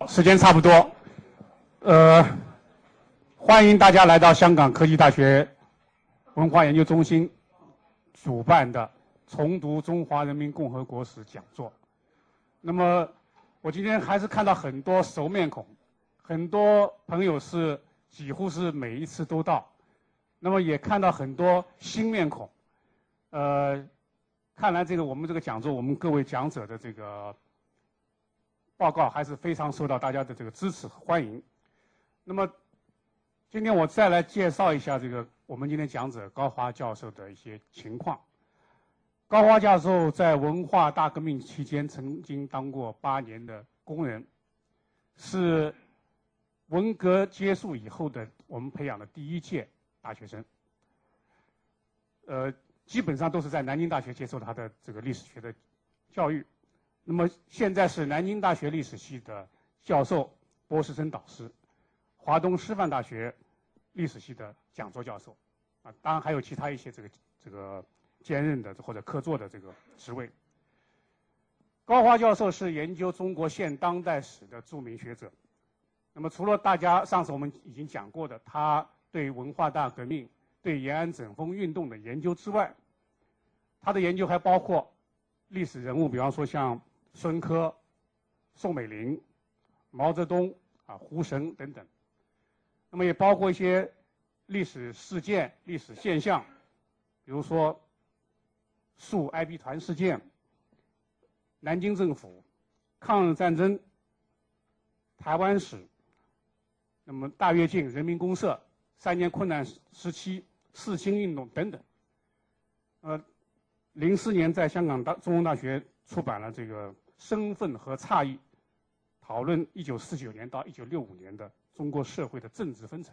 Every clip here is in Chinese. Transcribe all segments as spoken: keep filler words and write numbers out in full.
时间差不多，呃，欢迎大家来到香港科技大学文化研究中心主办的重读中华人民共和国史讲座。那么，我今天还是看到很多熟面孔，很多朋友是几乎是每一次都到，那么也看到很多新面孔。呃，看来这个我们这个讲座，我们各位讲者的这个报告还是非常受到大家的这个支持和欢迎。那么，今天我再来介绍一下这个我们今天讲者高华教授的一些情况。高华教授在文化大革命期间曾经当过八年的工人，是文革结束以后的我们培养的第一届大学生。呃，基本上都是在南京大学接受他的这个历史学的教育。那么现在是南京大学历史系的教授、博士生导师，华东师范大学历史系的讲座教授，啊，当然还有其他一些这个这个兼任的或者客座的这个职位。高华教授是研究中国现当代史的著名学者。那么除了大家上次我们已经讲过的，他对文化大革命、对延安整风运动的研究之外，他的研究还包括历史人物，比方说像孙科、宋美龄、毛泽东啊、胡绳等等。那么也包括一些历史事件、历史现象，比如说诉哀逼团事件、南京政府、抗日战争、台湾史，那么大跃进、人民公社、三年困难时期、四清运动等等。呃，零四年在香港大中文大学出版了这个《身份和差异》，讨论一九四九年到一九六五年的中国社会的政治分层。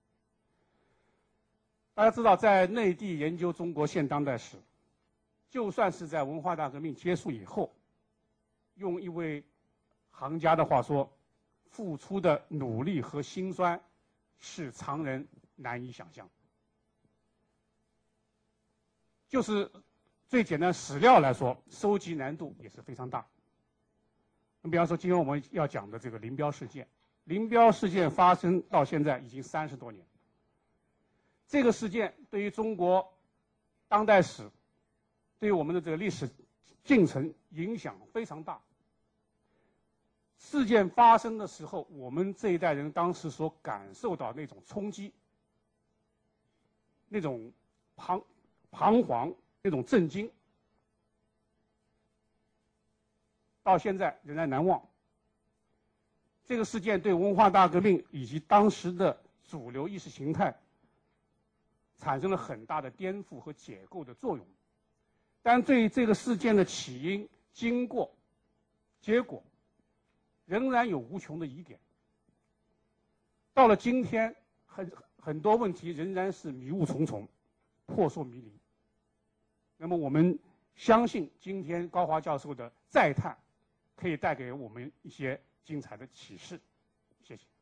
大家知道，在内地研究中国现当代史，就算是在文化大革命结束以后，用一位行家的话说，付出的努力和辛酸是常人难以想象。就是最简单史料来说，收集难度也是非常大。你比方说，今天我们要讲的这个林彪事件，林彪事件发生到现在已经三十多年。这个事件对于中国当代史，对于我们的这个历史进程影响非常大。事件发生的时候，我们这一代人当时所感受到那种冲击、那种彷彷徨、那种震惊，到现在仍然难忘。这个事件对文化大革命以及当时的主流意识形态产生了很大的颠覆和解构的作用，但对这个事件的起因、经过、结果，仍然有无穷的疑点。到了今天，很很多问题仍然是迷雾重重、扑朔迷离。那么我们相信，今天高华教授的再探，可以带给我们一些精彩的启示。谢谢。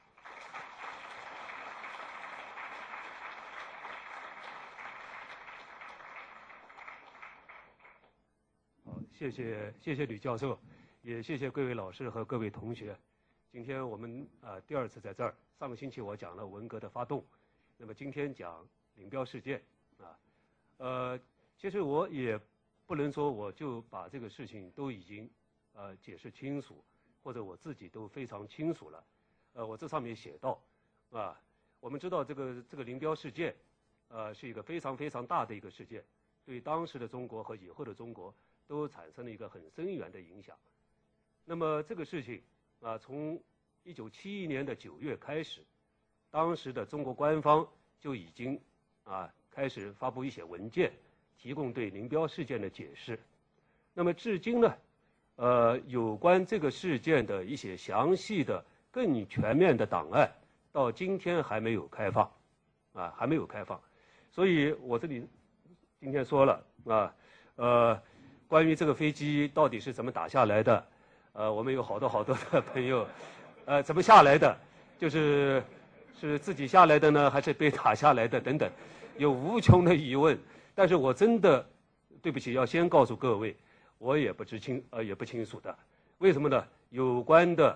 好，谢谢谢谢吕教授，也谢谢各位老师和各位同学。今天我们啊、呃、第二次在这儿，上个星期我讲了文革的发动，那么今天讲林彪事件啊，呃，其实我也不能说我就把这个事情都已经呃解释清楚，或者我自己都非常清楚了。呃，我这上面写到啊，我们知道这个这个林彪事件，呃，是一个非常非常大的一个事件，对当时的中国和以后的中国都产生了一个很深远的影响。那么这个事情啊，从一九七一年的九月开始，当时的中国官方就已经啊开始发布一些文件，提供对林彪事件的解释。那么至今呢，呃，有关这个事件的一些详细的、更全面的档案，到今天还没有开放，啊，还没有开放。所以我这里今天说了啊，呃，关于这个飞机到底是怎么打下来的，呃，我们有好多好多的朋友，呃，怎么下来的，就是是自己下来的呢，还是被打下来的等等，有无穷的疑问。但是我真的对不起，要先告诉各位，我也不知清呃也不清楚的。为什么呢？有关的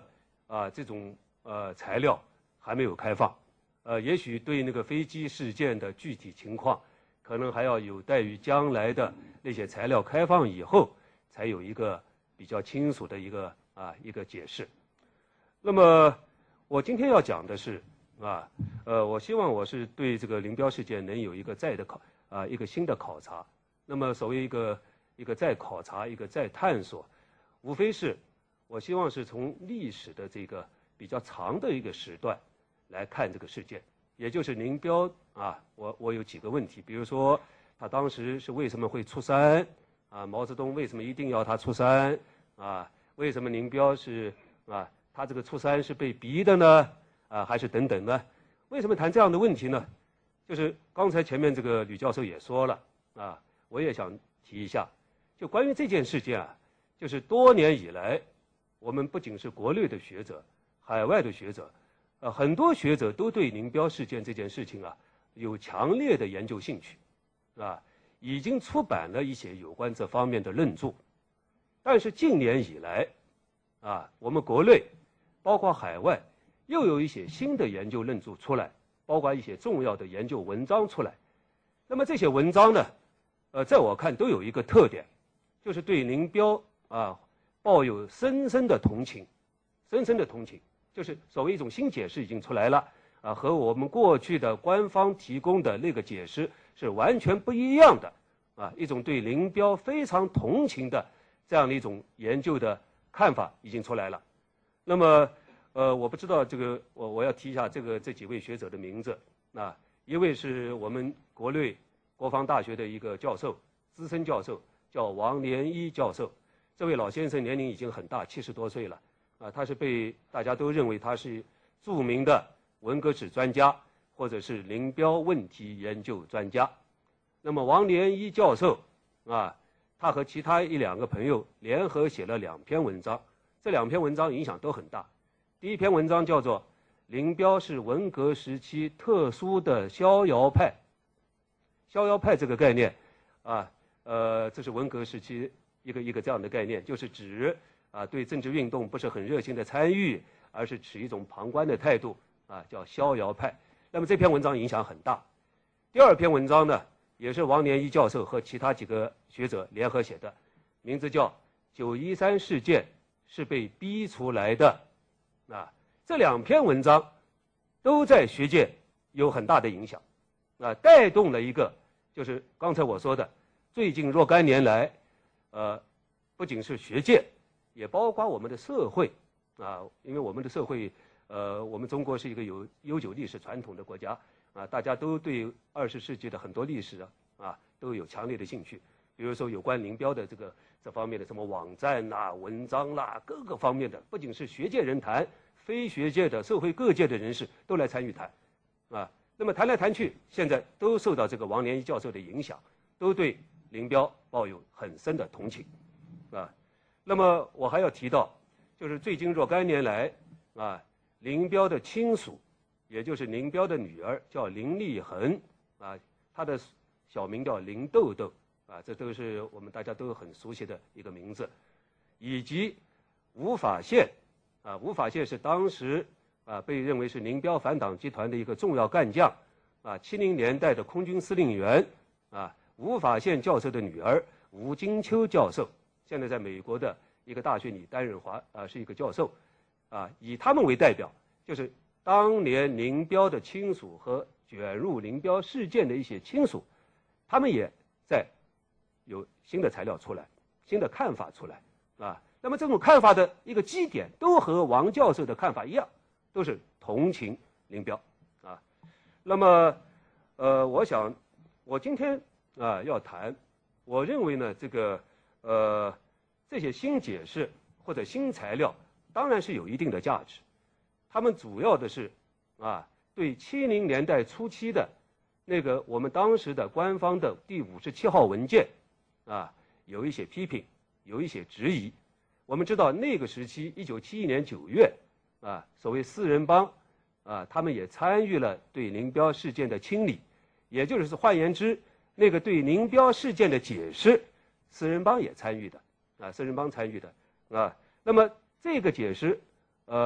啊这种呃材料还没有开放，呃，也许对那个飞机事件的具体情况，可能还要有待于将来的那些材料开放以后，才有一个比较清楚的一个啊一个解释。那么我今天要讲的是啊，呃，我希望我是对这个林彪事件能有一个再的考啊一个新的考察。那么所谓一个一个再考察，一个再探索，无非是我希望是从历史的这个比较长的一个时段来看这个事件，也就是林彪啊，我我有几个问题，比如说他当时是为什么会出山啊？毛泽东为什么一定要他出山啊？为什么林彪是啊？他这个出山是被逼的呢？啊，还是等等呢？为什么谈这样的问题呢？就是刚才前面这个吕教授也说了啊，我也想提一下，就关于这件事件啊，就是多年以来，我们不仅是国内的学者，海外的学者，呃，很多学者都对林彪事件这件事情啊有强烈的研究兴趣，啊，已经出版了一些有关这方面的论著。但是近年以来，啊，我们国内包括海外又有一些新的研究论著出来，包括一些重要的研究文章出来。那么这些文章呢，呃，在我看都有一个特点，就是对林彪啊抱有深深的同情，深深的同情，就是所谓一种新解释已经出来了啊，和我们过去的官方提供的那个解释是完全不一样的啊，一种对林彪非常同情的这样的一种研究的看法已经出来了。那么呃，我不知道这个，我我要提一下这个这几位学者的名字啊，一位是我们国内国防大学的一个教授，资深教授，叫王涟一教授。这位老先生年龄已经很大，七十多岁了啊，他是被大家都认为他是著名的文革史专家，或者是林彪问题研究专家。那么王涟一教授啊，他和其他一两个朋友联合写了两篇文章，这两篇文章影响都很大。第一篇文章叫做《林彪是文革时期特殊的逍遥派》。逍遥派这个概念啊，呃，这是文革时期一个一个这样的概念，就是指啊对政治运动不是很热心的参与，而是持一种旁观的态度啊，叫逍遥派。那么这篇文章影响很大。第二篇文章呢，也是王涟一教授和其他几个学者联合写的，名字叫《九一三事件是被逼出来的》。啊，这两篇文章都在学界有很大的影响，啊，带动了一个就是刚才我说的，最近若干年来，呃，不仅是学界，也包括我们的社会，啊，因为我们的社会，呃，我们中国是一个有悠久历史传统的国家，啊，大家都对二十世纪的很多历史啊，啊，都有强烈的兴趣。比如说有关林彪的这个这方面的什么网站啦、文章啦，各个方面的，不仅是学界人谈，非学界的社会各界的人士都来参与谈，啊，那么谈来谈去，现在都受到这个王涟一教授的影响，都对林彪抱有很深的同情，啊，那么我还要提到，就是最近若干年来，啊，林彪的亲属，也就是林彪的女儿叫林立恒，啊，她的小名叫林豆豆。啊，这都是我们大家都很熟悉的一个名字，以及吴法宪，啊，吴法宪是当时啊被认为是林彪反党集团的一个重要干将，啊，七零年代的空军司令员，啊，吴法宪教授的女儿吴金秋教授，现在在美国的一个大学里担任华啊是一个教授，啊，以他们为代表，就是当年林彪的亲属和卷入林彪事件的一些亲属，他们也在有新的材料出来，新的看法出来啊。那么这种看法的一个基点，都和王教授的看法一样，都是同情林彪啊。那么，呃，我想我今天啊要谈，我认为呢，这个呃这些新解释或者新材料，当然是有一定的价值。他们主要的是啊，对七零年代初期的那个我们当时的官方的第五十七号文件。啊，有一些批评，有一些质疑。我们知道那个时期，一九七一年九月，啊，所谓四人帮，啊，他们也参与了对林彪事件的清理，也就是换言之，那个对林彪事件的解释，四人帮也参与的，啊，四人帮参与的，啊，那么这个解释，呃，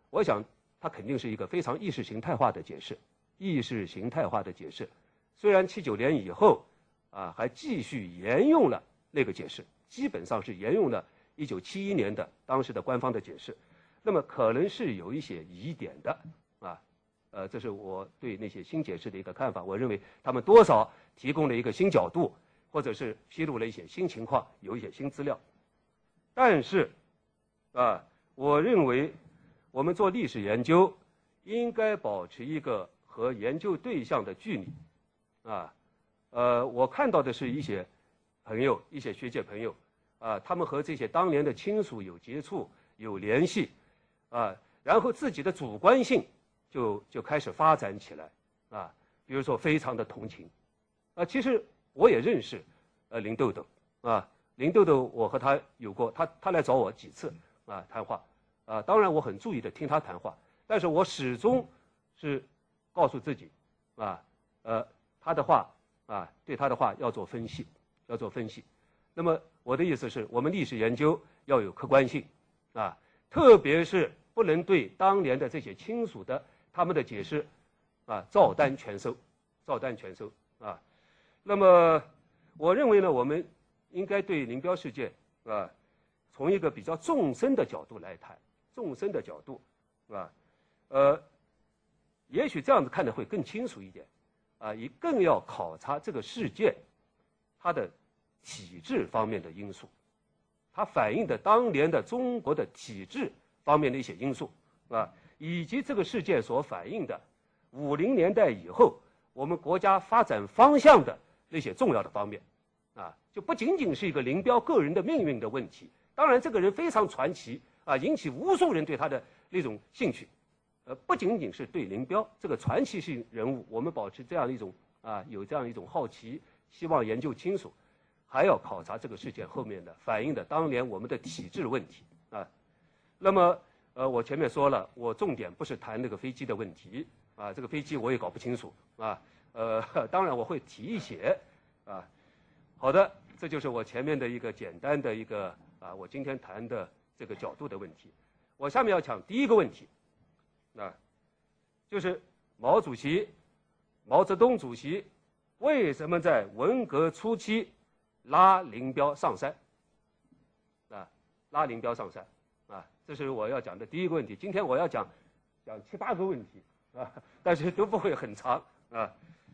我想它肯定是一个非常意识形态化的解释，意识形态化的解释。虽然七九年以后啊还继续沿用了那个解释，基本上是沿用了一九七一年的当时的官方的解释，那么可能是有一些疑点的啊，呃，这是我对那些新解释的一个看法。我认为他们多少提供了一个新角度，或者是披露了一些新情况，有一些新资料。但是啊，我认为我们做历史研究应该保持一个和研究对象的距离啊。呃，我看到的是一些朋友，一些学界朋友啊，他们和这些当年的亲属有接触、有联系啊，然后自己的主观性就就开始发展起来啊，比如说非常的同情啊。其实我也认识呃林豆豆啊。林豆豆，我和他有过，他他来找我几次啊谈话啊，当然我很注意的听他谈话，但是我始终是告诉自己啊，呃，他的话啊，对他的话要做分析，要做分析。那么我的意思是我们历史研究要有客观性啊，特别是不能对当年的这些亲属的他们的解释啊照单全收，照单全收啊。那么我认为呢，我们应该对林彪事件啊，从一个比较纵深的角度来谈，纵深的角度，啊，呃，也许这样子看的会更清楚一点，啊，也更要考察这个事件它的体制方面的因素，它反映的当年的中国的体制方面的一些因素，啊，以及这个事件所反映的五零年代以后我们国家发展方向的那些重要的方面。啊，就不仅仅是一个林彪个人的命运的问题，当然这个人非常传奇啊，引起无数人对他的那种兴趣，呃，不仅仅是对林彪这个传奇性人物，我们保持这样一种啊，有这样一种好奇，希望研究清楚，还要考察这个事件后面的反映的当年我们的体制问题啊。那么呃，我前面说了，我重点不是谈那个飞机的问题啊，这个飞机我也搞不清楚啊，呃，当然我会提一些啊。好的，这就是我前面的一个简单的一个啊，我今天谈的这个角度的问题。我下面要讲第一个问题，啊，就是毛主席、毛泽东主席为什么在文革初期拉林彪上山？啊，拉林彪上山，啊，这是我要讲的第一个问题。今天我要讲讲七八个问题啊，但是都不会很长啊。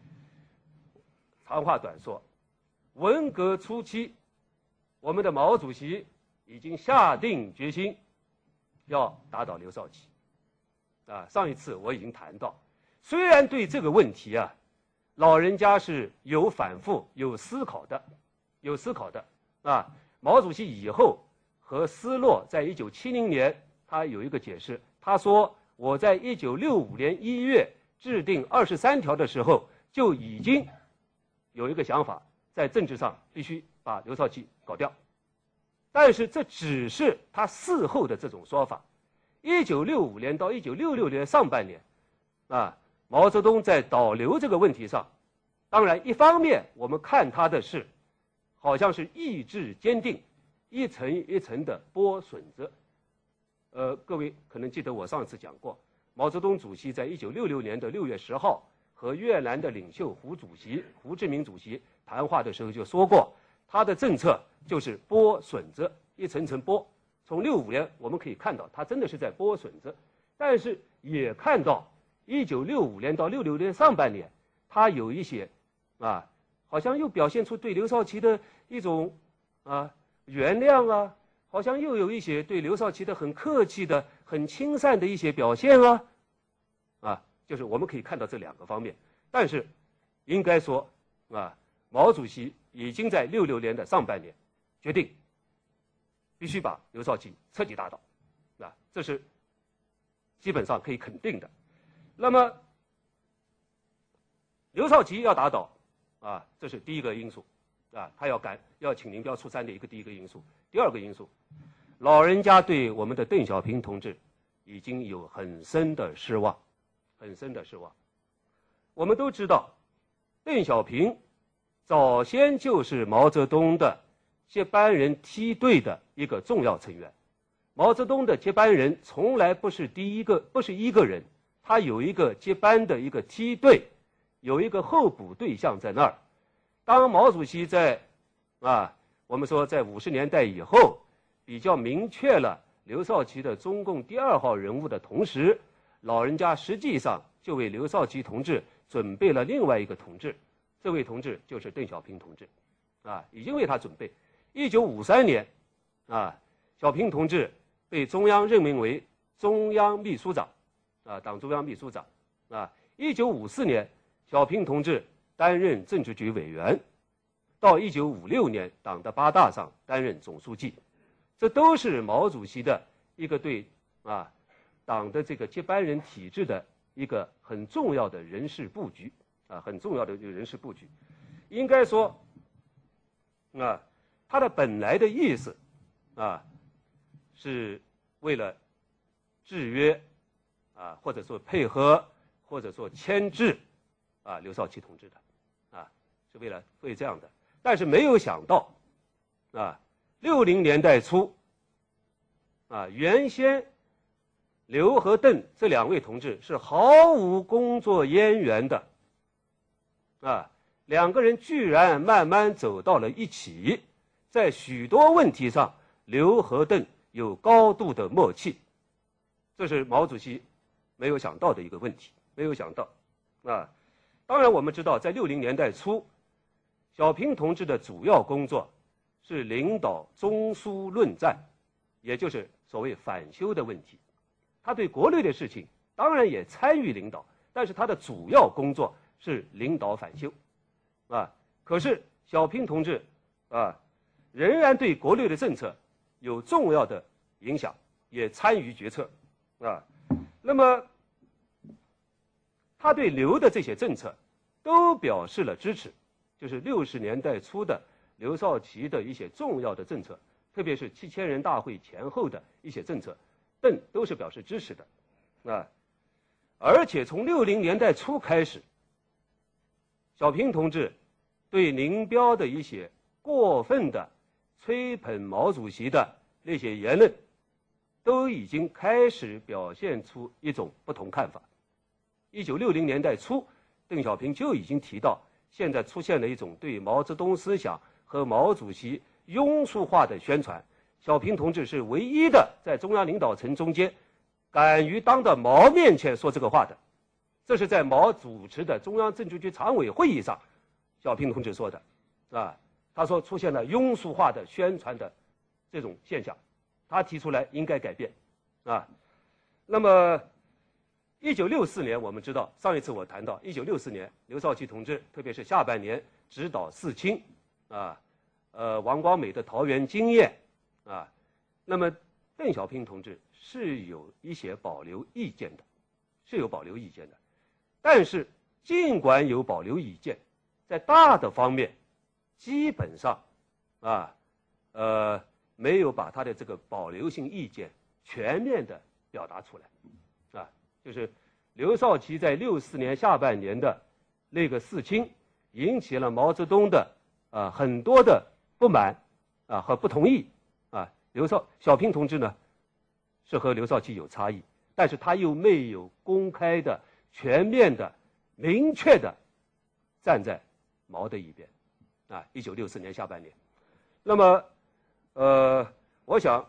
长话短说。文革初期，我们的毛主席已经下定决心要打倒刘少奇。啊，上一次我已经谈到，虽然对这个问题啊，老人家是有反复、有思考的，有思考的。啊，毛主席以后和斯诺在一九七零年，他有一个解释，他说我在一九六五年一月制定二十三条的时候，就已经有一个想法。在政治上必须把刘少奇搞掉，但是这只是他事后的这种说法。一九六五年到一九六六年上半年，啊，毛泽东在导刘这个问题上，当然一方面我们看他的是，好像是意志坚定，一层一层的剥笋子。呃，各位可能记得我上次讲过，毛泽东主席在一九六六年的六月十号和越南的领袖胡主席、胡志明主席谈话的时候就说过，他的政策就是剥笋子，一层层剥。从六五年我们可以看到，他真的是在剥笋子，但是也看到一九六五年到六六年上半年，他有一些啊，好像又表现出对刘少奇的一种啊原谅啊，好像又有一些对刘少奇的很客气的、很亲善的一些表现啊，啊，就是我们可以看到这两个方面。但是应该说啊，毛主席已经在六六年的上半年决定必须把刘少奇彻底打倒，啊，这是基本上可以肯定的。那么刘少奇要打倒啊，这是第一个因素啊，他要赶要请林彪出山的一个第一个因素。第二个因素，老人家对我们的邓小平同志已经有很深的失望，很深的失望。我们都知道，邓小平早先就是毛泽东的接班人梯队的一个重要成员， 毛泽东的接班人从来不是第一个，不是一个人，他有一个接班的一个梯队，有一个候补对象在那儿。当毛主席在啊，我们说在五十年代以后，比较明确了刘少奇的中共第二号人物的同时，老人家实际上就为刘少奇同志准备了另外一个同志，这位同志就是邓小平同志，啊，已经为他准备。一九五三年，啊，小平同志被中央任命为中央秘书长，啊，党中央秘书长，啊，一九五四年，小平同志担任政治局委员，到一九五六年党的八大上担任总书记，这都是毛主席的一个对啊党的这个接班人体制的一个很重要的人事布局，啊，很重要的这个人事布局，应该说，啊，它的本来的意思，啊。是为了制约啊，或者说配合，或者说牵制啊刘少奇同志的，啊，是为了会这样的。但是没有想到，啊，六零年代初，啊，原先刘和邓这两位同志是毫无工作渊源的，啊，两个人居然慢慢走到了一起，在许多问题上，刘和邓有高度的默契，这是毛主席没有想到的一个问题，没有想到，啊，当然我们知道，在六零年代初，小平同志的主要工作是领导中苏论战，也就是所谓反修的问题。他对国内的事情当然也参与领导，但是他的主要工作是领导反修，啊，可是小平同志啊，仍然对国内的政策有重要的影响，也参与决策，啊，那么他对刘的这些政策都表示了支持，就是六十年代初的刘少奇的一些重要的政策，特别是七千人大会前后的一些政策，邓都是表示支持的，啊，而且从六零年代初开始，小平同志对林彪的一些过分的吹捧毛主席的那些言论，都已经开始表现出一种不同看法。一九六零年代初，邓小平就已经提到，现在出现了一种对毛泽东思想和毛主席庸俗化的宣传。小平同志是唯一的在中央领导层中间敢于当着毛面前说这个话的，这是在毛主持的中央政治局常委会议上，小平同志说的，啊。他说出现了庸俗化的宣传的这种现象，他提出来应该改变，啊，那么一九六四年我们知道，上一次我谈到一九六四年刘少奇同志特别是下半年指导四清，啊，呃王光美的桃园经验，啊，那么邓小平同志是有一些保留意见的，是有保留意见的，但是尽管有保留意见，在大的方面基本上，啊，呃，没有把他的这个保留性意见全面的表达出来，啊，就是刘少奇在六四年下半年的那个四清，引起了毛泽东的啊很多的不满啊和不同意啊。刘少小平同志呢，是和刘少奇有差异，但是他又没有公开的、全面的、明确的站在毛的一边。啊，一九六四年下半年，那么，呃，我想，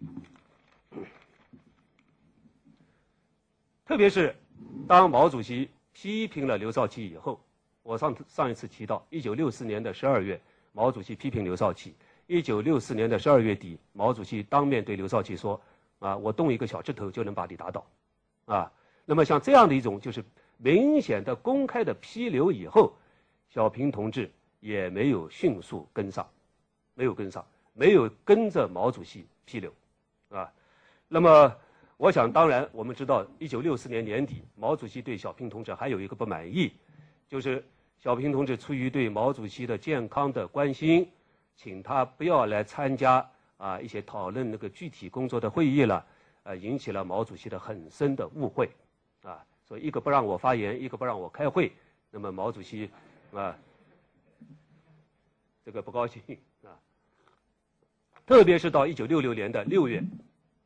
特别是当毛主席批评了刘少奇以后，我上上一次提到，一九六四年的十二月，毛主席批评刘少奇；一九六四年的十二月底，毛主席当面对刘少奇说：“啊，我动一个小指头就能把你打倒。”啊，那么像这样的一种就是明显的公开的批刘以后，小平同志也没有迅速跟上，没有跟上，没有跟着毛主席批刘，啊，那么我想，当然我们知道，一九六四年年底，毛主席对小平同志还有一个不满意，就是小平同志出于对毛主席的健康的关心，请他不要来参加啊一些讨论那个具体工作的会议了，呃，引起了毛主席的很深的误会，啊，所以一个不让我发言，一个不让我开会，那么毛主席啊。这个不高兴啊，特别是到一九六六年的六月，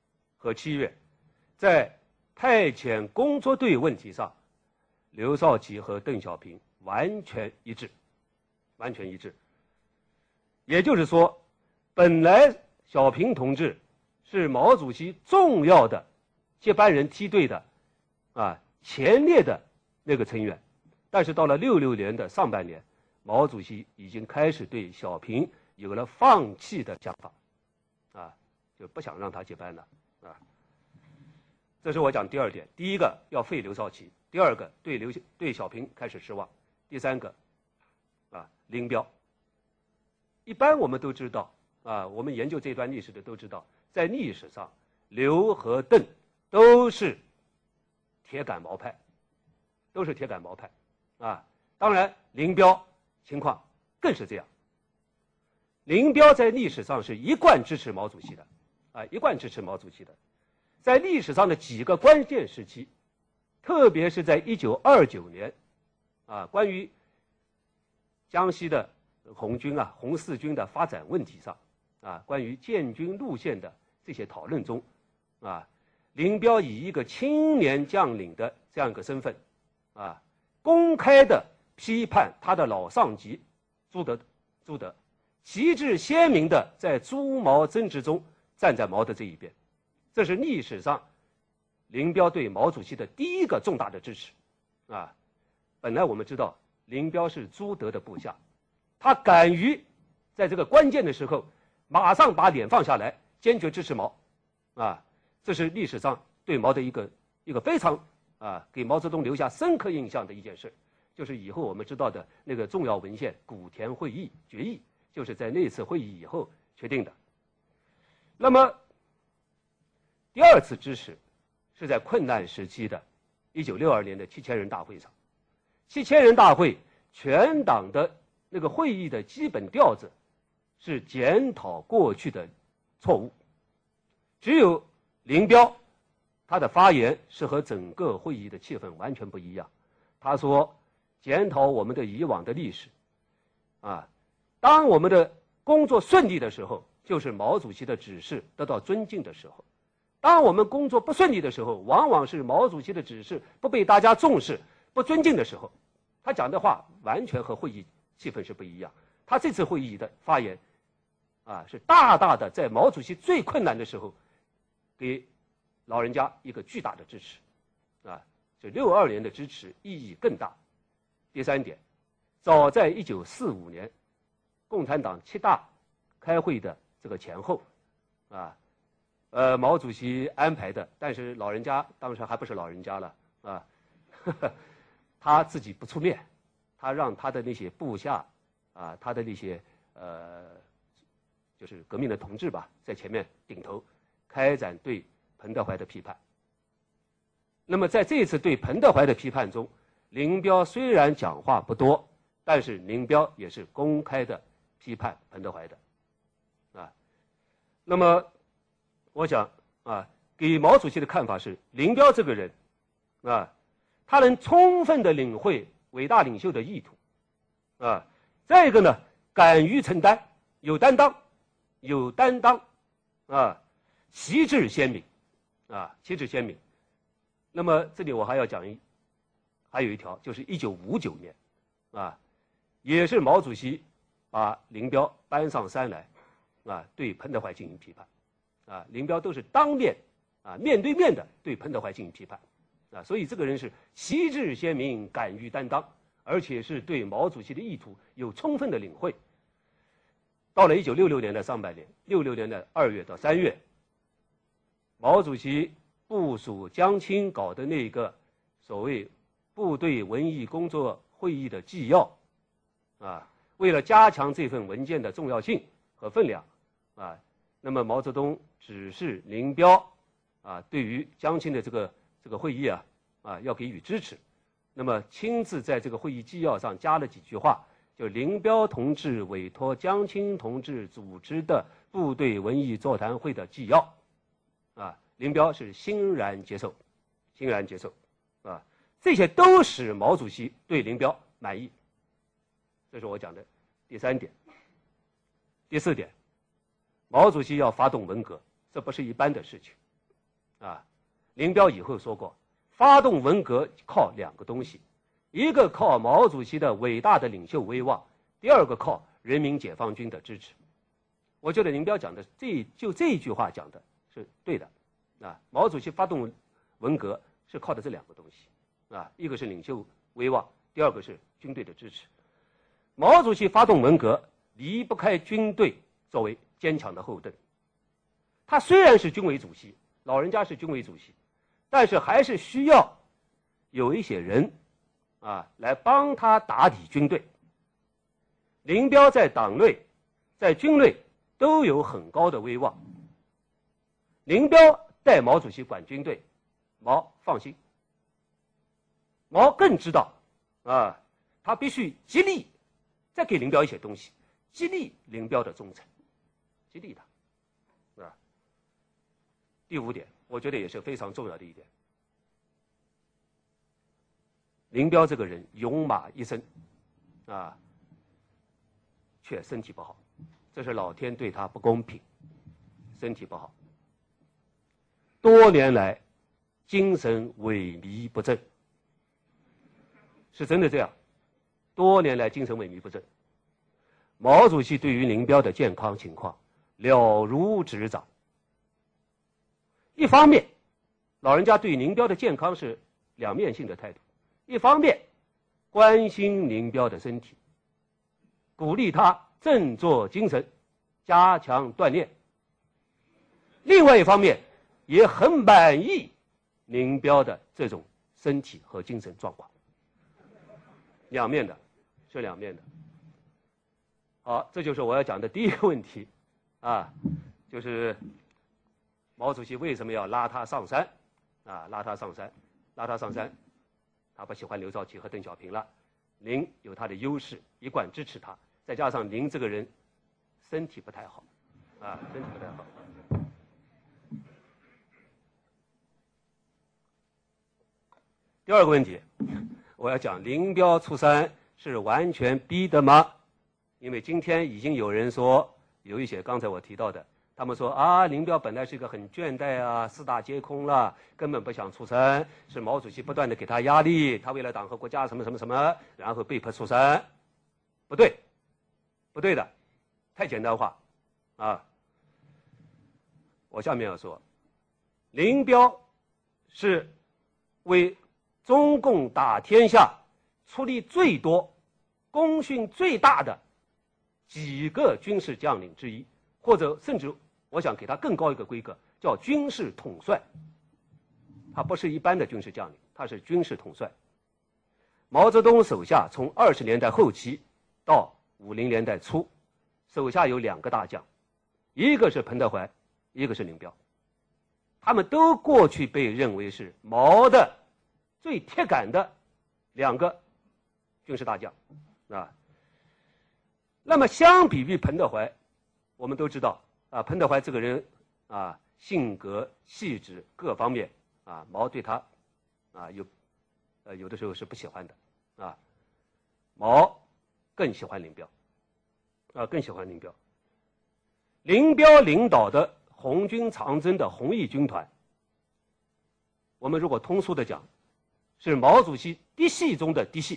和七月，在派遣工作队问题上，刘少奇和邓小平完全一致，完全一致。也就是说，本来小平同志是毛主席重要的接班人梯队的啊前列的那个成员，但是到了六六年的上半年，毛主席已经开始对小平有了放弃的想法，啊，就不想让他接班了，啊。这是我讲第二点，第一个要废刘少奇，第二个对刘对小平开始失望，第三个，啊，林彪。一般我们都知道，啊，我们研究这段历史的都知道，在历史上，刘和邓都是铁杆毛派，都是铁杆毛派，啊，当然林彪情况更是这样。林彪在历史上是一贯支持毛主席的，啊，一贯支持毛主席的。在历史上的几个关键时期，特别是在一九二九年，啊，关于江西的红军啊、红四军的发展问题上，啊，关于建军路线的这些讨论中，啊，林彪以一个青年将领的这样一个身份，啊，公开的批判他的老上级朱德，朱德，旗帜鲜明的在朱毛争执中站在毛的这一边。这是历史上林彪对毛主席的第一个重大的支持，啊，本来我们知道林彪是朱德的部下，他敢于在这个关键的时候马上把脸放下来，坚决支持毛，啊，这是历史上对毛的一个一个非常啊给毛泽东留下深刻印象的一件事，就是以后我们知道的那个重要文献古田会议决议，就是在那次会议以后确定的。那么第二次支持是在困难时期的一九六二年的七千人大会上。七千人大会全党的那个会议的基本调子是检讨过去的错误，只有林彪他的发言是和整个会议的气氛完全不一样。他说检讨我们的以往的历史，啊，当我们的工作顺利的时候，就是毛主席的指示得到尊敬的时候，当我们工作不顺利的时候，往往是毛主席的指示不被大家重视、不尊敬的时候。他讲的话完全和会议气氛是不一样。他这次会议的发言，啊，是大大的在毛主席最困难的时候，给老人家一个巨大的支持，啊，这六二年的支持意义更大。第三点，早在一九四五年，共产党七大开会的这个前后，啊。呃，毛主席安排的，但是老人家当时还不是老人家了啊，呵呵，他自己不出面，他让他的那些部下啊，他的那些呃，就是革命的同志吧，在前面顶头开展对彭德怀的批判。那么在这一次对彭德怀的批判中，林彪虽然讲话不多，但是林彪也是公开的批判彭德怀的，啊，那么。我想啊，给毛主席的看法是，林彪这个人，啊，他能充分的领会伟大领袖的意图，啊，再一个呢，敢于承担，有担当，有担当，啊，旗帜鲜明，啊，旗帜鲜明。那么这里我还要讲一，还有一条，就是一九五九年，啊，也是毛主席把林彪搬上山来，啊，对彭德怀进行批判。啊，林彪都是当面啊面对面的对彭德怀进行批判，啊，所以这个人是旗帜鲜明、敢于担当，而且是对毛主席的意图有充分的领会。到了一九六六年的上半年，六六年的二月到三月，毛主席部署江青搞的那个所谓部队文艺工作会议的纪要，啊，为了加强这份文件的重要性和分量，啊。那么毛泽东指示林彪，啊，对于江青的这个这个会议啊，啊，要给予支持。那么亲自在这个会议纪要上加了几句话，就林彪同志委托江青同志组织的部队文艺座谈会的纪要，啊，林彪是欣然接受，欣然接受，啊，这些都使毛主席对林彪满意。这是我讲的第三点。第四点。毛主席要发动文革，这不是一般的事情， 啊，林彪以后说过，发动文革靠两个东西，一个靠毛主席的伟大的领袖威望，第二个靠人民解放军的支持。我觉得林彪讲的这就这一句话讲的是对的，啊，毛主席发动文革是靠的这两个东西，啊，一个是领袖威望，第二个是军队的支持。毛主席发动文革离不开军队作为坚强的后盾。他虽然是军委主席，老人家是军委主席，但是还是需要有一些人啊来帮他打理军队。林彪在党内在军内都有很高的威望。林彪带毛主席管军队，毛放心。毛更知道啊，他必须激励，再给林彪一些东西，激励林彪的忠诚，激励他，啊。第五点，我觉得也是非常重要的一点。林彪这个人勇马一生，啊，却身体不好，这是老天对他不公平，身体不好，多年来精神萎靡不振，是真的这样，多年来精神萎靡不振。毛主席对于林彪的健康情况了如指掌。一方面，老人家对林彪的健康是两面性的态度，一方面关心林彪的身体，鼓励他振作精神，加强锻炼。另外一方面也很满意林彪的这种身体和精神状况，两面的，是两面的。好，这就是我要讲的第一个问题，啊，就是毛主席为什么要拉他上山？啊，拉他上山，拉他上山，他不喜欢刘少奇和邓小平了。您有他的优势，一贯支持他，再加上您这个人身体不太好，啊，身体不太好。第二个问题，我要讲林彪出山是完全逼的吗？因为今天已经有人说，有一些刚才我提到的。他们说啊，林彪本来是一个很倦怠啊，四大皆空了，根本不想出山，是毛主席不断的给他压力，他为了党和国家什么什么什么，然后被迫出山。不对，不对的，太简单化啊！我下面要说，林彪是为中共打天下出力最多、功勋最大的几个军事将领之一，或者甚至我想给他更高一个规格，叫军事统帅。他不是一般的军事将领，他是军事统帅。毛泽东手下从二十年代后期到五零年代初，手下有两个大将，一个是彭德怀，一个是林彪。他们都过去被认为是毛的最铁杆的两个军事大将，啊。那么相比于彭德怀，我们都知道啊，彭德怀这个人啊，性格、气质各方面啊，毛对他啊有呃有的时候是不喜欢的啊。毛更喜欢林彪啊，更喜欢林彪。林彪领导的红军长征的红一军团，我们如果通俗的讲，是毛主席嫡系中的嫡系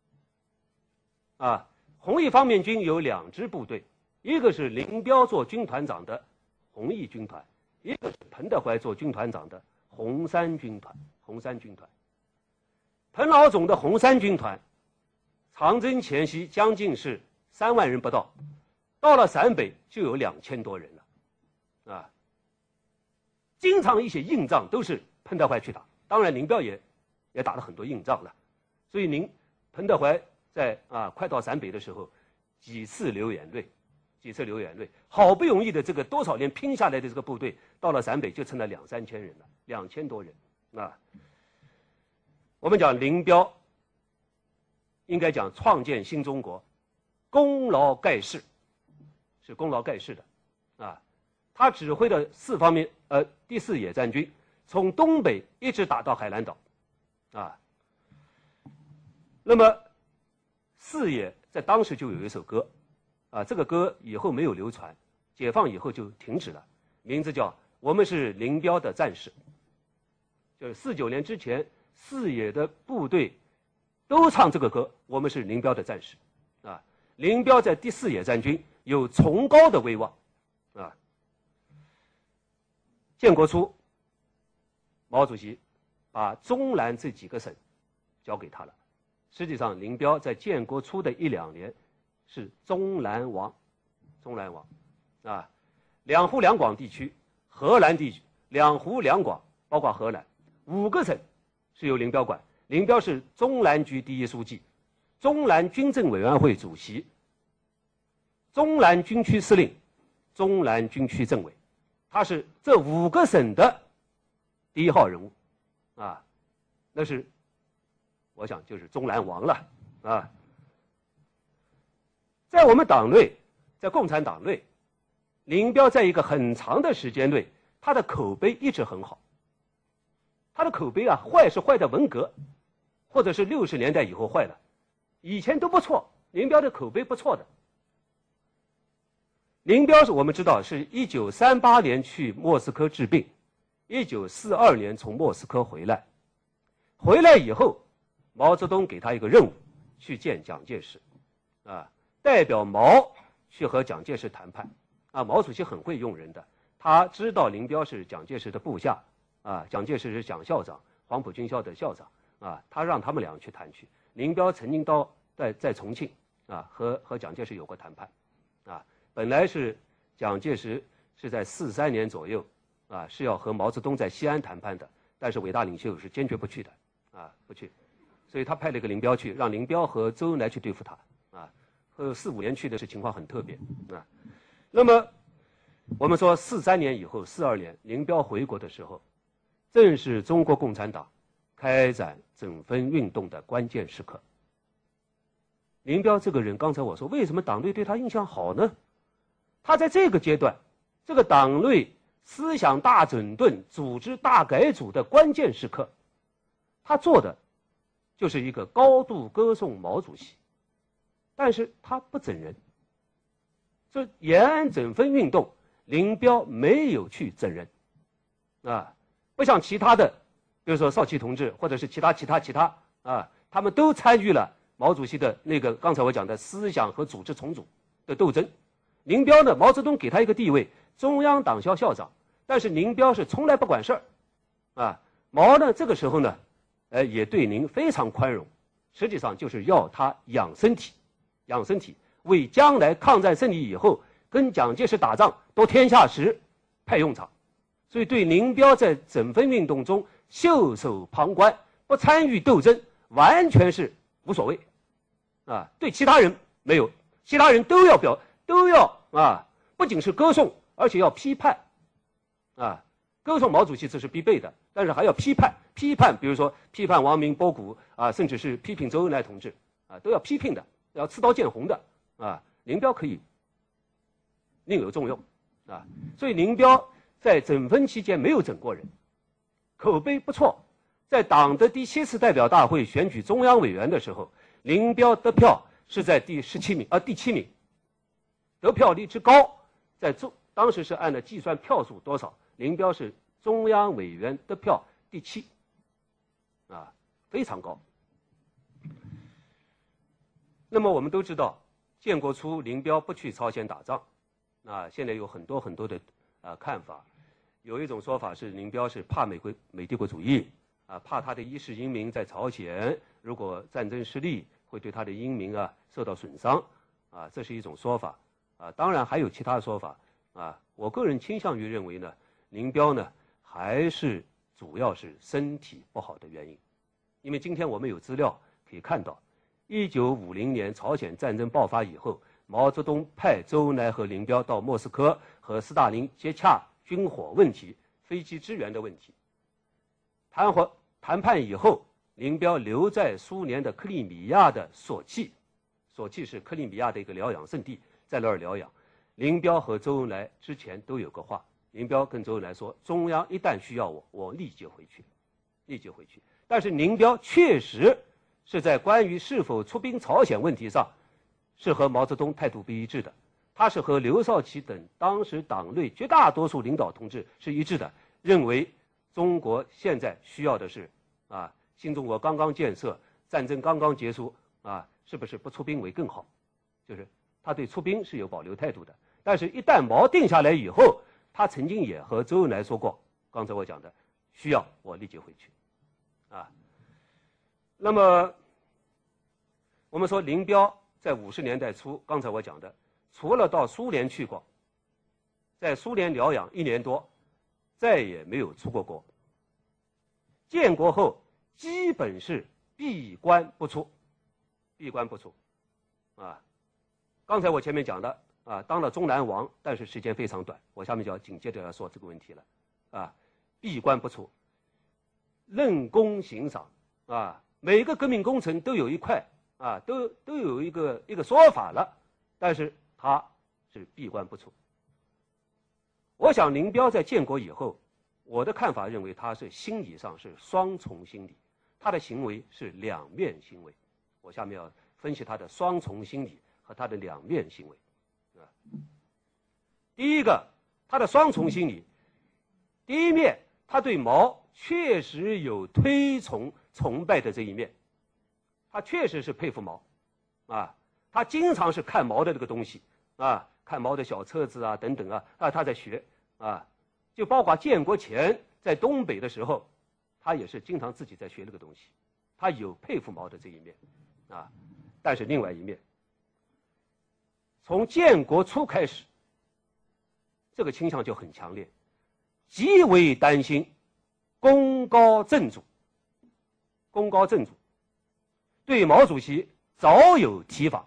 啊。红一方面军有两支部队，一个是林彪做军团长的红一军团，一个是彭德怀做军团长的红三军团。红三军团，彭老总的红三军团，长征前夕将近是三万人不到，到了陕北就有两千多人了，啊，经常一些硬仗都是彭德怀去打，当然林彪也也打了很多硬仗了，所以林彭德怀在啊快到陕北的时候，几次流眼泪，几次流眼泪，好不容易的这个多少年拼下来的这个部队，到了陕北就成了两三千人了，两千多人啊。我们讲林彪，应该讲创建新中国，功劳盖世，是功劳盖世的，啊，他指挥的四方面，呃，第四野战军从东北一直打到海南岛，啊，那么。四野在当时就有一首歌，啊，这个歌以后没有流传，解放以后就停止了，名字叫《我们是林彪的战士》， 就是四九年之前，四野的部队都唱这个歌，我们是林彪的战士，啊，林彪在第四野战军有崇高的威望，啊。建国初，毛主席把中南这几个省交给他了。实际上，林彪在建国初的一两年是中南王，中南王，啊，两湖两广地区，河南地区，两湖两广包括河南五个省是由林彪管。林彪是中南局第一书记，中南军政委员会主席，中南军区司令，中南军区政委，他是这五个省的第一号人物，啊，那是我想就是中南王了，啊。在我们党内，在共产党内，林彪在一个很长的时间内，他的口碑一直很好。他的口碑啊，坏是坏在文革，或者是六十年代以后坏了，以前都不错。林彪的口碑不错的。林彪是我们知道是一九三八年去莫斯科治病，一九四二年从莫斯科回来，回来以后，毛泽东给他一个任务，去见蒋介石，啊，代表毛去和蒋介石谈判，啊，毛主席很会用人的，他知道林彪是蒋介石的部下，啊，蒋介石是蒋校长，黄埔军校的校长，啊，他让他们俩去谈去。林彪曾经到在在重庆，啊，和和蒋介石有过谈判，啊，本来是蒋介石是在四三年左右，啊，是要和毛泽东在西安谈判的，但是伟大领袖是坚决不去的，啊，不去，所以他派了一个林彪去，让林彪和周恩来去对付他，啊，和四五年去的是情况很特别，啊，那么我们说四三年以后，四二年林彪回国的时候，正是中国共产党开展整风运动的关键时刻。林彪这个人，刚才我说为什么党内对他印象好呢？他在这个阶段，这个党内思想大整顿、组织大改组的关键时刻，他做的就是一个高度歌颂毛主席，但是他不整人。这延安整风运动，林彪没有去整人，啊，不像其他的，比如说少奇同志或者是其他其他其他啊，他们都参与了毛主席的那个刚才我讲的思想和组织重组的斗争。林彪呢，毛泽东给他一个地位，中央党校校长，但是林彪是从来不管事儿，啊，毛呢这个时候呢，呃，也对您非常宽容，实际上就是要他养身体，养身体，为将来抗战胜利以后跟蒋介石打仗夺天下时派用场。所以对林彪在整风运动中袖手旁观，不参与斗争，完全是无所谓，啊，对其他人没有，其他人都要表都要啊，不仅是歌颂，而且要批判，啊，歌颂毛主席这是必备的，但是还要批判，批判，比如说批判王明、波谷啊，甚至是批评周恩来同志啊，都要批评的，要刺刀见红的啊。林彪可以另有重用啊，所以林彪在整风期间没有整过人，口碑不错。在党的第七次代表大会选举中央委员的时候，林彪得票是在第十七名，啊，第七名，得票率之高，在中当时是按照计算票数多少，林彪是中央委员得票第七，啊，非常高。那么我们都知道，建国初林彪不去朝鲜打仗，啊，现在有很多很多的啊看法，有一种说法是林彪是怕美国美帝国主义。啊，怕他的一世英名在朝鲜，如果战争失利，会对他的英名啊受到损伤，啊，这是一种说法，啊，当然还有其他的说法，啊，我个人倾向于认为呢，林彪呢还是主要是身体不好的原因，因为今天我们有资料可以看到，一九五零年朝鲜战争爆发以后，毛泽东派周恩来和林彪到莫斯科和斯大林接洽军火问题、飞机支援的问题。谈和谈判以后，林彪留在苏联的克里米亚的索契，索契是克里米亚的一个疗养圣地，在那儿疗养。林彪和周恩来之前都有个话，林彪跟周恩来说，中央一旦需要我，我立即回去，立即回去。但是林彪确实是在关于是否出兵朝鲜问题上，是和毛泽东态度不一致的，他是和刘少奇等当时党内绝大多数领导同志是一致的，认为中国现在需要的是啊，新中国刚刚建设，战争刚刚结束啊，是不是不出兵为更好？就是他对出兵是有保留态度的。但是，一旦锚定下来以后，他曾经也和周恩来说过，刚才我讲的，需要我立即回去，啊。那么，我们说林彪在五十年代初，刚才我讲的，除了到苏联去过，在苏联疗养一年多，再也没有出过国。建国后基本是闭关不出，闭关不出，啊。刚才我前面讲的啊，当了中南王，但是时间非常短。我下面就要紧接着要说这个问题了，啊，闭关不出，论功行赏啊，每个革命工程都有一块啊，都都有一个一个说法了，但是他是闭关不出。我想林彪在建国以后，我的看法认为他是心理上是双重心理，他的行为是两面行为。我下面要分析他的双重心理和他的两面行为，啊，第一个，他的双重心理，第一面，他对毛确实有推崇崇拜的这一面，他确实是佩服毛，啊，他经常是看毛的这个东西，啊，看毛的小册子啊等等啊，啊，他在学，啊，就包括建国前在东北的时候，他也是经常自己在学这个东西，他有佩服毛的这一面，啊，但是另外一面。从建国初开始，这个倾向就很强烈，极为担心功高震主。功高震主，对毛主席早有提防。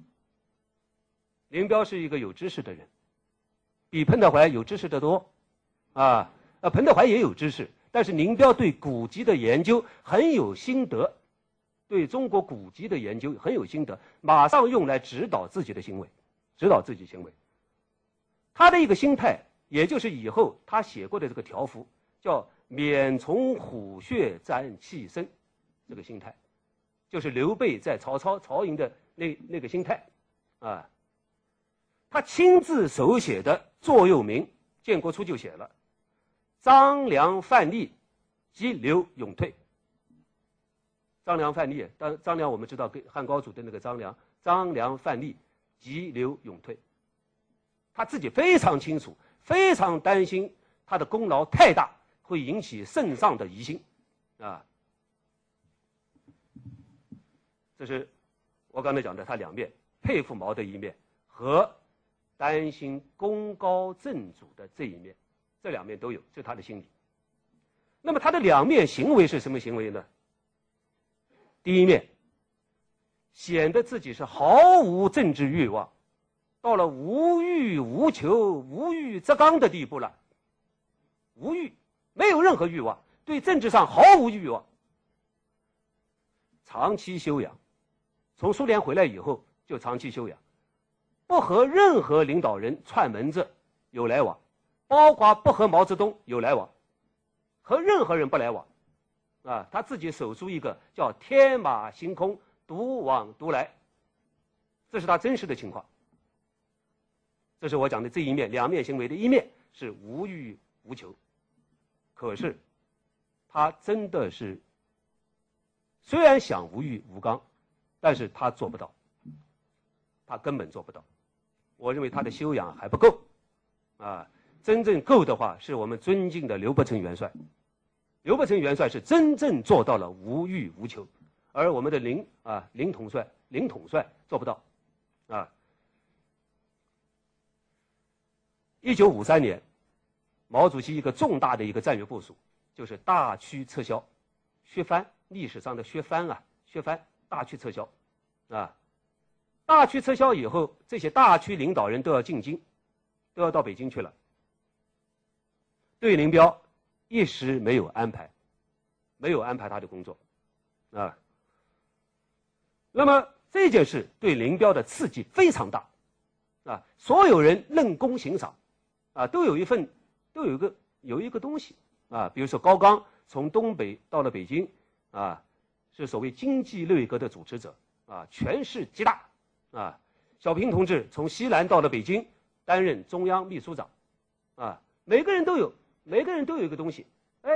林彪是一个有知识的人，比彭德怀有知识的多，啊，呃，彭德怀也有知识，但是林彪对古籍的研究很有心得，对中国古籍的研究很有心得，马上用来指导自己的行为。指导自己行为，他的一个心态，也就是以后他写过的这个条幅，叫“免从虎穴沾气生”，这个心态，就是刘备在曹操曹营的那那个心态，啊，他亲自手写的座右铭，建国初就写了：“张良范蠡，急流勇退。”张良范蠡，当张良我们知道跟汉高祖的那个张良，张良范蠡。急流勇退，他自己非常清楚，非常担心他的功劳太大，会引起圣上的疑心，啊，这是我刚才讲的他两面，佩服毛的一面和担心功高震主的这一面，这两面都有，这是他的心理。那么他的两面行为是什么行为呢？第一面，显得自己是毫无政治欲望，到了无欲无求、无欲则刚的地步了。无欲，没有任何欲望，对政治上毫无欲望。长期修养，从苏联回来以后就长期修养，不和任何领导人串门子有来往，包括不和毛泽东有来往，和任何人不来往。啊，他自己守住一个叫天马行空，独往独来，这是他真实的情况。这是我讲的这一面，两面行为的一面是无欲无求，可是他真的是虽然想无欲无刚，但是他做不到，他根本做不到。我认为他的修养还不够，啊，真正够的话，是我们尊敬的刘伯承元帅。刘伯承元帅是真正做到了无欲无求，而我们的林啊林统帅林统帅做不到，啊。一九五三年，毛主席一个重大的一个战略部署，就是大区撤销，削藩，历史上的削藩啊，削藩，大区撤销，啊，大区撤销以后，这些大区领导人都要进京，都要到北京去了。对林彪一时没有安排，没有安排他的工作，啊。那么这件事对林彪的刺激非常大，啊，所有人论功行赏，啊，都有一份，都有一个有一个东西，啊，比如说高岗从东北到了北京，啊，是所谓经济内阁的主持者，啊，权势极大，啊，小平同志从西南到了北京，担任中央秘书长，啊，每个人都有。每个人都有一个东西，哎，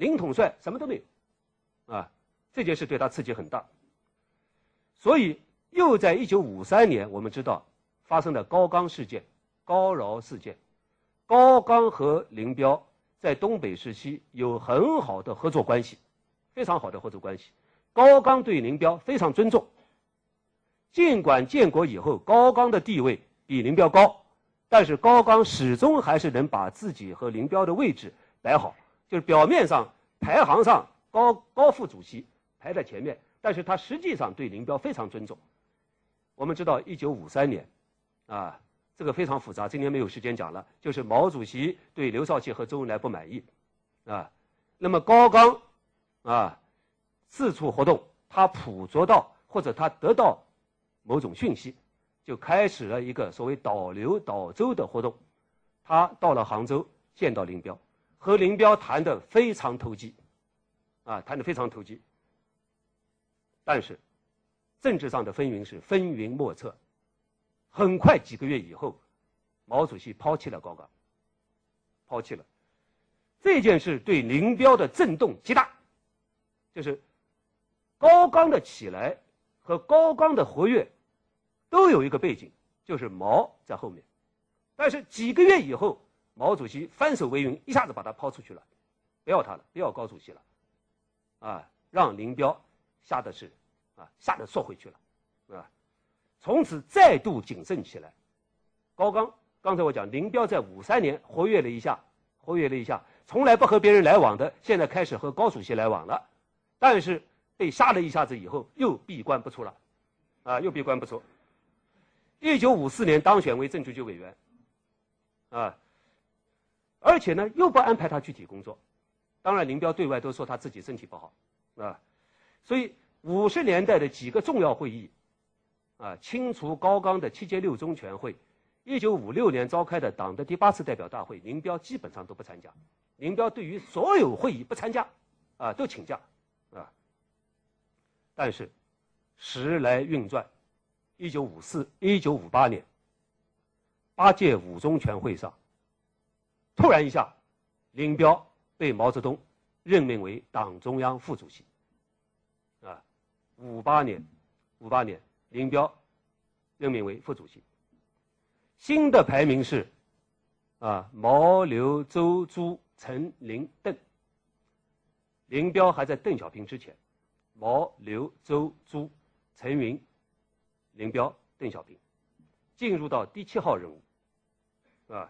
零统帅什么都没有，啊，这件事对他刺激很大。所以又在一九五三年，我们知道发生了高岗事件、高饶事件。高岗和林彪在东北时期有很好的合作关系，非常好的合作关系。高岗对林彪非常尊重，尽管建国以后高岗的地位比林彪高，但是高岗始终还是能把自己和林彪的位置摆好，就是表面上排行上高高副主席排在前面，但是他实际上对林彪非常尊重。我们知道一九五三年啊，这个非常复杂，今天没有时间讲了，就是毛主席对刘少奇和周恩来不满意啊，那么高岗啊四处活动，他捕捉到或者他得到某种讯息，就开始了一个所谓导刘导周的活动。他到了杭州见到林彪，和林彪谈得非常投机啊，谈得非常投机。但是政治上的风云是风云莫测，很快几个月以后，毛主席抛弃了高岗，抛弃了。这件事对林彪的震动极大，就是高岗的起来和高岗的活跃都有一个背景，就是毛在后面。但是几个月以后，毛主席翻手为云，一下子把他抛出去了，不要他了，不要高主席了，啊，让林彪吓得是啊，吓得缩回去了，啊，从此再度谨慎起来。高岗刚才我讲，林彪在五三年活跃了一下，活跃了一下，从来不和别人来往的，现在开始和高主席来往了，但是被吓了一下子以后，又闭关不出了，啊，又闭关不出。一九五四年当选为政治局委员，啊，而且呢又不安排他具体工作。当然，林彪对外都说他自己身体不好，啊，所以五十年代的几个重要会议，啊，清除高岗的七届六中全会，一九五六年召开的党的第八次代表大会，林彪基本上都不参加。林彪对于所有会议不参加，啊，都请假，啊。但是时来运转，一九五四、一九五八年八届五中全会上，突然一下，林彪被毛泽东任命为党中央副主席。啊，五八年，五八年，林彪任命为副主席。新的排名是啊，毛、刘、周、朱、陈、林、邓。林彪还在邓小平之前，毛、刘、周、朱、陈云、林彪、邓小平，进入到第七号人物，啊，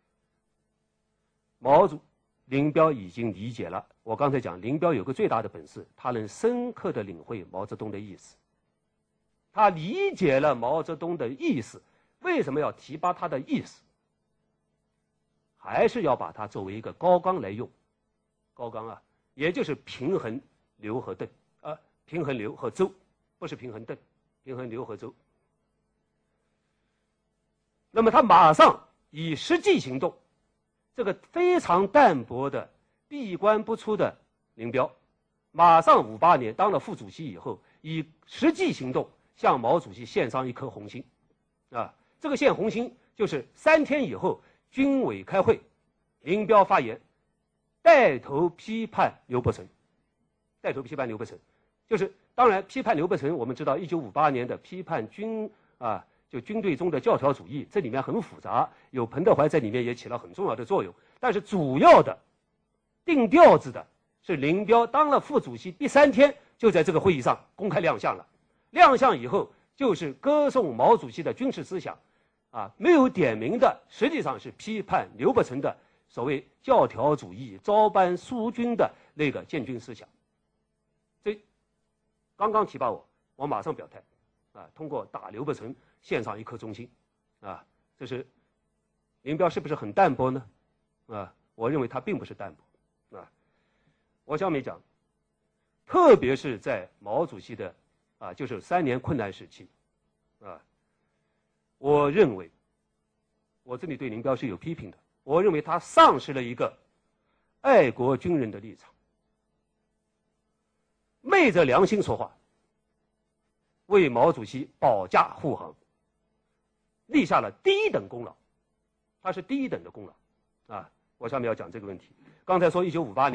毛主林彪已经理解了。我刚才讲，林彪有个最大的本事，他能深刻地领会毛泽东的意思。他理解了毛泽东的意思，为什么要提拔他的意思？还是要把它作为一个高岗来用。高岗啊，也就是平衡刘和邓，啊，平衡刘和周，不是平衡邓，平衡刘和周。那么他马上以实际行动，这个非常淡薄的闭关不出的林彪，马上五八年当了副主席以后，以实际行动向毛主席献上一颗红心，啊，这个献红心就是三天以后军委开会，林彪发言，带头批判刘伯承，带头批判刘伯承，就是当然批判刘伯承，我们知道一九五八年的批判军啊。就军队中的教条主义，这里面很复杂，有彭德怀在里面也起了很重要的作用。但是主要的定调子的是林彪当了副主席第三天就在这个会议上公开亮相了。亮相以后就是歌颂毛主席的军事思想，啊，没有点名的实际上是批判刘伯承的所谓教条主义、照搬苏军的那个建军思想。所以刚刚提拔我，我马上表态，啊，通过打刘伯承献上一颗忠心，啊，这是林彪是不是很淡薄呢？啊，我认为他并不是淡薄，啊，我下面讲，特别是在毛主席的啊，就是三年困难时期，啊，我认为，我这里对林彪是有批评的，我认为他丧失了一个爱国军人的立场，昧着良心说话，为毛主席保驾护航。立下了第一等功劳，他是第一等的功劳，啊，我下面要讲这个问题。刚才说一九五八年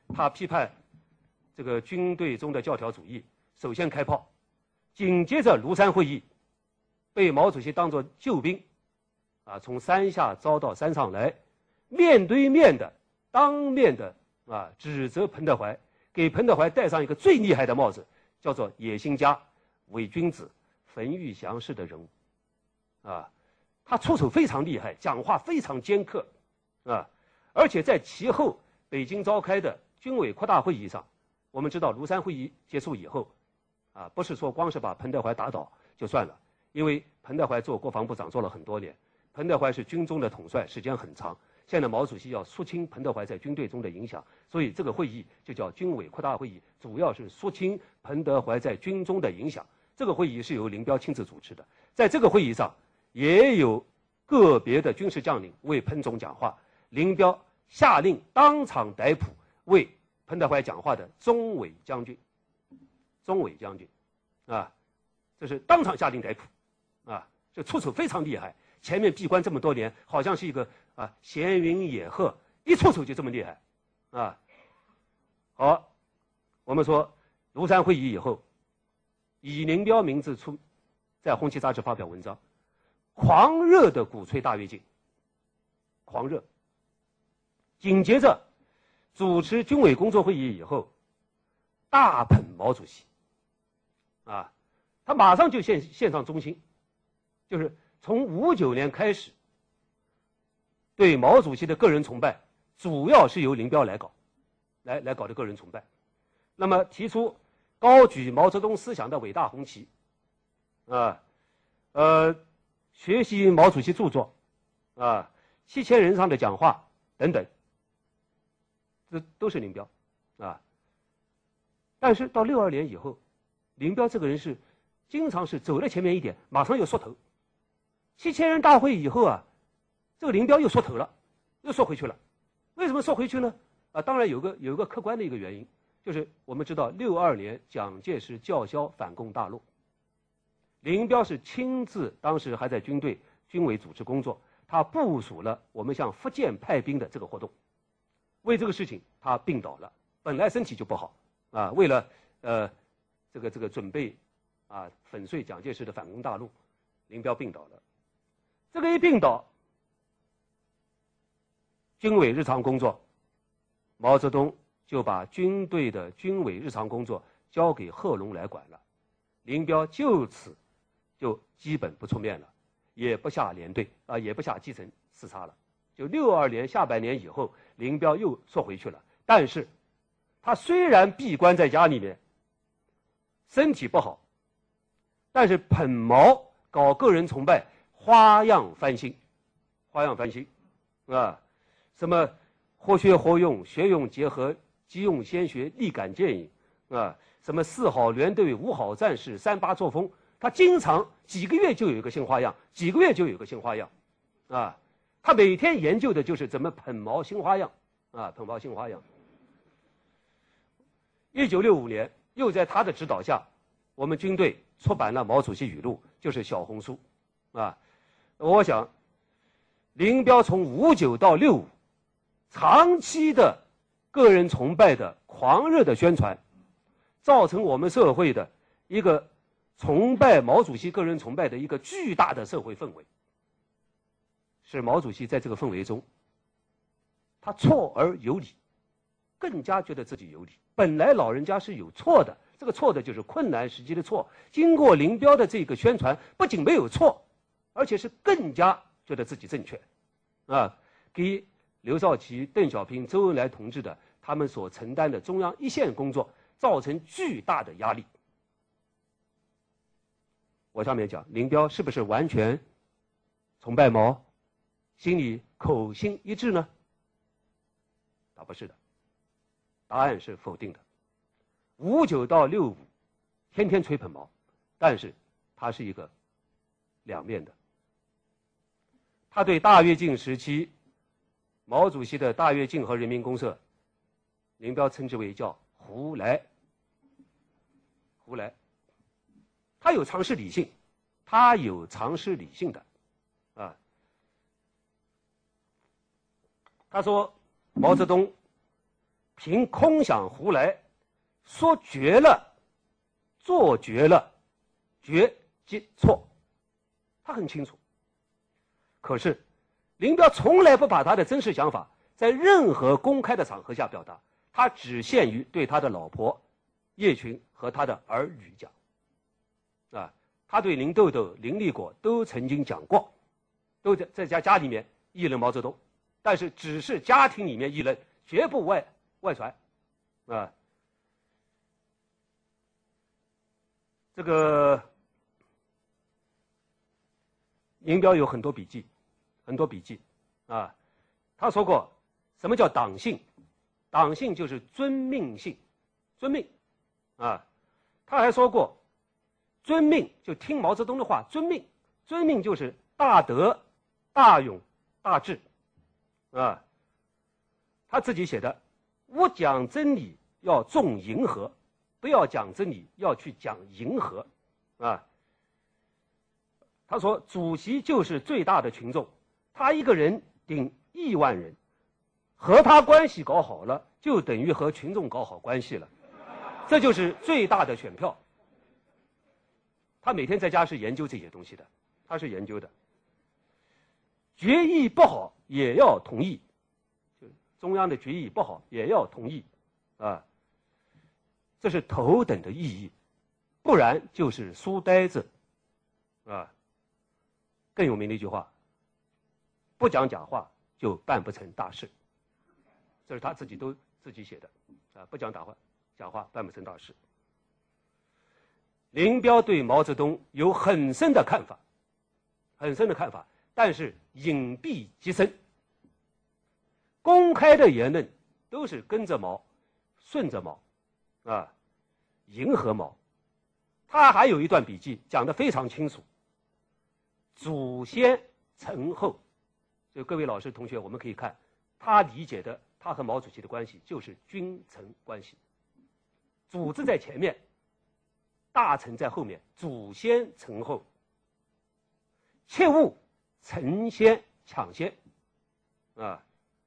他批判这个军队中的教条主义，首先开炮，紧接着庐山会议被毛主席当作救兵，啊，从山下招到山上来，面对面的、当面的啊指责彭德怀，给彭德怀戴上一个最厉害的帽子，叫做野心家、伪君子、冯玉祥式的人物，啊，他出手非常厉害，讲话非常尖刻，啊，而且在其后北京召开的军委扩大会议上，我们知道庐山会议结束以后，啊，不是说光是把彭德怀打倒就算了，因为彭德怀做国防部长做了很多年，彭德怀是军中的统帅，时间很长。现在毛主席要肃清彭德怀在军队中的影响，所以这个会议就叫军委扩大会议，主要是肃清彭德怀在军中的影响。这个会议是由林彪亲自主持的，在这个会议上也有个别的军事将领为彭总讲话，林彪下令当场逮捕为彭德怀讲话的钟伟将军，钟伟将军，啊，这是当场下令逮捕，啊，这出手非常厉害。前面闭关这么多年，好像是一个啊闲云野鹤，一出手就这么厉害，啊。好，我们说庐山会议以后，以林彪名字出，在《红旗》杂志发表文章，狂热的鼓吹大跃进，狂热。紧接着主持军委工作会议以后，大捧毛主席，啊，他马上就献献上忠心，就是从五九年开始，对毛主席的个人崇拜，主要是由林彪来搞，来来搞的个人崇拜。那么提出高举毛泽东思想的伟大红旗，啊，呃，学习毛主席著作，啊，七千人上的讲话等等。这都是林彪，啊，但是到六二年以后，林彪这个人是经常是走了前面一点，马上又缩头。七千人大会以后啊，这个林彪又缩头了，又缩回去了。为什么缩回去呢？啊，当然有个有一个客观的一个原因，就是我们知道六二年蒋介石叫嚣反攻大陆，林彪是亲自当时还在军队军委组织工作，他部署了我们向福建派兵的这个活动。为这个事情他病倒了，本来身体就不好啊，为了呃这个这个准备啊粉碎蒋介石的反攻大陆，林彪病倒了。这个一病倒，军委日常工作，毛泽东就把军队的军委日常工作交给贺龙来管了，林彪就此就基本不出面了，也不下连队啊，也不下基层视察了。就六二年下半年以后，林彪又缩回去了。但是，他虽然闭关在家里面，身体不好，但是捧毛搞个人崇拜，花样翻新，花样翻新，啊，什么活学活用、学用结合、急用先学、立竿见影，啊，什么四好联队、五好战士、三八作风，他经常几个月就有一个新花样，几个月就有一个新花样，啊。他每天研究的就是怎么捧毛新花样，啊，捧毛新花样。一九六五年，又在他的指导下，我们军队出版了毛主席语录，就是小红书，啊，我想，林彪从五九到六五，长期的个人崇拜的狂热的宣传，造成我们社会的一个崇拜毛主席个人崇拜的一个巨大的社会氛围。使毛主席在这个氛围中，他错而有理，更加觉得自己有理。本来老人家是有错的，这个错的就是困难时期的错。经过林彪的这个宣传，不仅没有错，而且是更加觉得自己正确，啊，给刘少奇、邓小平、周恩来同志的他们所承担的中央一线工作造成巨大的压力。我上面讲林彪是不是完全崇拜毛？心里口心一致呢？答不是的，答案是否定的。五九到六五，天天吹捧毛，但是他是一个两面的。他对大跃进时期毛主席的大跃进和人民公社，林彪称之为叫胡来，胡来。他有常识理性，他有常识理性的，啊。他说，毛泽东凭空想胡来，说绝了，做绝了，绝即错，他很清楚。可是林彪从来不把他的真实想法在任何公开的场合下表达，他只限于对他的老婆叶群和他的儿女讲。啊，他对林豆豆、林立果都曾经讲过，都在在家家里面议论毛泽东，但是只是家庭里面议论，绝不外外传。啊，这个林彪有很多笔记，很多笔记啊，他说过什么叫党性？党性就是遵命性，遵命啊。他还说过，遵命就听毛泽东的话，遵命，遵命就是大德、大勇、大智啊。他自己写的，我讲真理要重迎合，不要讲真理要去讲迎合啊。他说主席就是最大的群众，他一个人顶亿万人，和他关系搞好了，就等于和群众搞好关系了，这就是最大的选票。他每天在家是研究这些东西的，他是研究的。决议不好也要同意，就中央的决议不好也要同意啊，这是头等的意义，不然就是书呆子啊。更有名的一句话，不讲假话就办不成大事，这是他自己都自己写的啊，不讲假话假话办不成大事。林彪对毛泽东有很深的看法，很深的看法，但是隐蔽极深。公开的言论都是跟着毛，顺着毛，啊，迎合毛。他还有一段笔记讲得非常清楚，祖先臣后，就各位老师同学，我们可以看他理解的，他和毛主席的关系就是君臣关系，祖字在前面，大臣在后面，祖先臣后，切勿臣先抢先啊。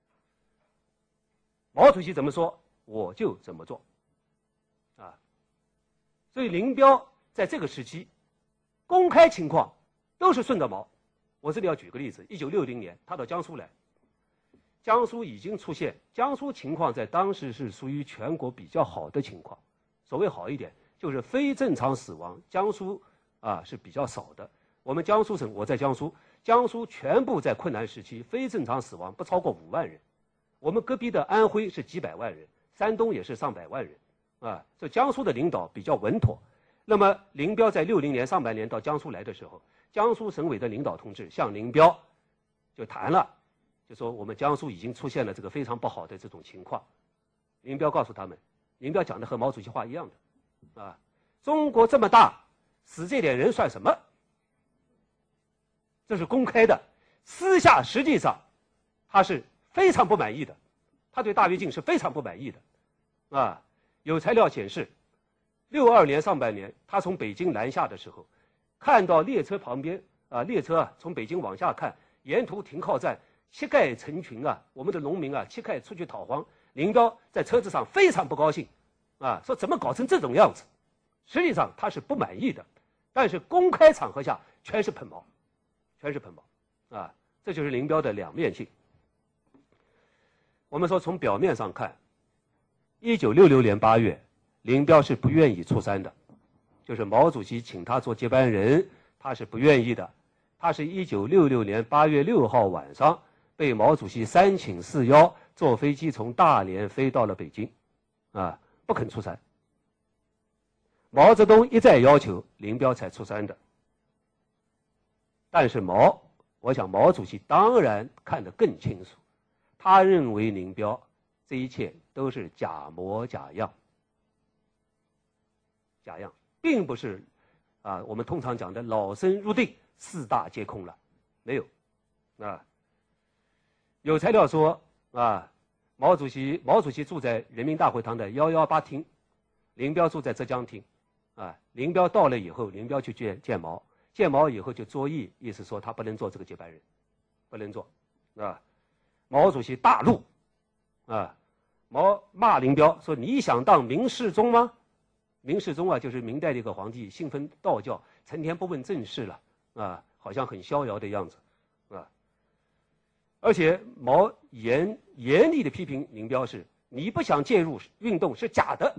毛主席怎么说，我就怎么做啊。所以林彪在这个时期公开情况都是顺着毛。我这里要举个例子，一九六零年他到江苏来，江苏已经出现，江苏情况在当时是属于全国比较好的情况。所谓好一点，就是非正常死亡，江苏啊是比较少的。我们江苏省，我在江苏，江苏全部在困难时期，非正常死亡不超过五万人。我们隔壁的安徽是几百万人，山东也是上百万人，啊，这江苏的领导比较稳妥。那么林彪在六零年上半年到江苏来的时候，江苏省委的领导同志向林彪就谈了，就说我们江苏已经出现了这个非常不好的这种情况。林彪告诉他们，林彪讲的和毛主席话一样的，啊，中国这么大，死这点人算什么？这是公开的，私下实际上他是非常不满意的，他对大跃进是非常不满意的，啊，有材料显示，六二年上半年他从北京南下的时候，看到列车旁边啊，列车啊从北京往下看，沿途停靠站乞丐成群啊，我们的农民啊乞丐出去讨荒，林彪在车子上非常不高兴，啊，说怎么搞成这种样子？实际上他是不满意的，但是公开场合下全是喷毛，全是喷毛，啊，这就是林彪的两面性。我们说从表面上看，一九六六年八月，林彪是不愿意出山的，就是毛主席请他做接班人，他是不愿意的。他是一九六六年八月六号晚上被毛主席三请四邀，坐飞机从大连飞到了北京，啊，不肯出山。毛泽东一再要求，林彪才出山的。但是毛，我想毛主席当然看得更清楚。他认为林彪这一切都是假模假样，假样，并不是啊我们通常讲的老僧入定，四大皆空了，没有啊。有材料说啊，毛主席毛主席住在人民大会堂的幺幺八厅，林彪住在浙江厅，啊，林彪到了以后，林彪去见见毛，见毛以后就作揖，意思说他不能做这个接班人，不能做，啊。毛主席大怒，啊， 毛骂林彪说：“你想当明世宗吗？”明世宗啊，就是明代的一个皇帝，信奉道教，成天不问政事了啊，好像很逍遥的样子啊。而且毛严严厉的批评林彪是：“你不想介入运动是假的。”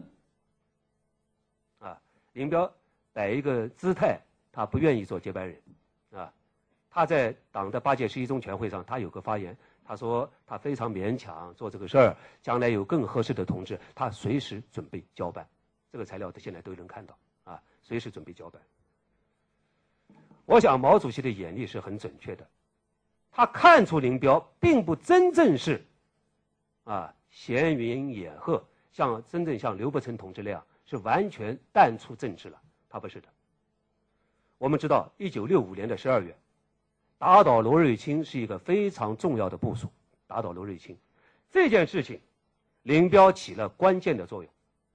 啊，林彪摆一个姿态，他不愿意做接班人啊。他在党的八届十一中全会上，他有个发言，他说他非常勉强做这个事儿，将来有更合适的同志，他随时准备交办。这个材料现在都能看到啊，随时准备交办。我想毛主席的眼力是很准确的，他看出林彪并不真正是啊闲云野鹤，像真正像刘伯承同志那样是完全淡出政治了，他不是的。我们知道一九六五年的十二月，打倒罗瑞卿是一个非常重要的部署，打倒罗瑞卿这件事情，林彪起了关键的作用。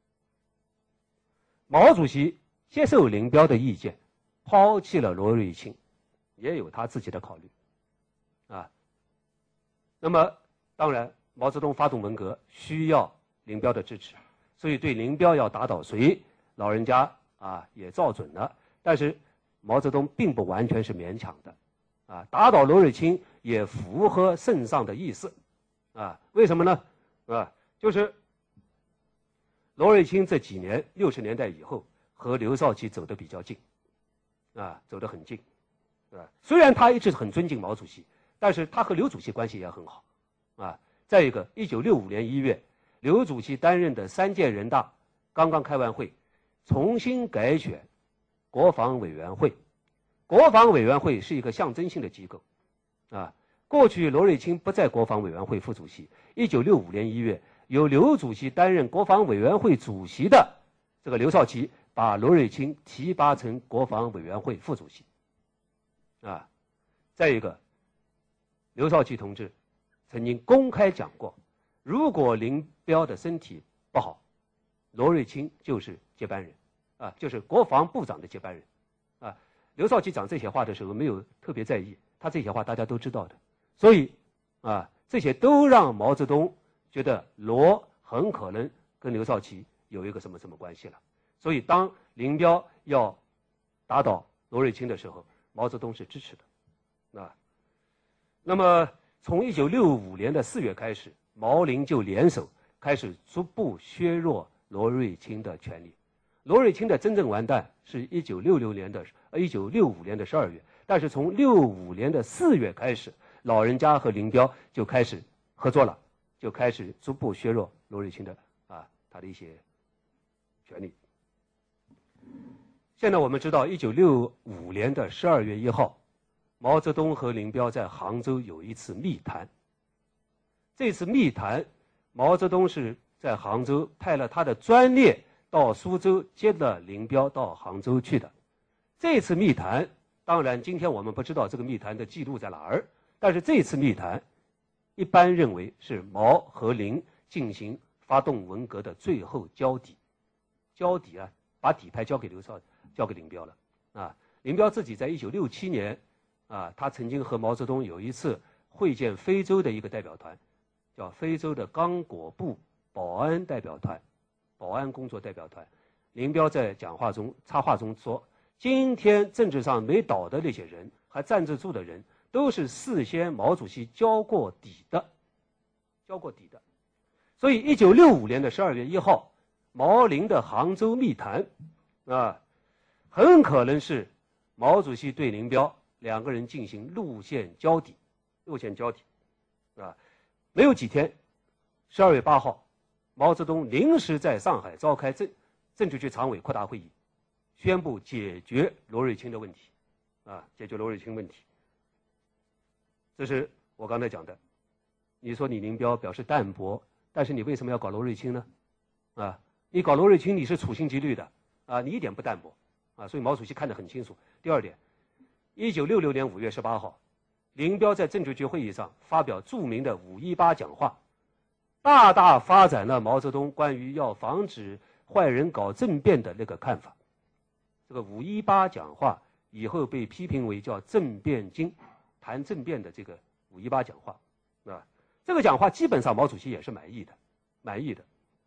毛主席接受林彪的意见，抛弃了罗瑞卿，也有他自己的考虑啊。那么当然毛泽东发动文革需要林彪的支持，所以对林彪要打倒谁，老人家啊也照准了。但是毛泽东并不完全是勉强的啊，打倒罗瑞卿也符合圣上的意思啊。为什么呢？啊，就是罗瑞卿这几年六十年代以后和刘少奇走得比较近啊，走得很近啊。虽然他一直很尊敬毛主席，但是他和刘主席关系也很好啊。再一个一九六五年一月，刘主席担任的三届人大刚刚开完会，重新改选国防委员会。国防委员会是一个象征性的机构啊。过去罗瑞卿不在国防委员会副主席，一九六五年一月由刘主席担任国防委员会主席的这个刘少奇把罗瑞卿提拔成国防委员会副主席啊。再一个，刘少奇同志曾经公开讲过，如果林彪的身体不好，罗瑞卿就是接班人啊，就是国防部长的接班人啊。刘少奇讲这些话的时候没有特别在意，他这些话大家都知道的，所以啊，这些都让毛泽东觉得罗很可能跟刘少奇有一个什么什么关系了。所以当林彪要打倒罗瑞卿的时候，毛泽东是支持的啊。那么从一九六五年的四月开始，毛林就联手开始逐步削弱罗瑞卿的权力。罗瑞卿的真正完蛋是一九六六年的呃一九六五年的十二月，但是从六五年的四月开始，老人家和林彪就开始合作了，就开始逐步削弱罗瑞卿的啊他的一些权利。现在我们知道，一九六五年的十二月一号，毛泽东和林彪在杭州有一次密谈。这次密谈，毛泽东是在杭州派了他的专列到苏州接了林彪到杭州去的。这次密谈，当然今天我们不知道这个密谈的记录在哪儿，但是这次密谈一般认为是毛和林进行发动文革的最后交底。交底啊，把底牌交给刘少，交给林彪了啊。林彪自己在一九六七年啊，他曾经和毛泽东有一次会见非洲的一个代表团，叫非洲的刚果部保安代表团，保安工作代表团。林彪在讲话中插话中说，今天政治上没倒的那些人，还站得住的人，都是事先毛主席交过底的，交过底的。所以一九六五年的十二月一号，毛林的杭州密谈啊，很可能是毛主席对林彪两个人进行路线交底，路线交底啊。没有几天，十二月八号，毛泽东临时在上海召开政政治局常委扩大会议，宣布解决罗瑞卿的问题啊，解决罗瑞卿问题。这是我刚才讲的。你说你林彪表示淡薄，但是你为什么要搞罗瑞卿呢？啊，你搞罗瑞卿你是处心积虑的啊，你一点不淡薄啊，所以毛主席看得很清楚。第二点，一九六六年五月十八号，林彪在政治局会议上发表著名的五一八讲话，大大发展了毛泽东关于要防止坏人搞政变的那个看法。这个五一八讲话以后被批评为叫政变经，谈政变的这个五一八讲话啊，这个讲话基本上毛主席也是满意的满意的。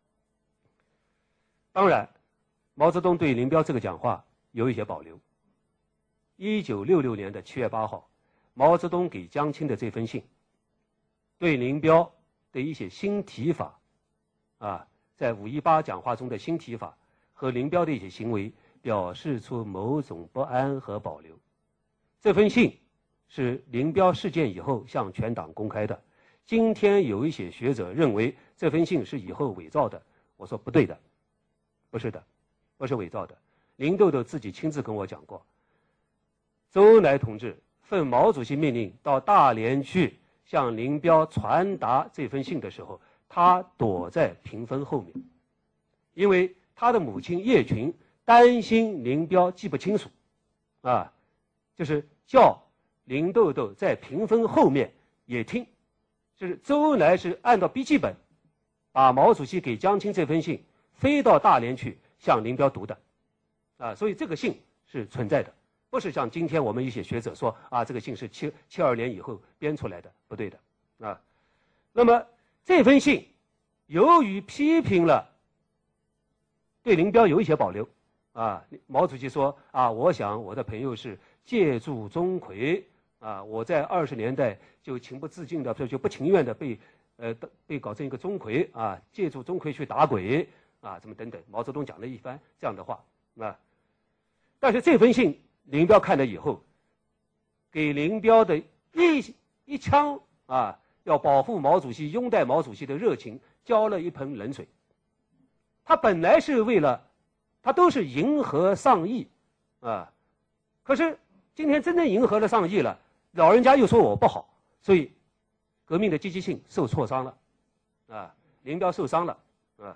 当然，毛泽东对林彪这个讲话有一些保留。一九六六年的七月八号，毛泽东给江青的这封信，对林彪的一些新提法，啊，在五一八讲话中的新提法和林彪的一些行为，表示出某种不安和保留。这封信是林彪事件以后向全党公开的。今天有一些学者认为这封信是以后伪造的，我说不对的，不是的，不是伪造的。林豆豆自己亲自跟我讲过，周恩来同志奉毛主席命令到大连去向林彪传达这封信的时候，他躲在屏风后面，因为他的母亲叶群担心林彪记不清楚，啊，就是叫林豆豆在屏风后面也听。就是周恩来是按照笔记本，把毛主席给江青这封信飞到大连去向林彪读的，啊，所以这个信是存在的，不是像今天我们一些学者说啊，这个信是七七二年以后编出来的，不对的，啊。那么这封信由于批评了，对林彪有一些保留，啊，毛主席说啊，我想我的朋友是借助钟馗。啊，我在二十年代就情不自禁的，就不情愿的被，呃，被搞成一个钟馗啊，借助钟馗去打鬼啊，怎么等等。毛泽东讲了一番这样的话啊，但是这封信林彪看了以后，给林彪的一一腔啊，要保护毛主席、拥戴毛主席的热情浇了一盆冷水。他本来是为了，他都是迎合上意啊，可是今天真正迎合了上意了。老人家又说我不好，所以革命的积极性受挫伤了，啊，林彪受伤了，啊，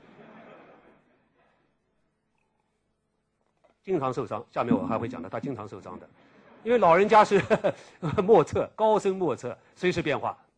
经常受伤。下面我还会讲到他经常受伤的，因为老人家是莫测，高深莫测，随时变化。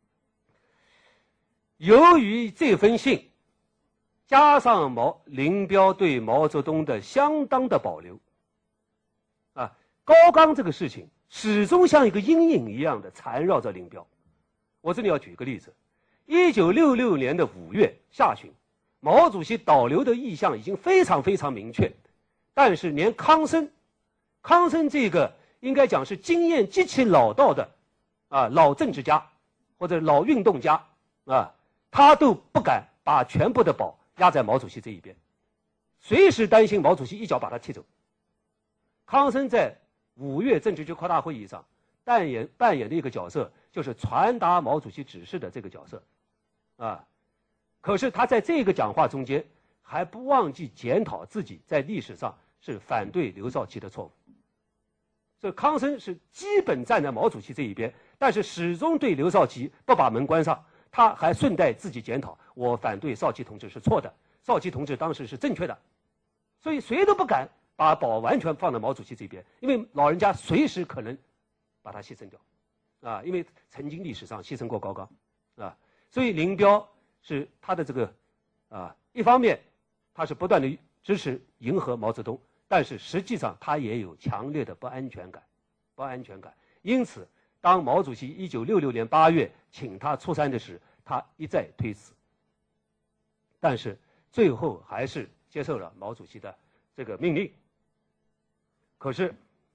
由于这封信，加上毛林彪对毛泽东的相当的保留，啊，高岗这个事情始终像一个阴影一样的缠绕着林彪。我这里要举一个例子，一九六六年的五月下旬，毛主席导流的意向已经非常非常明确，但是连康生，康生这个应该讲是经验极其老道的啊老政治家或者老运动家啊，他都不敢把全部的宝压在毛主席这一边，随时担心毛主席一脚把他踢走。康生在五月政治局扩大会议上扮演扮演的一个角色，就是传达毛主席指示的这个角色，啊，可是他在这个讲话中间还不忘记检讨自己在历史上是反对刘少奇的错误。所以康生是基本站在毛主席这一边，但是始终对刘少奇不把门关上，他还顺带自己检讨，我反对少奇同志是错的，少奇同志当时是正确的，所以谁都不敢把宝完全放在毛主席这边，因为老人家随时可能把他牺牲掉，啊，因为曾经历史上牺牲过高岗，啊，所以林彪是他的这个，啊，一方面他是不断的支持迎合毛泽东，但是实际上他也有强烈的不安全感，不安全感。因此，当毛主席一九六六年八月请他出山的时，他一再推辞，但是最后还是接受了毛主席的这个命令。可是，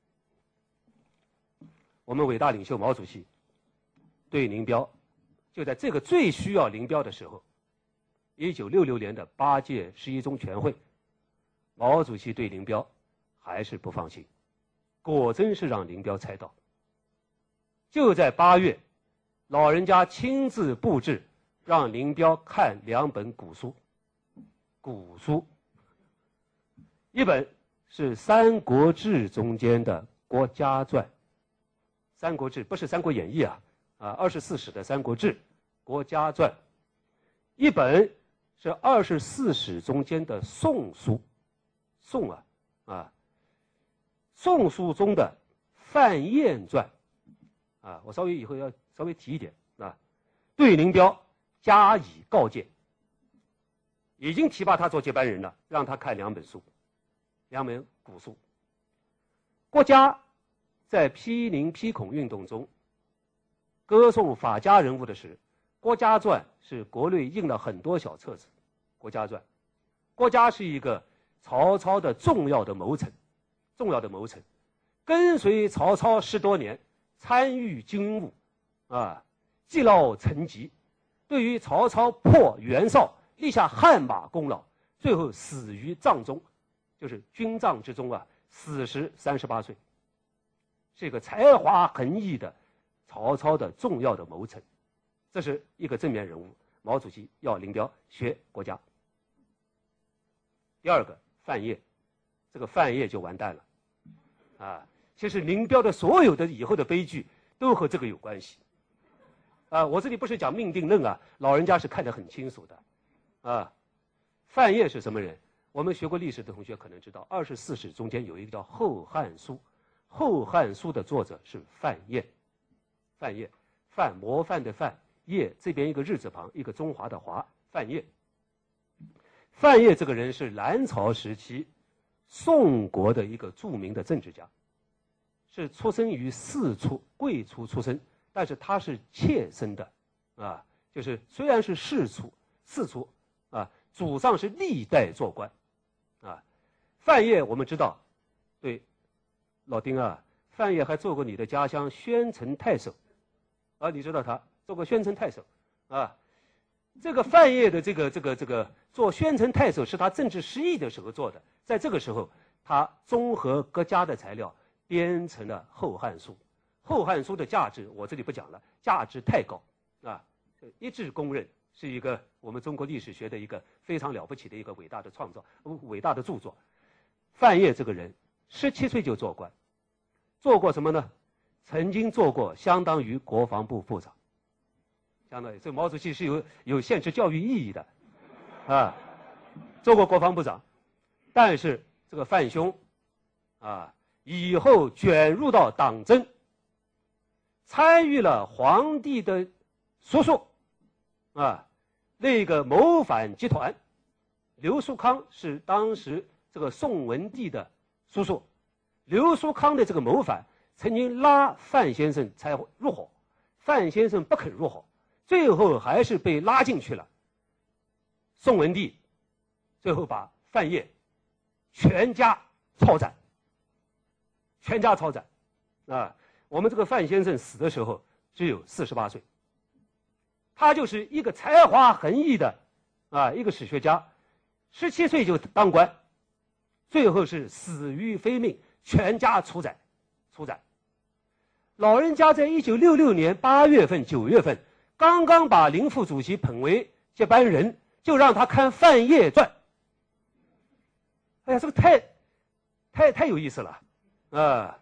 我们伟大领袖毛主席对林彪，就在这个最需要林彪的时候，一九六六年的八届十一中全会，毛主席对林彪还是不放心，果真是让林彪猜到。就在八月，老人家亲自布置，让林彪看两本古书，古书，一本是《三国志》中间的国家传，《三国志》不是《三国演义》啊，啊，二十四史的《三国志》国家传，一本是二十四史中间的宋书，宋啊啊，宋书中的范彦传，啊，我稍微以后要稍微提一点啊，对林彪加以告诫，已经提拔他做接班人了，让他看两本书。两本古书。国家在批林批孔运动中歌颂法家人物的时， 国家传》是国内印了很多小册子，《国家传》。国家是一个曹操的重要的谋臣，重要的谋臣，跟随曹操十多年，参与军务，啊，积劳成疾，对于曹操破袁绍立下汗马功劳，最后死于帐中，就是军帐之中啊，死时三十八岁，是一个才华横溢的曹操的重要的谋臣，这是一个正面人物。毛主席要林彪学国家。第二个范晔，这个范晔就完蛋了，啊，其实林彪的所有的以后的悲剧都和这个有关系，啊，我这里不是讲命定论啊，老人家是看得很清楚的，啊，范晔是什么人？我们学过历史的同学可能知道，二十四史中间有一个叫《后汉书》，《后汉书》的作者是范晔，范晔，范模范的范，晔这边一个日字旁，一个中华的华，范晔。范晔这个人是南朝时期宋国的一个著名的政治家，是出生于四出贵族出身，但是他是妾生的，啊，就是虽然是世出世出啊，祖上是历代做官，啊，范晔我们知道，对，老丁啊，范晔还做过你的家乡宣城太守，啊，你知道他做过宣城太守，啊。这个范晔的这个这个这个做宣城太守是他政治失意的时候做的，在这个时候，他综合各家的材料编成了《后汉书》。《后汉书》的价值我这里不讲了，价值太高啊，一致公认是一个我们中国历史学的一个非常了不起的一个伟大的创造，伟大的著作。范晔这个人十七岁就做官，做过什么呢？曾经做过相当于国防部部长。相当于这个毛主席是有有现实教育意义的，啊，做过国防部长，但是这个范兄，啊，以后卷入到党争，参与了皇帝的叔叔，啊，那个谋反集团，刘叔康是当时这个宋文帝的叔叔，刘叔康的这个谋反曾经拉范先生才入伙，范先生不肯入伙。最后还是被拉进去了。宋文帝最后把范晔全家抄斩，全家抄斩，啊，我们这个范先生死的时候只有四十八岁，他就是一个才华横溢的啊一个史学家，十七岁就当官，最后是死于非命，全家处斩，处斩。老人家在一九六六年八月份、九月份。刚刚把林副主席捧为接班人，就让他看《范晔传》。哎呀，这个太、太、太有意思了，啊！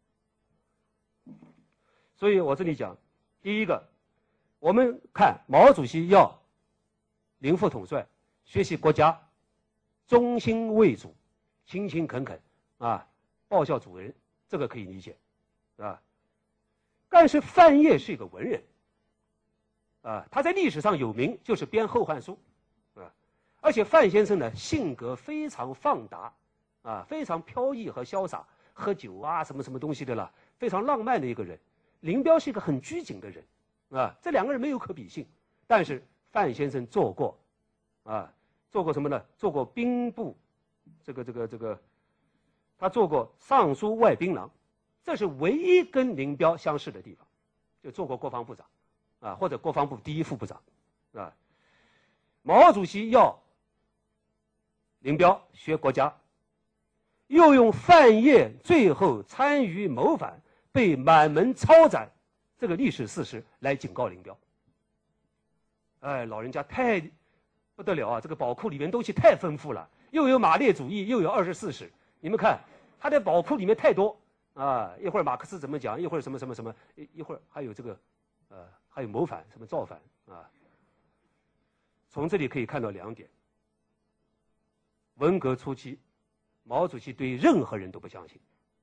所以我这里讲，第一个，我们看毛主席要林副统帅学习国家，忠心为主，勤勤恳恳啊，报效主人，这个可以理解，啊。但是范晔是一个文人。啊，他在历史上有名，就是编《后汉书》，啊，而且范先生呢性格非常放达，啊，非常飘逸和潇洒，喝酒啊什么什么东西的了，非常浪漫的一个人。林彪是一个很拘谨的人，啊，这两个人没有可比性。但是范先生做过，啊，做过什么呢？做过兵部，这个这个这个，他做过尚书外兵郎，这是唯一跟林彪相似的地方，就做过国防部长。啊，或者国防部第一副部长，啊，毛主席要林彪学国家，又用范晔最后参与谋反被满门抄斩这个历史事实来警告林彪。哎，老人家太不得了啊！这个宝库里面东西太丰富了，又有马列主义，又有二十四史，你们看他的宝库里面太多啊！一会儿马克思怎么讲，一会儿什么什么什么，一一会儿还有这个。呃，还有谋反，什么造反啊？从这里可以看到两点：文革初期，毛主席对任何人都不相信。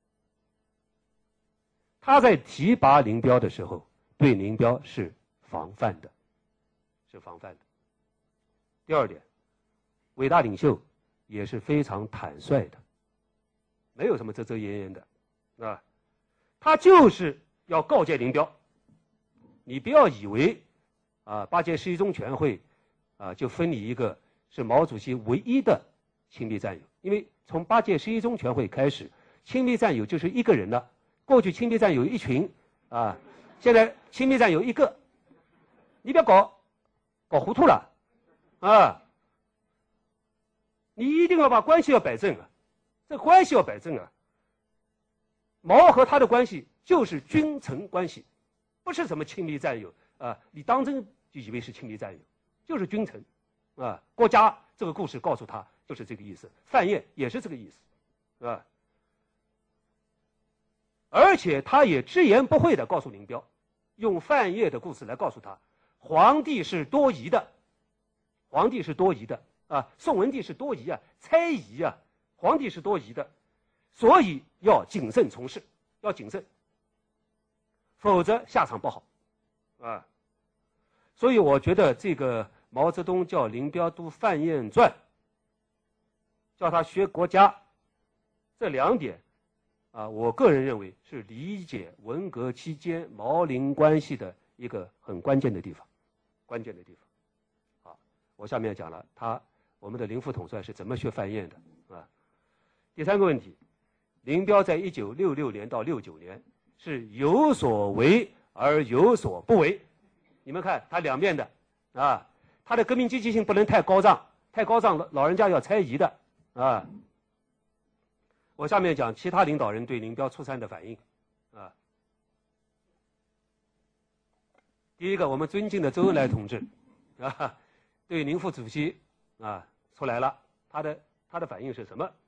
他在提拔林彪的时候，对林彪是防范的，是防范的。第二点，伟大领袖也是非常坦率的，没有什么遮遮掩掩的，啊，他就是要告诫林彪。你不要以为， 啊，八届十一中全会啊就分离一个是毛主席唯一的亲密战友，因为从八届十一中全会开始，亲密战友就是一个人了。过去亲密战友一群啊，现在亲密战友一个，你不要搞搞糊涂了啊！你一定要把关系要摆正啊，这关系要摆正啊。毛和他的关系就是君臣关系，不是什么亲密战友啊！你当真就以为是亲密战友，就是君臣啊。国家这个故事告诉他就是这个意思，范晔也是这个意思，啊。而且他也直言不讳地告诉林彪，用范晔的故事来告诉他，皇帝是多疑的，皇帝是多疑的啊，宋文帝是多疑啊，猜疑啊，皇帝是多疑的，所以要谨慎从事，要谨慎，否则下场不好啊。所以我觉得这个毛泽东叫林彪读范晔传，叫他学国家，这两点啊，我个人认为是理解文革期间毛林关系的一个很关键的地方，关键的地方。好，我下面讲了他我们的林副统帅是怎么学范晔的啊。第三个问题，林彪在一九六六年到六九年是有所为而有所不为，你们看他两面的啊，他的革命积极性不能太高涨，太高涨老老人家要猜疑的啊。我下面讲其他领导人对林彪出山的反应，啊，第一个，我们尊敬的周恩来同志，啊，对林副主席啊出来了，他的他的反应是什么？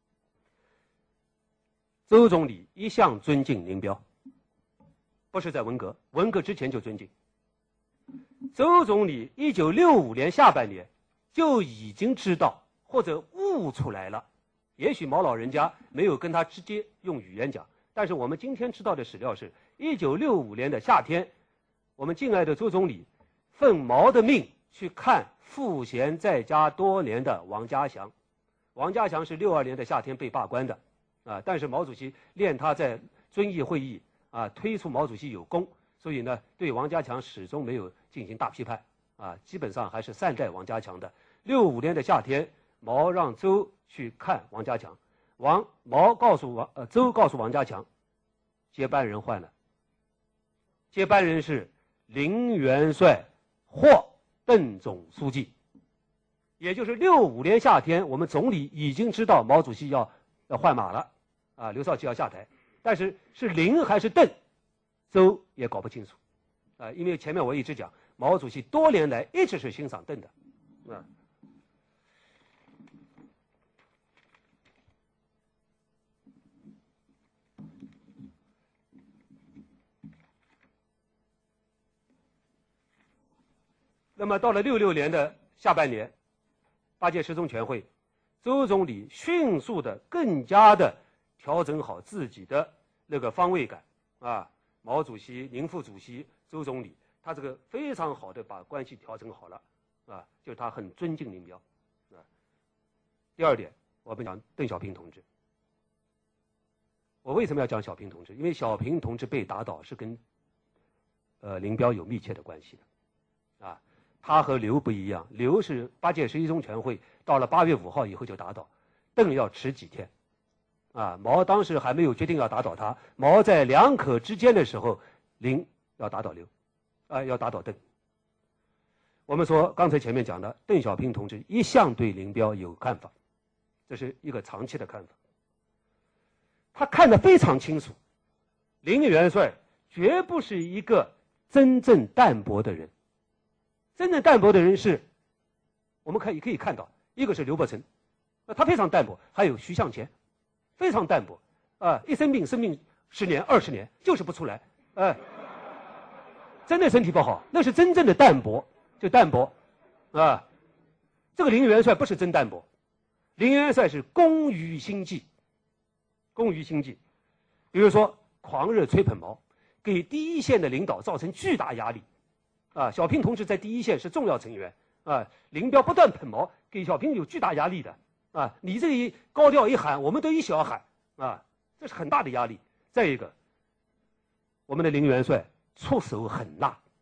周总理一向尊敬林彪，不是在文革，文革之前就尊敬。周总理一九六五年下半年就已经知道或者悟出来了。也许毛老人家没有跟他直接用语言讲，但是我们今天知道的史料是，一九六五年的夏天，我们敬爱的周总理奉毛的命去看赋闲在家多年的王家祥。王家祥是六二年的夏天被罢官的，啊，但是毛主席念他在遵义会议啊推出毛主席有功，所以呢对王家强始终没有进行大批判，啊，基本上还是善待王家强的。六五年的夏天，毛让周去看王家强，王毛告诉王呃周告诉王家强，接班人换了，接班人是林元帅或邓总书记，也就是六五年夏天，我们总理已经知道毛主席要要换马了，啊，刘少奇要下台，但是是林还是邓，周也搞不清楚，啊，因为前面我一直讲，毛主席多年来一直是欣赏邓的，啊。那么到了六六年的下半年，八届十中全会，周总理迅速的、更加的调整好自己的那个方位感啊。毛主席、林副主席、周总理，他这个非常好的把关系调整好了啊，就是他很尊敬林彪啊。第二点，我们讲邓小平同志。我为什么要讲小平同志？因为小平同志被打倒是跟呃林彪有密切的关系的啊。他和刘不一样，刘是八届十一中全会到了八月五号以后就打倒，邓要迟几天，啊，毛当时还没有决定要打倒他，毛在两可之间的时候，林要打倒刘，啊，要打倒邓。我们说刚才前面讲的，邓小平同志一向对林彪有看法，这是一个长期的看法，他看得非常清楚，林元帅绝不是一个真正淡泊的人。真正淡泊的人是，我们可以可以看到，一个是刘伯承，啊，他非常淡泊；还有徐向前，非常淡泊，啊，一生病生病十年二十年就是不出来，哎、呃，真的身体不好，那是真正的淡泊，就淡泊，啊，这个林元帅不是真淡泊，林元帅是工于心计，工于心计，比如说狂热吹捧毛，给第一线的领导造成巨大压力。啊，小平同志在第一线是重要成员啊，林彪不断捧毛，给小平有巨大压力的啊。你这一高调一喊，我们都一起要喊啊，这是很大的压力。再一个，我们的林元帅出手很辣，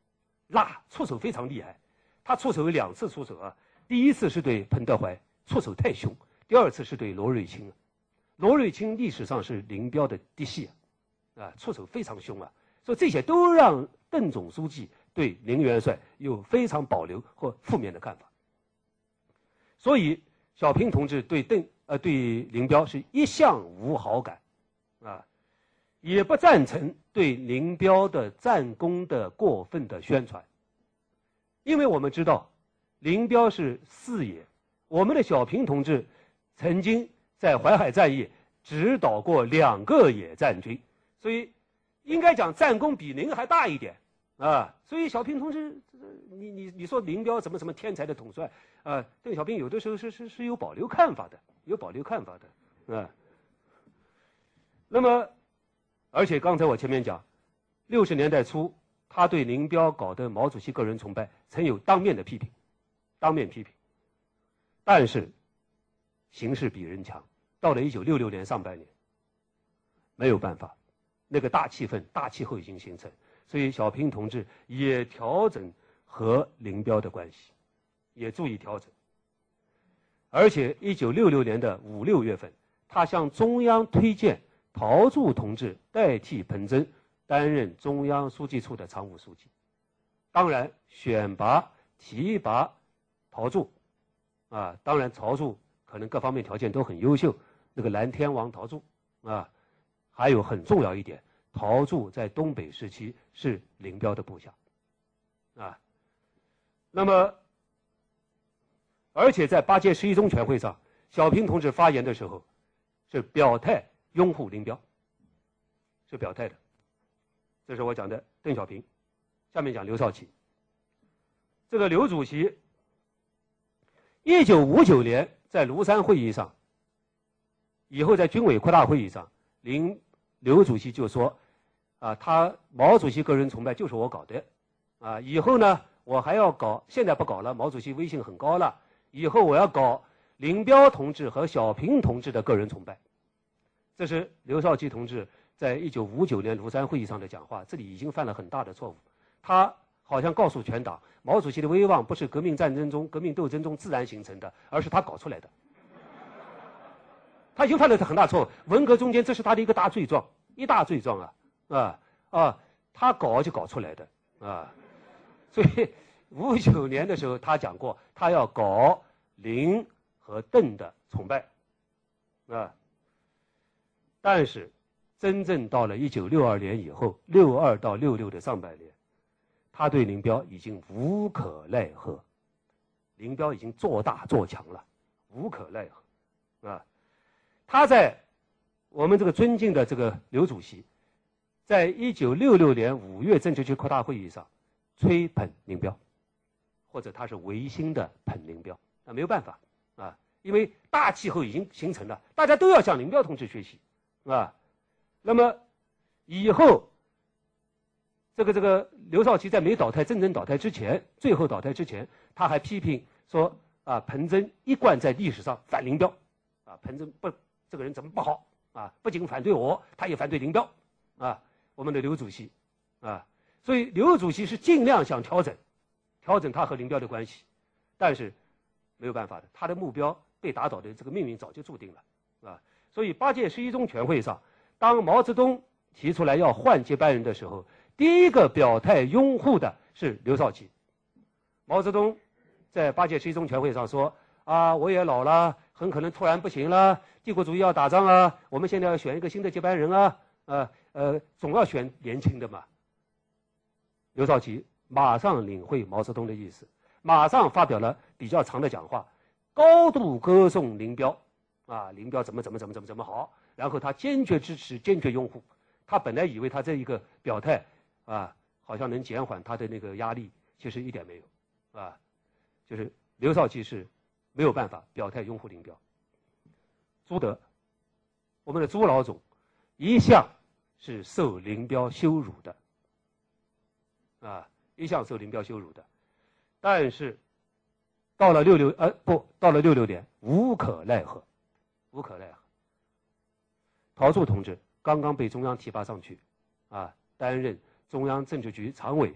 辣，出手非常厉害。他出手有两次出手啊，第一次是对彭德怀出手太凶，第二次是对罗瑞卿。罗瑞卿历史上是林彪的嫡系啊，啊，出手非常凶啊，所以这些都让邓总书记对林元帅有非常保留或负面的看法。所以小平同志对邓呃对林彪是一向无好感，啊，也不赞成对林彪的战功的过分的宣传，因为我们知道林彪是四野，我们的小平同志曾经在淮海战役指导过两个野战军，所以应该讲战功比林还大一点啊。所以小平同志，你你你说林彪什么什么天才的统帅啊，邓小平有的时候是是是有保留看法的，有保留看法的啊。那么，而且刚才我前面讲，六十年代初他对林彪搞的毛主席个人崇拜曾有当面的批评，当面批评，但是形势比人强。到了一九六六年上半年，没有办法，那个大气氛、大气候已经形成，所以小平同志也调整和林彪的关系，也注意调整。而且一九六六年的五六月份，他向中央推荐陶铸同志代替彭真担任中央书记处的常务书记。当然，选拔提拔陶铸，啊，当然陶铸可能各方面条件都很优秀。那个蓝天王陶铸啊，还有很重要一点，陶铸在东北时期是林彪的部下啊。那么，而且在八届十一中全会上，小平同志发言的时候是表态拥护林彪，是表态的。这是我讲的邓小平。下面讲刘少奇。这个刘主席一九五九年在庐山会议上，以后在军委扩大会议上，林刘主席就说，啊，他毛主席个人崇拜就是我搞的，啊，以后呢我还要搞，现在不搞了，毛主席威信很高了，以后我要搞林彪同志和小平同志的个人崇拜。这是刘少奇同志在一九五九年庐山会议上的讲话，这里已经犯了很大的错误。他好像告诉全党，毛主席的威望不是革命战争中、革命斗争中自然形成的，而是他搞出来的。他已经犯了很大错误，文革中间这是他的一个大罪状，一大罪状啊啊啊！他搞就搞出来的啊，所以五九年的时候他讲过，他要搞林和邓的崇拜啊。但是真正到了一九六二年以后，六二到六六的上半年，他对林彪已经无可奈何，林彪已经做大做强了，无可奈何啊。他在我们这个尊敬的这个刘主席，在一九六六年五月政治局扩大会议上吹捧林彪，或者他是违心的捧林彪，那没有办法啊，因为大气候已经形成了，大家都要向林彪同志学习啊。那么以后这个这个刘少奇在没倒台、真正倒台之前，最后倒台之前，他还批评说啊，彭真一贯在历史上反林彪啊，彭真不。这个人怎么不好啊？不仅反对我，他也反对林彪啊，我们的刘主席啊，所以刘主席是尽量想调整，调整他和林彪的关系，但是没有办法的，他的目标被打倒的这个命运早就注定了啊。所以八届十一中全会上，当毛泽东提出来要换接班人的时候，第一个表态拥护的是刘少奇。毛泽东在八届十一中全会上说啊，我也老了，很可能突然不行了，帝国主义要打仗啊，我们现在要选一个新的接班人啊，呃呃，总要选年轻的嘛。刘少奇马上领会毛泽东的意思，马上发表了比较长的讲话，高度歌颂林彪，啊，林彪怎么怎么怎么怎么怎么好，然后他坚决支持，坚决拥护。他本来以为他这一个表态啊，好像能减缓他的那个压力，其实一点没有，啊，就是刘少奇是没有办法表态拥护林彪。朱德，我们的朱老总，一向是受林彪羞辱的，啊，一向受林彪羞辱的，但是到了六六呃不，到了六六年无可奈何，无可奈何。陶铸同志刚刚被中央提拔上去，啊，担任中央政治局常委，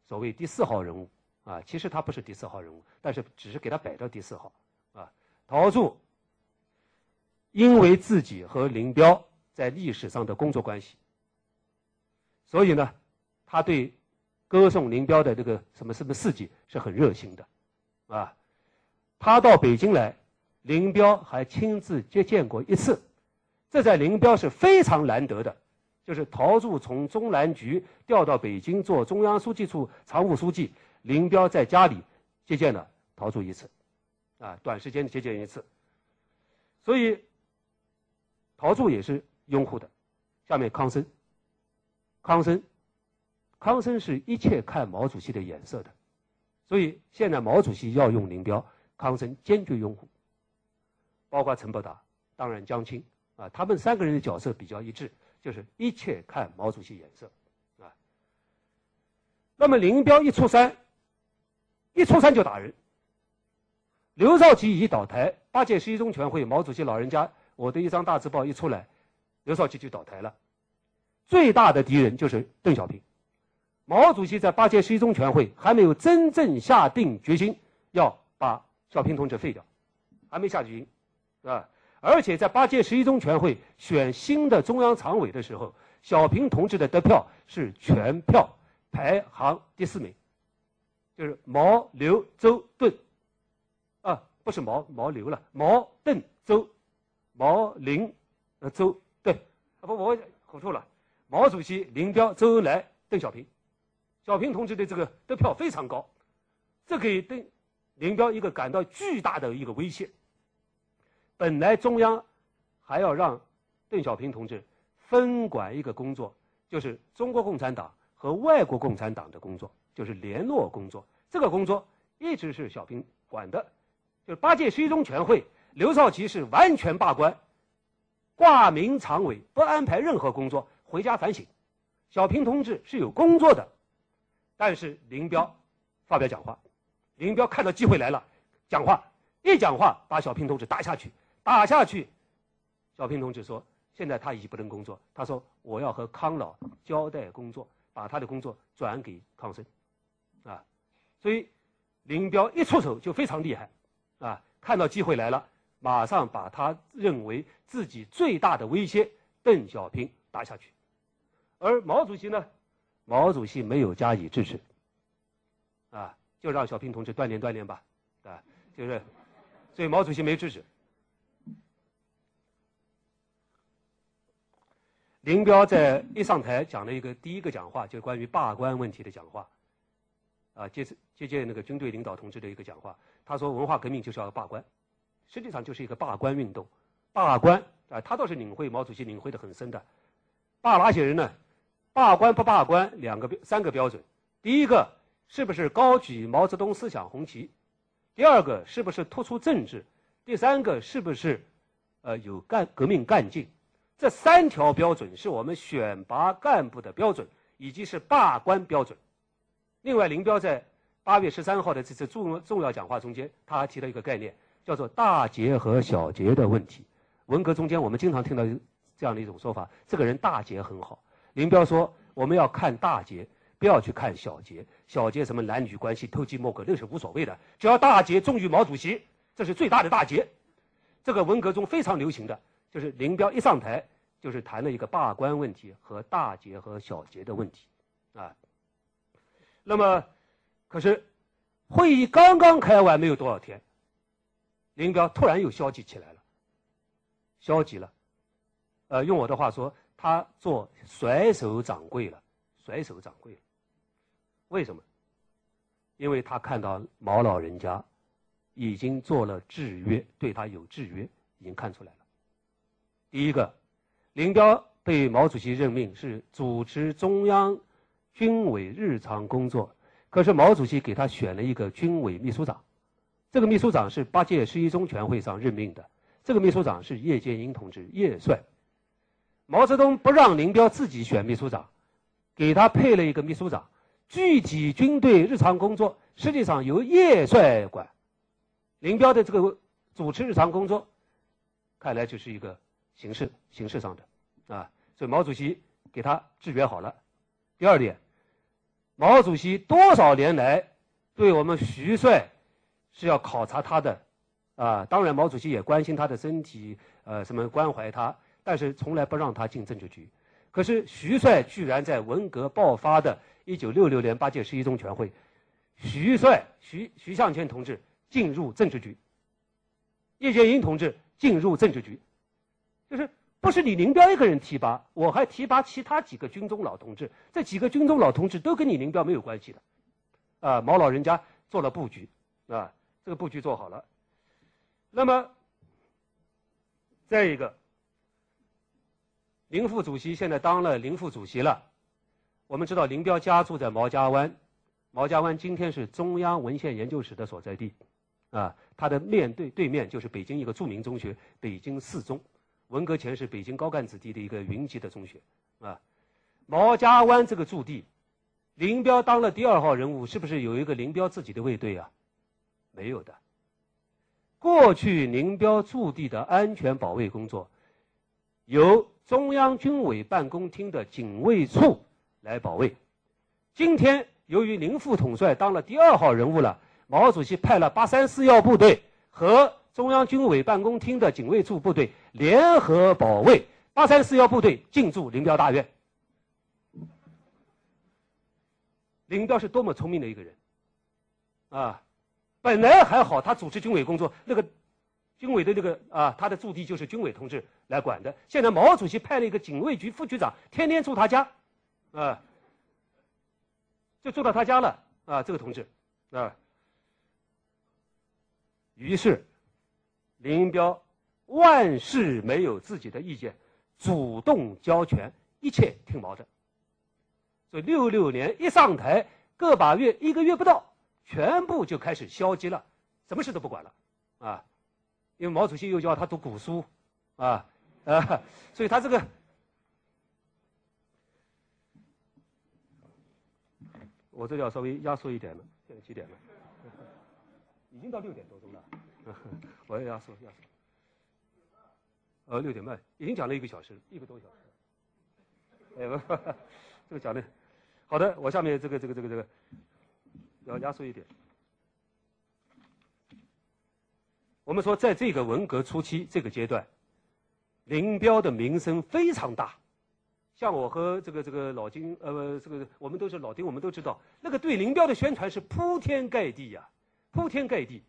所谓第四号人物啊，其实他不是第四号人物，但是只是给他摆到第四号啊。陶铸因为自己和林彪在历史上的工作关系，所以呢，他对歌颂林彪的这个什么什么事迹是很热心的啊。他到北京来，林彪还亲自接见过一次，这在林彪是非常难得的。就是陶铸从中南局调到北京做中央书记处常务书记，林彪在家里接见了陶铸一次，啊，短时间接见一次。所以陶铸也是拥护的。下面康生，康生，康生是一切看毛主席的眼色的，所以现在毛主席要用林彪，康生坚决拥护。包括陈伯达，当然江青啊，他们三个人的角色比较一致。就是一切看毛主席眼色，啊。那么林彪一出山，一出山就打人。刘少奇一倒台，八届十一中全会，毛主席老人家我的一张大字报一出来，刘少奇就倒台了。最大的敌人就是邓小平。毛主席在八届十一中全会还没有真正下定决心要把小平同志废掉，还没下决心，是吧？而且在八届十一中全会选新的中央常委的时候，小平同志的得票是全票排行第四名，就是毛、刘、周、邓，啊，不是毛毛刘了，毛、邓、周，毛、林、呃、周、邓，啊不，我糊涂了，毛主席、林彪、周恩来、邓小平，小平同志的这个得票非常高，这给邓林彪一个感到巨大的一个威胁。本来中央还要让邓小平同志分管一个工作，就是中国共产党和外国共产党的工作，就是联络工作。这个工作一直是小平管的，就是八届十一中全会，刘少奇是完全罢官，挂名常委，不安排任何工作，回家反省。小平同志是有工作的，但是林彪发表讲话，林彪看到机会来了，讲话一讲话把小平同志打下去。打下去，小平同志说：“现在他已经不能工作。”他说：“我要和康老交代工作，把他的工作转给康生。”啊，所以林彪一出手就非常厉害，啊，看到机会来了，马上把他认为自己最大的威胁邓小平打下去。而毛主席呢，毛主席没有加以支持，啊，就让小平同志锻炼锻炼吧，啊，就是，所以毛主席没支持。林彪在一上台讲了一个第一个讲话，就是关于罢官问题的讲话，啊，接接见那个军队领导同志的一个讲话。他说，文化革命就是要罢官，实际上就是一个罢官运动。罢官啊，他倒是领会毛主席领会的很深的。罢哪些人呢？罢官不罢官，两个三个标准。第一个，是不是高举毛泽东思想红旗？第二个，是不是突出政治？第三个，是不是呃有干革命干劲？这三条标准是我们选拔干部的标准，以及是罢官标准。另外，林彪在八月十三号的这次重重要讲话中间，他还提了一个概念，叫做大节和小节的问题。文革中间，我们经常听到这样的一种说法：这个人大节很好。林彪说，我们要看大节，不要去看小节。小节什么男女关系、偷鸡摸狗，那是无所谓的，只要大节忠于毛主席，这是最大的大节。这个文革中非常流行的。就是林彪一上台，就是谈了一个罢官问题和大节和小节的问题，啊。那么，可是会议刚刚开完没有多少天，林彪突然又消极起来了，消极了，呃，用我的话说，他做甩手掌柜了，甩手掌柜了。为什么？因为他看到毛老人家已经做了制约，对他有制约，已经看出来了。第一个，林彪被毛主席任命是主持中央军委日常工作，可是毛主席给他选了一个军委秘书长，这个秘书长是八届十一中全会上任命的，这个秘书长是叶剑英同志，叶帅。毛泽东不让林彪自己选秘书长，给他配了一个秘书长，具体军队日常工作实际上由叶帅管，林彪的这个主持日常工作，看来就是一个形式形式上的啊，所以毛主席给他制约好了。第二点， 毛主席多少年来对我们徐帅是要考察他的啊，当然毛主席也关心他的身体，呃，什么关怀他，但是从来不让他进政治局。可是徐帅居然在文革爆发的一九六六年八届十一中全会，徐帅徐徐向前同志进入政治局，叶剑英同志进入政治局，就是不是李林彪一个人提拔，我还提拔其他几个军中老同志，这几个军中老同志都跟李林彪没有关系的，啊，毛老人家做了布局，啊，这个布局做好了。那么再一个，林副主席现在当了林副主席了。我们知道林彪家住在毛家湾，毛家湾今天是中央文献研究室的所在地，啊，它的面对对面就是北京一个著名中学北京四中，文革前是北京高干子弟的一个云集的中学，啊，毛家湾这个驻地，林彪当了第二号人物，是不是有一个林彪自己的卫队啊？没有的。过去林彪驻地的安全保卫工作，由中央军委办公厅的警卫处来保卫。今天由于林副统帅当了第二号人物了，毛主席派了八三四幺部队和中央军委办公厅的警卫处部队联合保卫，八三四幺部队进驻林彪大院。林彪是多么聪明的一个人啊！本来还好，他主持军委工作，那个军委的那个啊，他的驻地就是军委同志来管的。现在毛主席派了一个警卫局副局长，天天住他家，啊，就住到他家了啊，这个同志啊。于是，林彪万事没有自己的意见，主动交权，一切听毛的。所以六六年一上台，个把月一个月不到。全部就开始消极了，什么事都不管了，啊，因为毛主席又叫他读古书，啊，啊，所以他这个，我这里要稍微压缩一点了，现在几点了？已经到六点多钟了，我要压缩压缩。呃，六点半，已经讲了一个小时，一个多小时。哎，不，这个讲的，好的，我下面这个这个这个这个。要压缩一点。我们说，在这个文革初期这个阶段，林彪的名声非常大。像我和这个这个老金，呃，这个我们都是老丁，我们都知道，那个对林彪的宣传是铺天盖地呀、啊，铺天盖地，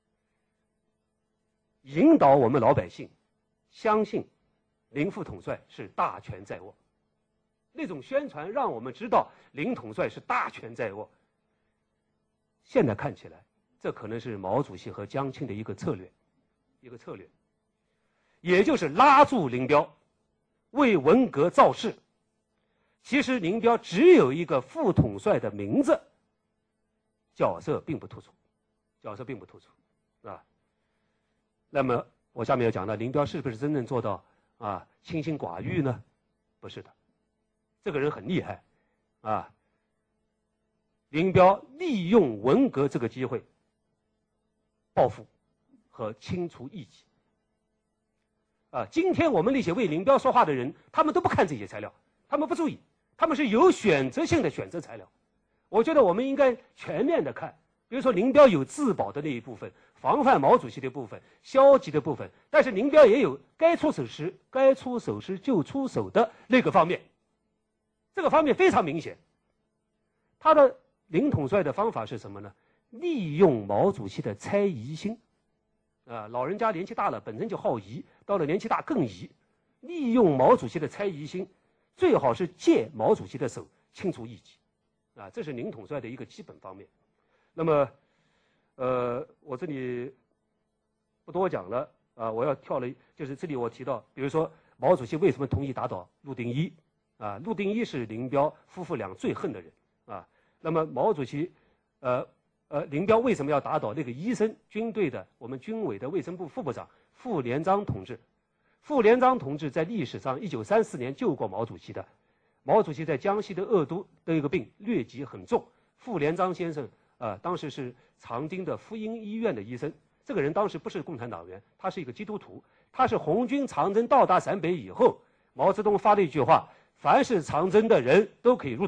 引导我们老百姓相信林副统帅是大权在握。那种宣传让我们知道林统帅是大权在握。现在看起来，这可能是毛主席和江青的一个策略，一个策略，也就是拉住林彪，为文革造势。其实林彪只有一个副统帅的名字，角色并不突出，角色并不突出，啊。那么我下面要讲的，林彪是不是真正做到啊清心寡欲呢？不是的，这个人很厉害，啊。林彪利用文革这个机会报复和清除异己。啊，今天我们那些为林彪说话的人，他们都不看这些材料，他们不注意，他们是有选择性的选择材料。我觉得我们应该全面的看，比如说林彪有自保的那一部分，防范毛主席的部分，消极的部分，但是林彪也有该出手时该出手时就出手的那个方面，这个方面非常明显。他的林统帅的方法是什么呢？利用毛主席的猜疑心，啊，老人家年纪大了，本身就好疑，到了年纪大更疑。利用毛主席的猜疑心，最好是借毛主席的手清除异己，啊，这是林统帅的一个基本方面。那么，呃，我这里不多讲了啊，我要跳了，就是这里我提到，比如说毛主席为什么同意打倒陆定一啊？陆定一是林彪夫妇俩最恨的人啊。那么毛主席，呃呃，林彪为什么要打倒那个医生？军队的我们军委的卫生部副部长傅连璋同志，傅连璋同志在历史上一九三四年救过毛主席的。毛主席在江西的鄂都得一个病，疟疾很重。傅连璋先生啊、呃，当时是长汀的福音医院的医生。这个人当时不是共产党员，他是一个基督徒。他是红军长征到达陕北以后，毛泽东发了一句话：凡是长征的人都可以入党。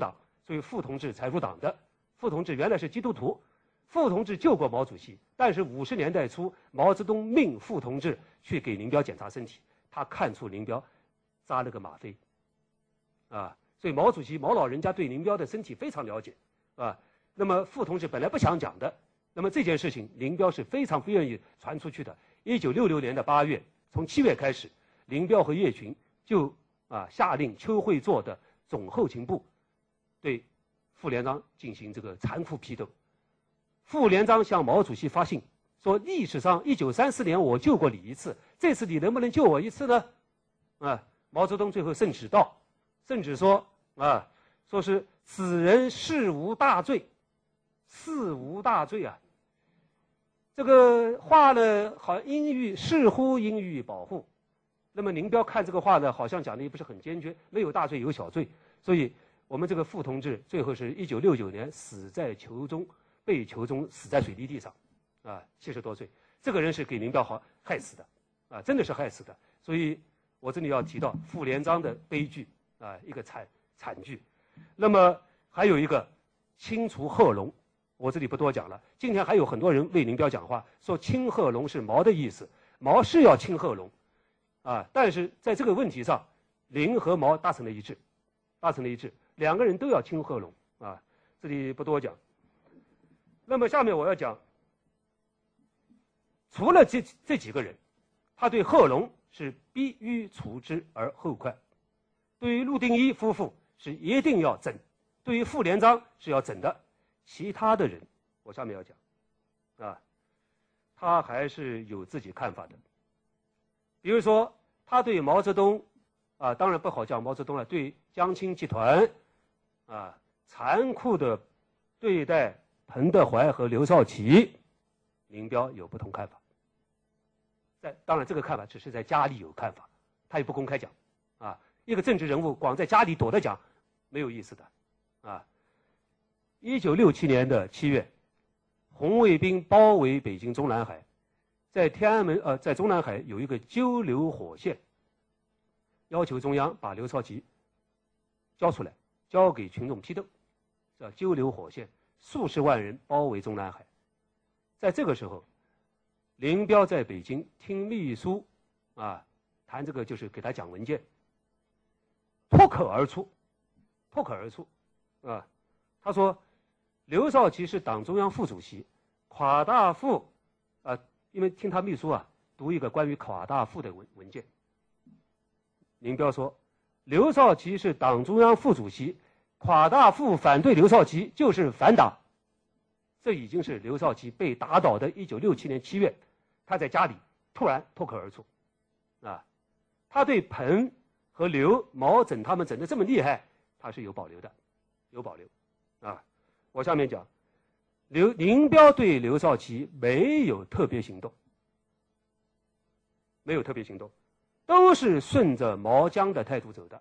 所以傅同志才入党的。傅同志原来是基督徒，傅同志救过毛主席，但是五十年代初，毛泽东命傅同志去给林彪检查身体，他看出林彪扎了个吗啡，啊，所以毛主席毛老人家对林彪的身体非常了解，啊，那么傅同志本来不想讲的，那么这件事情林彪是非常不愿意传出去的。一九六六年的八月，从七月开始，林彪和叶群就啊下令邱会作的总后勤部对傅连璋进行这个残酷批斗。傅连璋向毛主席发信说：“历史上一九三四年我救过你一次，这次你能不能救我一次呢？”啊，毛泽东最后圣旨道，圣旨说啊，说是此人事无大罪，事无大罪啊。这个话呢，好像应予似乎应予保护。那么林彪看这个话呢，好像讲的也不是很坚决，没有大罪有小罪，所以我们这个傅同志最后是一九六九年死在囚中，被囚中死在水泥地上，啊，七十多岁。这个人是给林彪好害死的，啊，真的是害死的。所以我这里要提到傅连璋的悲剧，啊，一个惨惨剧。那么还有一个清除贺龙，我这里不多讲了。今天还有很多人为林彪讲话，说清贺龙是毛的意思，毛是要清贺龙，啊，但是在这个问题上，林和毛达成了一致，达成了一致，两个人都要清贺龙，啊，这里不多讲。那么下面我要讲，除了这这几个人，他对贺龙是必须除之而后快，对于陆定一夫妇是一定要整，对于傅连璋是要整的，其他的人我下面要讲，啊，他还是有自己看法的。比如说他对毛泽东，啊，当然不好讲毛泽东了，对江青集团，啊，残酷的对待彭德怀和刘少奇，林彪有不同看法。在当然这个看法只是在家里有看法，他也不公开讲，啊，一个政治人物光在家里躲着讲没有意思的，啊。一九六七年的七月，红卫兵包围北京中南海，在天安门呃，在中南海有一个纠留火线，要求中央把刘少奇交出来，交给群众批斗，叫纠留火线，数十万人包围中南海。在这个时候，林彪在北京听秘书啊谈这个，就是给他讲文件，脱口而出，脱口而出啊，他说刘少奇是党中央副主席，垮大富啊，因为听他秘书啊读一个关于垮大富的文文件，林彪说刘少奇是党中央副主席，垮大富反对刘少奇就是反党。这已经是刘少奇被打倒的一九六七年七月，他在家里突然脱口而出，啊，他对彭和刘、毛整他们整得这么厉害，他是有保留的，有保留，啊，我下面讲，刘林彪对刘少奇没有特别行动，没有特别行动，都是顺着毛江的态度走的，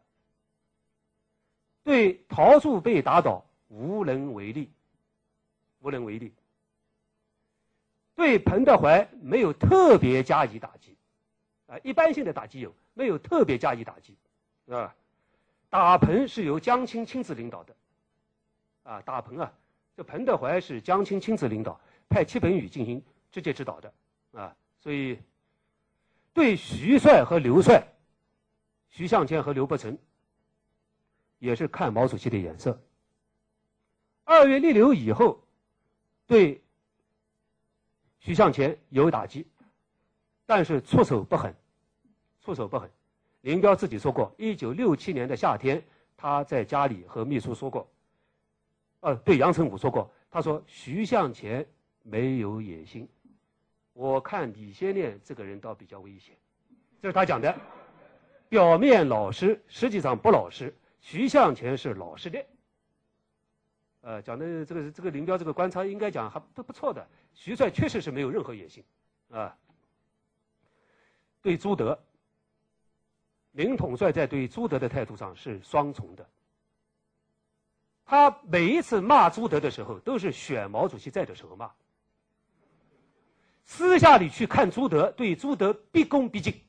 对陶铸被打倒无能为力。无能为力，对彭德怀没有特别加以打击，啊，一般性的打击有，没有特别加以打击，啊，打彭是由江青亲自领导的，啊，打彭啊，这彭德怀是江青亲自领导，派戚本禹进行直接指导的，啊，所以对徐帅和刘帅，徐向前和刘伯承，也是看毛主席的眼色。二月逆流以后。对徐向前有打击，但是出手不狠，出手不狠。林彪自己说过，一九六七年的夏天，他在家里和秘书说过，呃，对杨成武说过，他说徐向前没有野心，我看李先念这个人倒比较危险，这是他讲的，表面老实，实际上不老实。徐向前是老实的。呃，讲的这个这个林彪这个观察应该讲还不不错的，徐帅确实是没有任何野心，啊。对朱德，林统帅在对朱德的态度上是双重的。他每一次骂朱德的时候，都是选毛主席在的时候骂，私下里去看朱德，对朱德毕恭毕敬，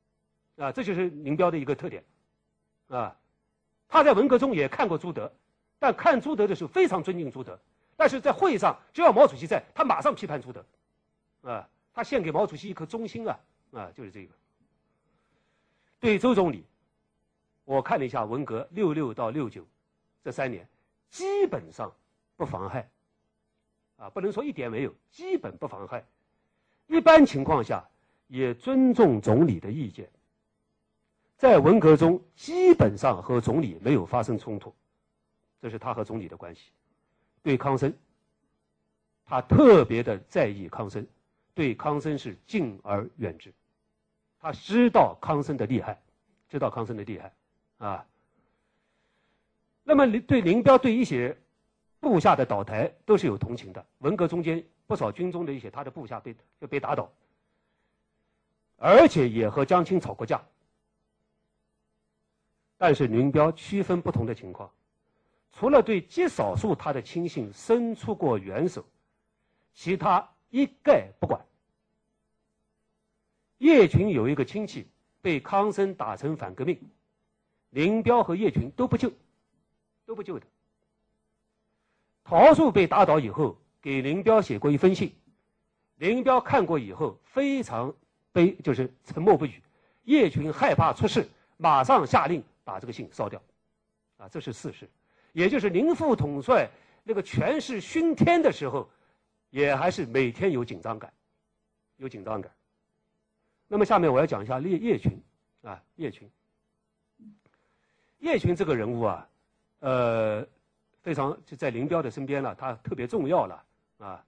啊，这就是林彪的一个特点，啊。他在文革中也看过朱德。 但看朱德的时候非常尊敬朱德，但是在会上只要毛主席在，他马上批判朱德，啊，他献给毛主席一颗忠心啊，啊，就是这个。对周总理，我看了一下文革六六到六九这三年，基本上不妨害，啊，不能说一点没有，基本不妨害。一般情况下也尊重总理的意见，在文革中基本上和总理没有发生冲突，这是他和总理的关系。对康生，他特别的在意康生，对康生是敬而远之，他知道康生的厉害，知道康生的厉害啊。那么对林彪对一些部下的倒台都是有同情的，文革中间不少军中的一些他的部下被就被打倒，而且也和江青吵过架。但是林彪区分不同的情况，除了对极少数他的亲信伸出过援手，其他一概不管。叶群有一个亲戚被康生打成反革命，林彪和叶群都不救，都不救的。陶树被打倒以后，给林彪写过一封信，林彪看过以后非常悲，就是沉默不语。叶群害怕出事，马上下令把这个信烧掉，啊，这是事实。也就是林副统帅那个权势熏天的时候，也还是每天有紧张感，有紧张感。那么下面我要讲一下叶叶群，啊，叶群，叶群这个人物啊，呃，非常就在林彪的身边了，他特别重要了啊。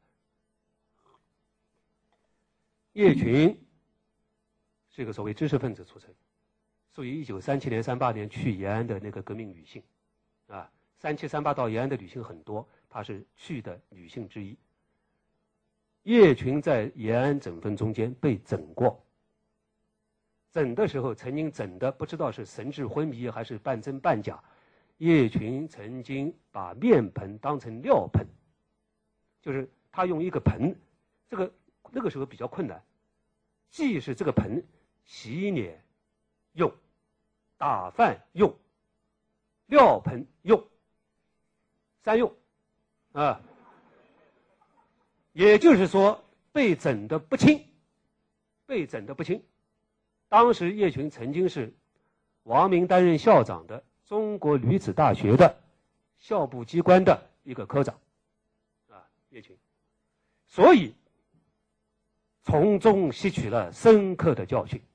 叶群是一个所谓知识分子出身，属于一九三七年、三八年去延安的那个革命女性，啊，三七、三八到延安的女性很多，她是去的女性之一。叶群在延安整风中间被整过，整的时候曾经整的不知道是神志昏迷还是半真半假。叶群曾经把面盆当成尿盆，就是他用一个盆，这个那个时候比较困难，既是这个盆洗脸用，打饭用，尿盆用，三用啊，也就是说被整得不轻，被整得不轻。当时叶群曾经是王明担任校长的中国女子大学的校部机关的一个科长，啊，叶群，所以从中吸取了深刻的教训，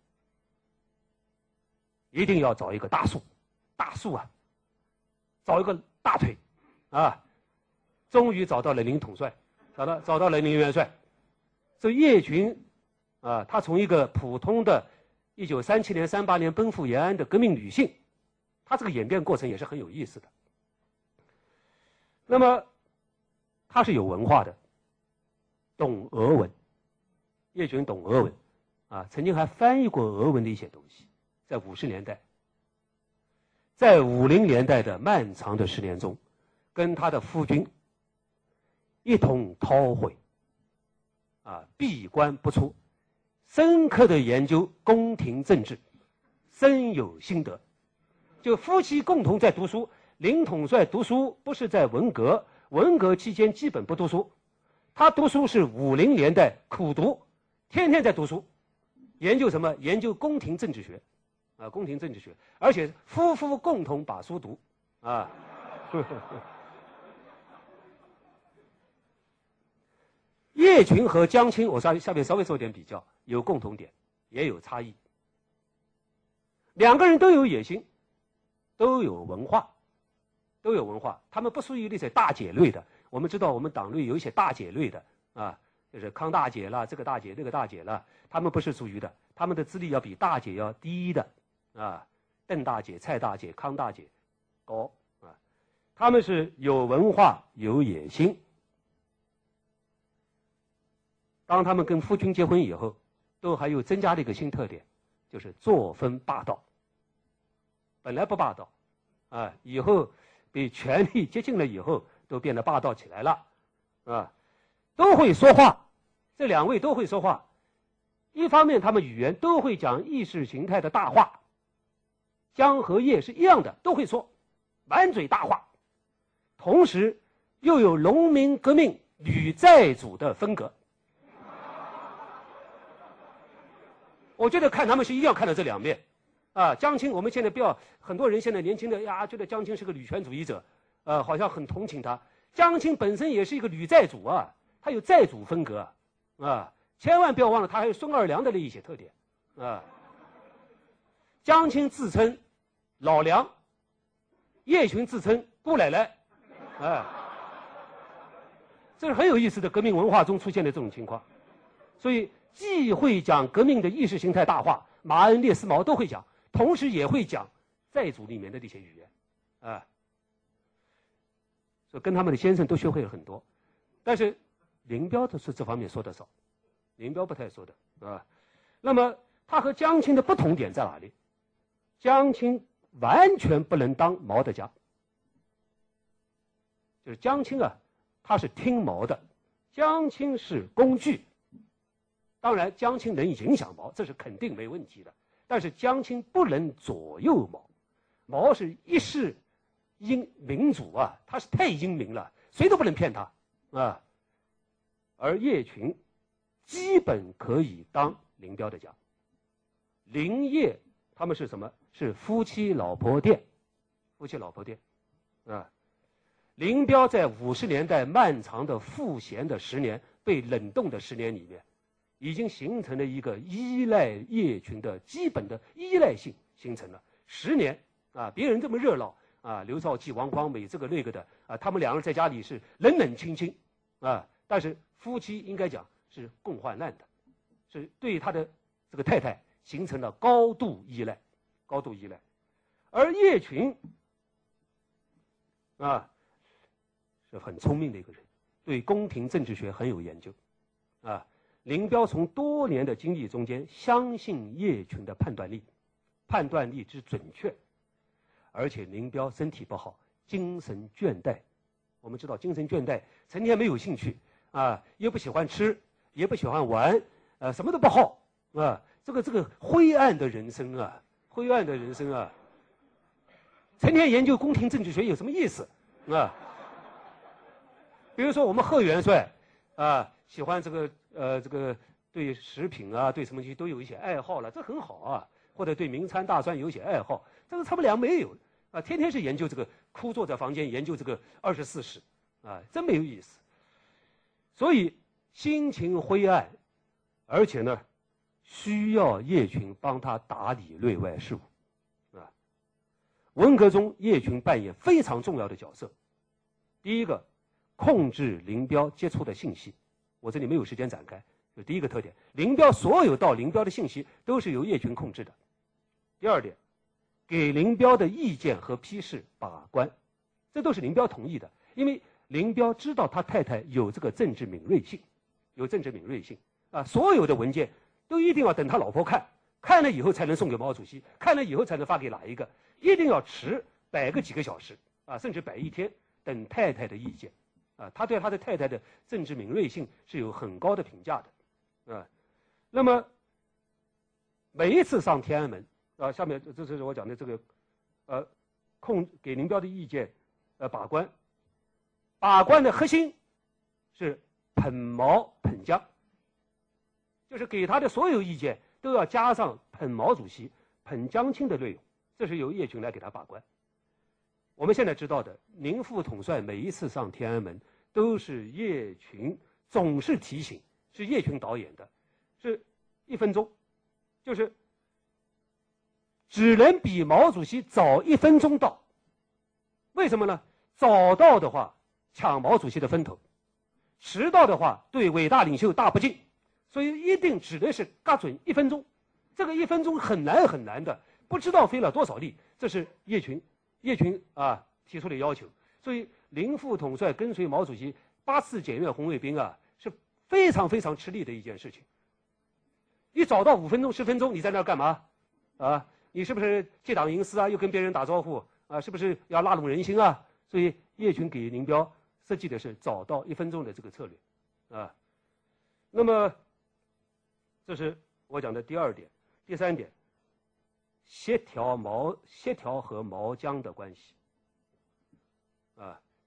一定要找一个大树，大树啊，找一个大腿，啊，终于找到了林统帅，找到找到了林元帅。这叶群，啊，他从一个普通的一九三七年、三八年奔赴延安的革命女性。他这个演变过程也是很有意思的。那么，他是有文化的，懂俄文，叶群懂俄文，啊，曾经还翻译过俄文的一些东西。在五十年代，在五零年代的漫长的十年中，跟他的夫君一同韬晦，啊，闭关不出，深刻的研究宫廷政治，深有心得。就夫妻共同在读书，林统帅读书不是在文革，文革期间基本不读书，他读书是五零年代苦读，天天在读书，研究什么？研究宫廷政治学，啊，宫廷政治学，而且夫妇共同把书读，啊。叶群和江青，我下下面稍微做点比较，有共同点，也有差异。两个人都有野心。都有文化，都有文化，他们不属于那些大姐类的。我们知道，我们党内有一些大姐类的啊，就是康大姐啦，这个大姐那个大姐啦，他们不是属于的，他们的资历要比大姐要低的啊，邓大姐、蔡大姐、康大姐高啊，他们是有文化、有野心。当他们跟夫君结婚以后，都还有增加了一个新特点，就是作风霸道。本来不霸道，啊，以后被权力接近了以后，都变得霸道起来了，啊，都会说话，这两位都会说话。一方面，他们语言都会讲意识形态的大话，江和叶是一样的，都会说，满嘴大话。 同时又有农民革命女债主的风格。我觉得看他们是一定要看到这两面，啊，江青，我们现在不要很多人现在年轻的呀，觉得江青是个女权主义者，呃，好像很同情他。江青本身也是一个女债主啊，她有债主风格，啊，千万不要忘了，她还有孙二娘的那一些特点，啊。江青自称老梁，叶群自称姑奶奶，哎，这是很有意思的革命文化中出现的这种情况，所以。既会讲革命的意识形态大话，马恩、列斯毛都会讲，同时也会讲债主里面的这些语言，啊，所以跟他们的先生都学会了很多。但是林彪的是这方面说的少，林彪不太说的，啊。那么他和江青的不同点在哪里？江青完全不能当毛的家，就是江青啊，他是听毛的，江青是工具。当然，江青能影响毛，这是肯定没问题的。但是江青不能左右毛，毛是一世英民主啊，他是太英明了，谁都不能骗他啊。而叶群基本可以当林彪的家，林叶他们是什么？是夫妻老婆店，夫妻老婆店啊。林彪在五十年代漫长的赋闲的十年，被冷冻的十年里面。已经形成了一个依赖叶群的基本的依赖性，形成了十年啊！别人这么热闹啊，刘少奇、王光美这个那个的啊，他们两人在家里是冷冷清清啊，但是夫妻应该讲是共患难的，是对他的这个太太形成了高度依赖，高度依赖。而叶群啊是很聪明的一个人，对宫廷政治学很有研究啊。林彪从多年的经历中间相信叶群的判断力，判断力之准确，而且林彪身体不好，精神倦怠。我们知道精神倦怠，成天没有兴趣啊，又不喜欢吃，也不喜欢玩，呃，什么都不好啊。这个这个灰暗的人生啊，灰暗的人生啊，成天研究宫廷政治学有什么意思啊？比如说我们贺元帅啊，喜欢这个。呃，这个对食品啊，对什么东西都有一些爱好了，这很好啊。或者对名餐大餐有一些爱好，这个他们俩没有啊，天天是研究这个，枯坐在房间研究这个二十四史啊，真没有意思。所以心情灰暗，而且呢，需要叶群帮他打理内外事务啊。文革中，叶群扮演非常重要的角色。第一个，控制林彪接触的信息。我这里没有时间展开，就第一个特点，林彪所有到林彪的信息都是由叶群控制的。第二点，给林彪的意见和批示把关，这都是林彪同意的，因为林彪知道他太太有这个政治敏锐性，有政治敏锐性啊，所有的文件都一定要等他老婆看，看了以后才能送给毛主席，看了以后才能发给哪一个，一定要迟摆个几个小时啊，甚至摆一天，等太太的意见。啊，他对他的太太的政治敏锐性是有很高的评价的，啊，那么每一次上天安门，啊，下面这是我讲的这个，呃，控给林彪的意见，呃，把关，把关的核心是捧毛捧江，就是给他的所有意见都要加上捧毛主席、捧江青的内容，这是由叶群来给他把关。我们现在知道的，宁副统帅每一次上天安门都是叶群，总是提醒，是叶群导演的，是一分钟，就是只能比毛主席早一分钟到。为什么呢？早到的话抢毛主席的风头，迟到的话对伟大领袖大不敬，所以一定只能是嘎准一分钟。这个一分钟很难很难的，不知道费了多少力，这是叶群。叶群啊提出的要求，所以林副统帅跟随毛主席八次检阅红卫兵啊，是非常非常吃力的一件事情。你早到五分钟十分钟，你在那儿干嘛？啊，你是不是借党营私啊？又跟别人打招呼啊？是不是要拉拢人心啊？所以叶群给林彪设计的是早到一分钟的这个策略，啊。那么这是我讲的第二点，第三点。协调毛协调和毛江的关系，啊，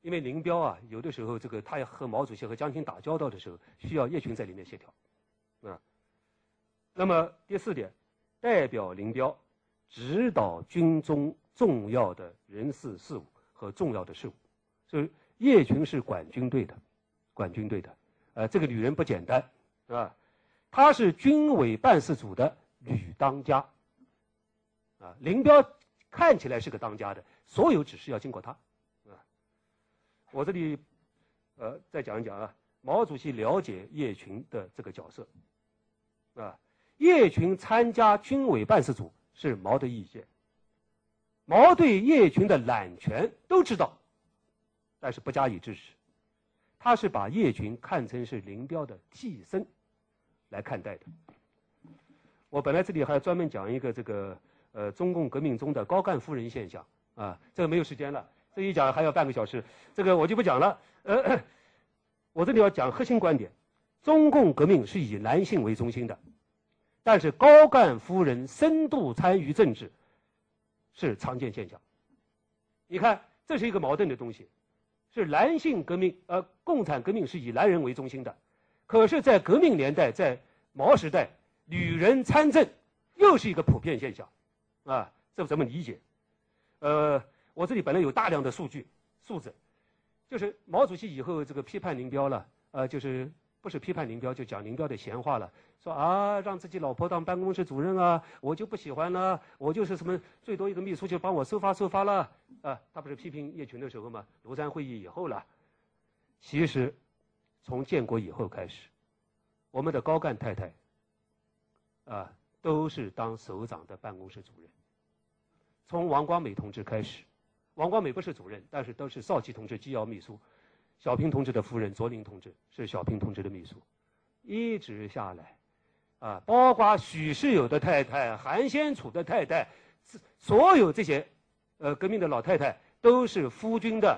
因为林彪啊，有的时候这个他和毛主席和江青打交道的时候，需要叶群在里面协调，啊。那么第四点，代表林彪指导军中重要的人事事务和重要的事务，所以叶群是管军队的，管军队的，呃，这个女人不简单，啊，她是军委办事组的女当家，啊，林彪看起来是个当家的，所有指示要经过他，啊，我这里，呃，再讲一讲啊，毛主席了解叶群的这个角色，啊。叶群参加军委办事组是毛的意见，毛对叶群的揽权都知道，但是不加以支持。他是把叶群看成是林彪的替身来看待的。我本来这里还要专门讲一个这个呃中共革命中的高干夫人现象啊，这个没有时间了，这一讲还要半个小时，这个我就不讲了。呃，我这里要讲核心观点：中共革命是以男性为中心的。但是高干夫人深度参与政治是常见现象。你看，这是一个矛盾的东西，是男性革命，呃，共产革命是以男人为中心的，可是，在革命年代，在毛时代，女人参政又是一个普遍现象，啊，这怎么理解？呃，我这里本来有大量的数据数字，就是毛主席以后这个批判林彪了，呃，就是不是批判林彪，就讲林彪的闲话了。说啊，让自己老婆当办公室主任啊，我就不喜欢了，我就是什么最多一个秘书就帮我收发收发了啊。他不是批评叶群的时候吗？庐山会议以后了。其实，从建国以后开始，我们的高干太太啊，都是当首长的办公室主任。从王光美同志开始，王光美不是主任，但是都是少奇同志机要秘书，小平同志的夫人卓琳同志是小平同志的秘书，一直下来。啊，包括许世友的太太、韩先楚的太太，所有这些，呃，革命的老太太都是夫君的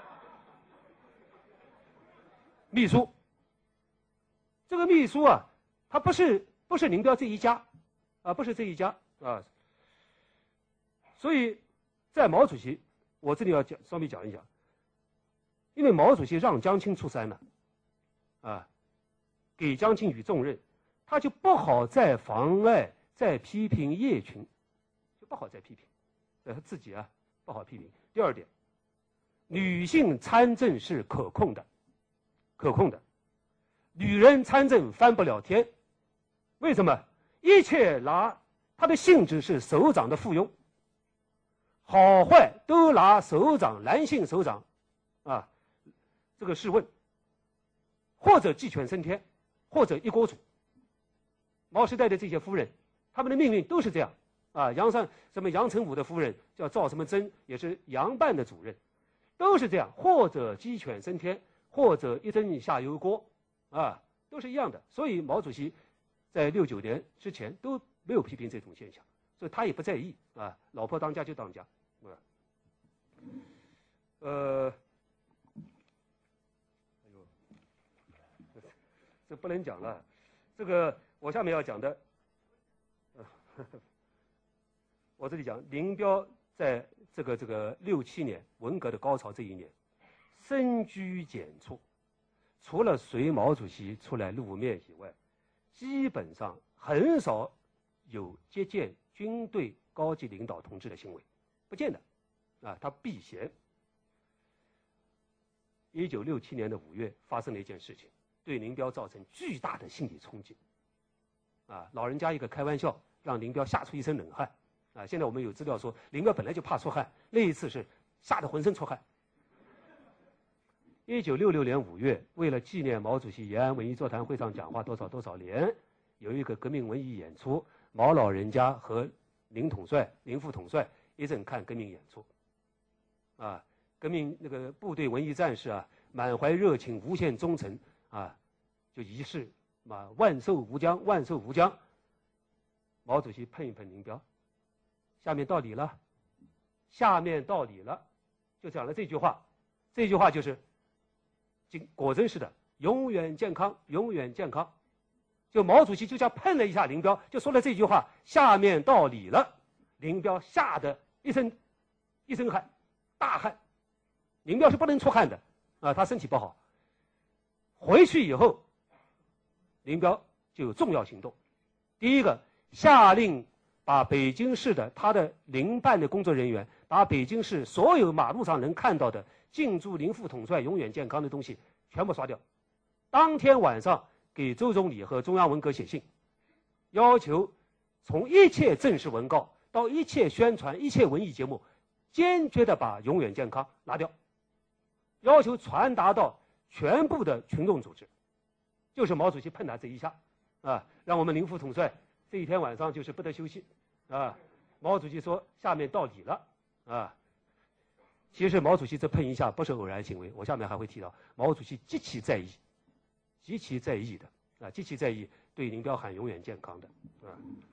秘书。这个秘书啊，他不是不是林彪这一家，啊，不是这一家啊。所以，在毛主席，我这里要讲稍微讲一讲，因为毛主席让江青出山了，啊，给江青以重任。他就不好再妨碍、再批评叶群，就不好再批评，呃，他自己啊不好批评。第二点，女性参政是可控的，可控的，女人参政翻不了天。为什么？一切拿他的性质是首长的附庸，好坏都拿首长、男性首长，啊，这个试问，或者鸡犬升天，或者一锅煮。毛时代的这些夫人，他们的命运都是这样啊。杨尚什么杨成武的夫人叫赵什么珍，也是杨办的主任，都是这样，或者鸡犬升天，或者一蒸下油锅，啊，都是一样的。所以毛主席在六九年之前都没有批评这种现象，所以他也不在意啊，老婆当家就当家，啊，呃，哎呦，这不能讲了，这个。我下面要讲的，呃、我这里讲林彪在这个这个六七年文革的高潮这一年，深居简出，除了随毛主席出来露面以外，基本上很少有接见军队高级领导同志的行为，不见得，啊，他避嫌。一九六七年的五月发生了一件事情，对林彪造成巨大的心理冲击。啊，老人家一个开玩笑，让林彪吓出一身冷汗。啊，现在我们有资料说，林彪本来就怕出汗，那一次是吓得浑身出汗。一九六六年五月，为了纪念毛主席延安文艺座谈会上讲话多少多少年，有一个革命文艺演出，毛老人家和林统帅、林副统帅一阵看革命演出。啊，革命那个部队文艺战士啊，满怀热情，无限忠诚啊，就仪式。嘛，万寿无疆，万寿无疆。毛主席碰一碰林彪，下面到理了，下面到理了，就讲了这句话，这句话就是，果真是的，永远健康，永远健康。就毛主席就像碰了一下林彪，就说了这句话，下面到理了。林彪吓得一身一身汗，大汗， 林彪是不能出汗的啊，他身体不好。回去以后，林彪就有重要行动。第一个，下令把北京市的他的林办的工作人员，把北京市所有马路上能看到的敬祝林副统帅永远健康的东西全部刷掉。当天晚上给周总理和中央文革写信，要求从一切正式文告到一切宣传、一切文艺节目，坚决地把永远健康拿掉，要求传达到全部的群众组织。就是毛主席碰他这一下，啊，让我们林副统帅这一天晚上就是不得休息，啊，毛主席说下面到你了，啊。其实毛主席这碰一下不是偶然行为，我下面还会提到，毛主席极其在意，极其在意的啊，极其在意对林彪喊永远健康的啊。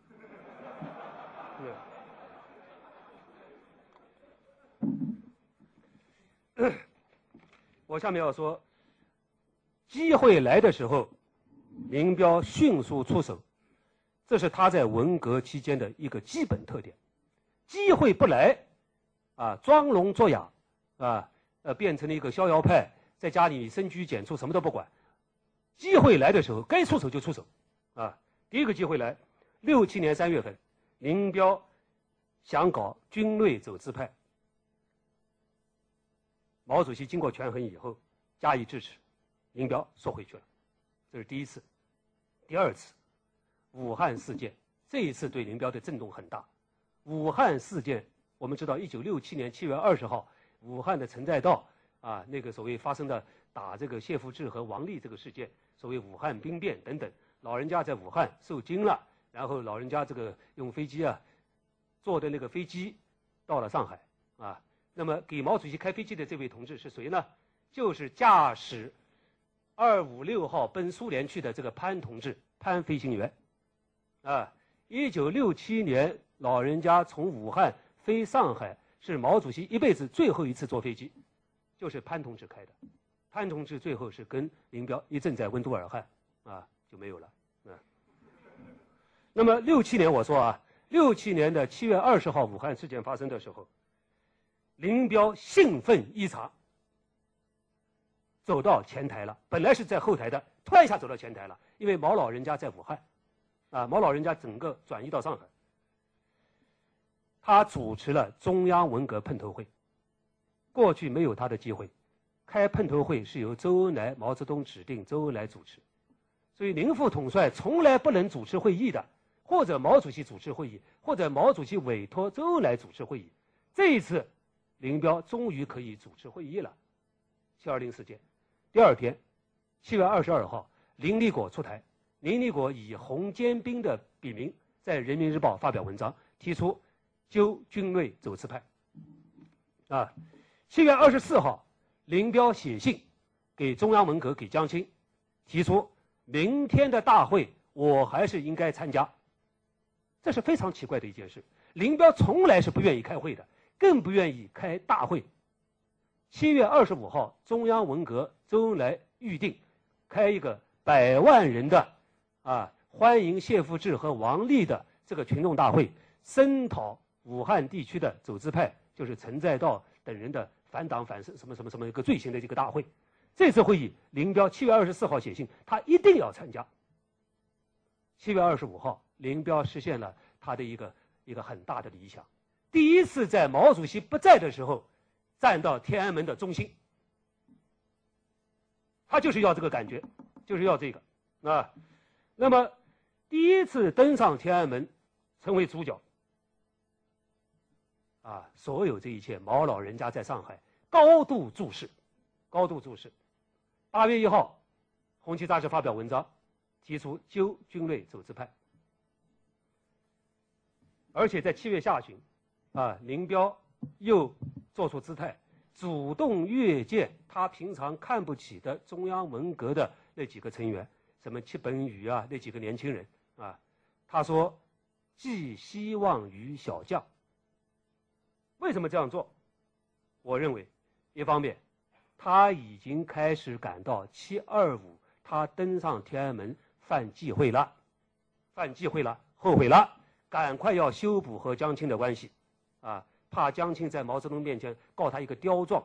对。我下面要说，机会来的时候，林彪迅速出手，这是他在文革期间的一个基本特点。机会不来，啊，装聋作哑，啊，呃，变成了一个逍遥派，在家里深居简出，什么都不管。机会来的时候，该出手就出手，啊，第一个机会来，六七年三月份，林彪想搞军内走资派，毛主席经过权衡以后加以支持，林彪缩回去了，这是第一次。第二次，武汉事件，这一次对林彪的震动很大。武汉事件，我们知道，一九六七年七月二十号，武汉的陈再道啊，那个所谓发生的打这个谢富治和王立这个事件，所谓武汉兵变等等，老人家在武汉受惊了，然后老人家这个用飞机啊，坐的那个飞机到了上海啊。那么给毛主席开飞机的这位同志是谁呢？就是驾驶二五六号奔苏联去的这个潘同志，潘飞行员啊。一九六七年，老人家从武汉飞上海，是毛主席一辈子最后一次坐飞机，就是潘同志开的。潘同志最后是跟林彪一阵在温都尔汗啊，就没有了。嗯。那么六七年，我说啊，六七年的七月二十号，武汉事件发生的时候，林彪兴奋异常，走到前台了。本来是在后台的，突然一下走到前台了，因为毛老人家在武汉。啊，毛老人家整个转移到上海，他主持了中央文革碰头会。过去没有他的机会，开碰头会是由周恩来、毛泽东指定，周恩来主持，所以林副统帅从来不能主持会议的，或者毛主席主持会议，或者毛主席委托周恩来主持会议。这一次，林彪终于可以主持会议了。七二零事件，第二天，七月二十二号，林立果出台。林立果以红尖兵的笔名在人民日报发表文章，提出纠军内走资派。啊，七月二十四号，林彪写信给中央文革，给江青，提出明天的大会我还是应该参加。这是非常奇怪的一件事。林彪从来是不愿意开会的，更不愿意开大会。七月二十五号，中央文革周恩来预定开一个百万人的啊，欢迎谢富治和王立的这个群众大会，声讨武汉地区的走资派，就是陈再道等人的反党反什么什么什么一个罪行的这个大会。这次会议，林彪七月二十四号写信，他一定要参加。七月二十五号，林彪实现了他的一个一个很大的理想，第一次在毛主席不在的时候，站到天安门的中心。他就是要这个感觉，就是要这个啊。那么，第一次登上天安门，成为主角。啊，所有这一切，毛老人家在上海高度注视，高度注视。八月一号，《红旗杂志》发表文章，提出纠军内走资派。而且在七月下旬，啊，林彪又做出姿态，主动约见他平常看不起的中央文革的那几个成员。什么戚本禹啊，那几个年轻人啊，他说寄希望于小将。为什么这样做？我认为，一方面，他已经开始感到七二五他登上天安门犯忌讳了，犯忌讳了，后悔了，赶快要修补和江青的关系，啊，怕江青在毛泽东面前告他一个刁状，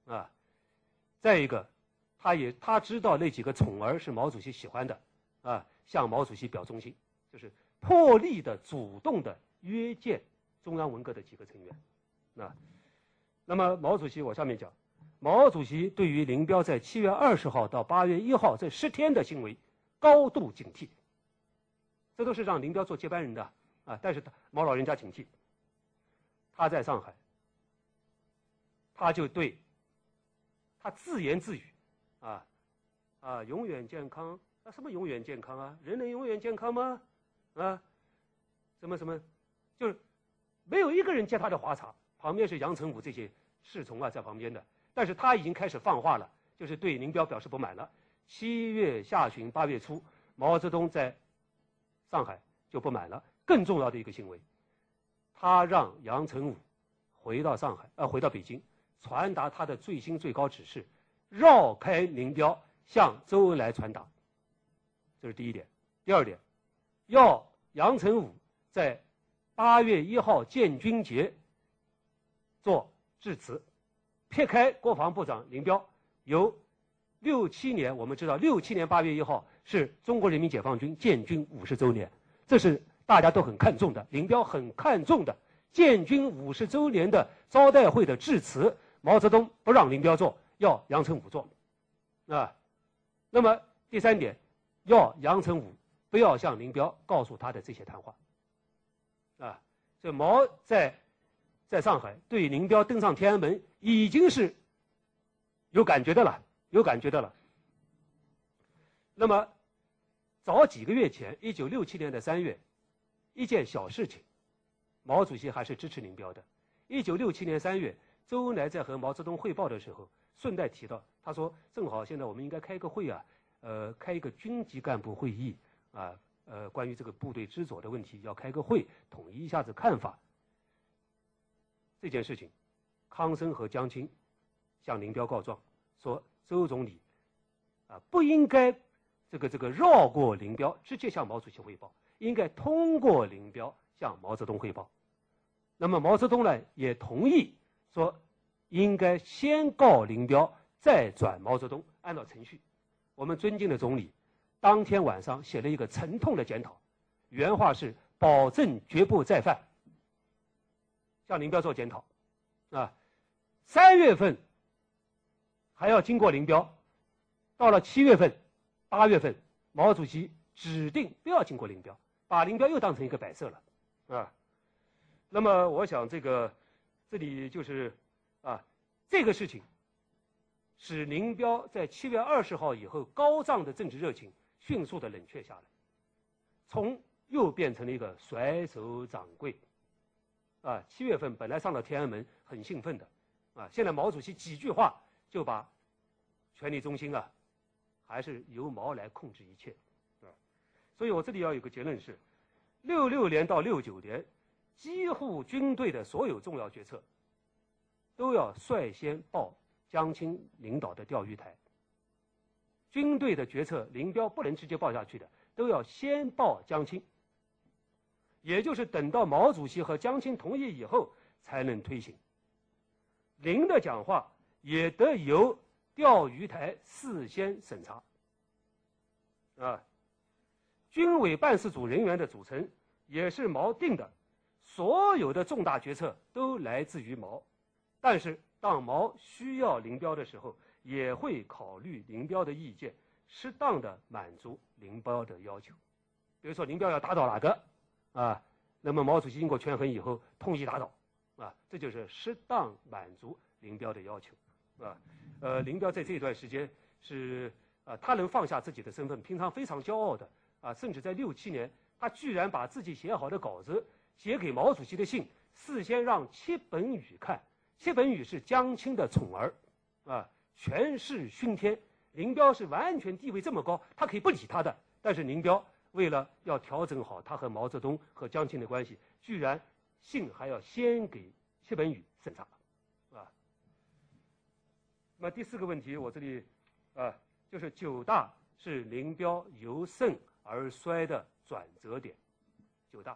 啊。再一个，他也他知道那几个宠儿是毛主席喜欢的，啊，向毛主席表忠心，就是破例的、主动的约见中央文革的几个成员，啊。那么毛主席，我下面讲，毛主席对于林彪在七月二十号到八月一号这十天的行为高度警惕，这都是让林彪做接班人的啊，但是毛老人家警惕，他在上海，他就对。他自言自语，啊，啊，永远健康啊，什么永远健康啊？人能永远健康吗？啊，什么什么，就是没有一个人接他的话茬，旁边是杨成武这些侍从啊在旁边的，但是他已经开始放话了，就是对林彪表示不满了。七月下旬、八月初，毛泽东在上海就不满了。更重要的一个行为，他让杨成武回到上海，呃，回到北京。传达他的最新最高指示，绕开林彪向周恩来传达，这是第一点。第二点，要杨成武在八月一号建军节做致辞，撇开国防部长林彪，由六七年，我们知道六七年八月一号是中国人民解放军建军五十周年，这是大家都很看重的，林彪很看重的建军五十周年的招待会的致辞。毛泽东不让林彪做，要杨成武做，啊，那么第三点，要杨成武不要向林彪告诉他的这些谈话，啊，所以毛在在上海对林彪登上天安门已经是有感觉的了，有感觉的了。那么早几个月前，一九六七年的三月，一件小事情，毛主席还是支持林彪的。一九六七年三月。周恩来在和毛泽东汇报的时候，顺带提到，他说：“正好现在我们应该开个会啊，呃，开一个军级干部会议啊，呃，关于这个部队知左的问题，要开个会，统一一下子看法。”这件事情，康生和江青向林彪告状，说周总理啊不应该这个这个绕过林彪，直接向毛主席汇报，应该通过林彪向毛泽东汇报。那么毛泽东呢也同意。说应该先告林彪，再转毛泽东，按照程序。我们尊敬的总理当天晚上写了一个沉痛的检讨，原话是保证绝不再犯，向林彪做检讨啊。三月份还要经过林彪，到了七月份、八月份，毛主席指定不要经过林彪，把林彪又当成一个摆设了啊。那么我想这个。这里就是啊，这个事情使林彪在七月二十号以后高涨的政治热情迅速的冷却下来，从又变成了一个甩手掌柜。啊，七月份本来上了天安门很兴奋的，啊，现在毛主席几句话就把权力中心啊，还是由毛来控制一切，啊，所以我这里要有个结论是，六六年到六九年。几乎军队的所有重要决策，都要率先报江青领导的钓鱼台。军队的决策，林彪不能直接报下去的，都要先报江青。也就是等到毛主席和江青同意以后，才能推行。林的讲话也得由钓鱼台事先审查。啊，军委办事组人员的组成也是毛定的。所有的重大决策都来自于毛，但是当毛需要林彪的时候，也会考虑林彪的意见，适当的满足林彪的要求。比如说林彪要打倒哪个啊，那么毛主席经过权衡以后同意打倒啊，这就是适当满足林彪的要求啊。呃，林彪在这段时间是啊，他能放下自己的身份，平常非常骄傲的啊，甚至在六七年，他居然把自己写好的稿子。写给毛主席的信，事先让戚本禹看。戚本禹是江青的宠儿，啊，权势熏天。林彪是完全地位这么高，他可以不理他的。但是林彪为了要调整好他和毛泽东和江青的关系，居然信还要先给戚本禹审查，啊。那么第四个问题，我这里啊，就是九大是林彪由盛而衰的转折点，九大。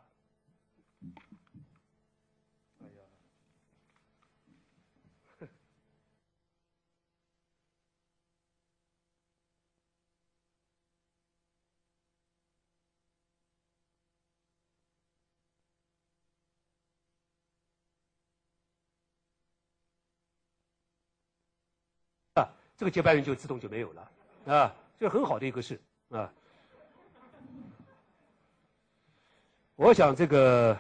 哎呀， 这个接班人就自动就没有了啊，这很好的一个事啊。我想这个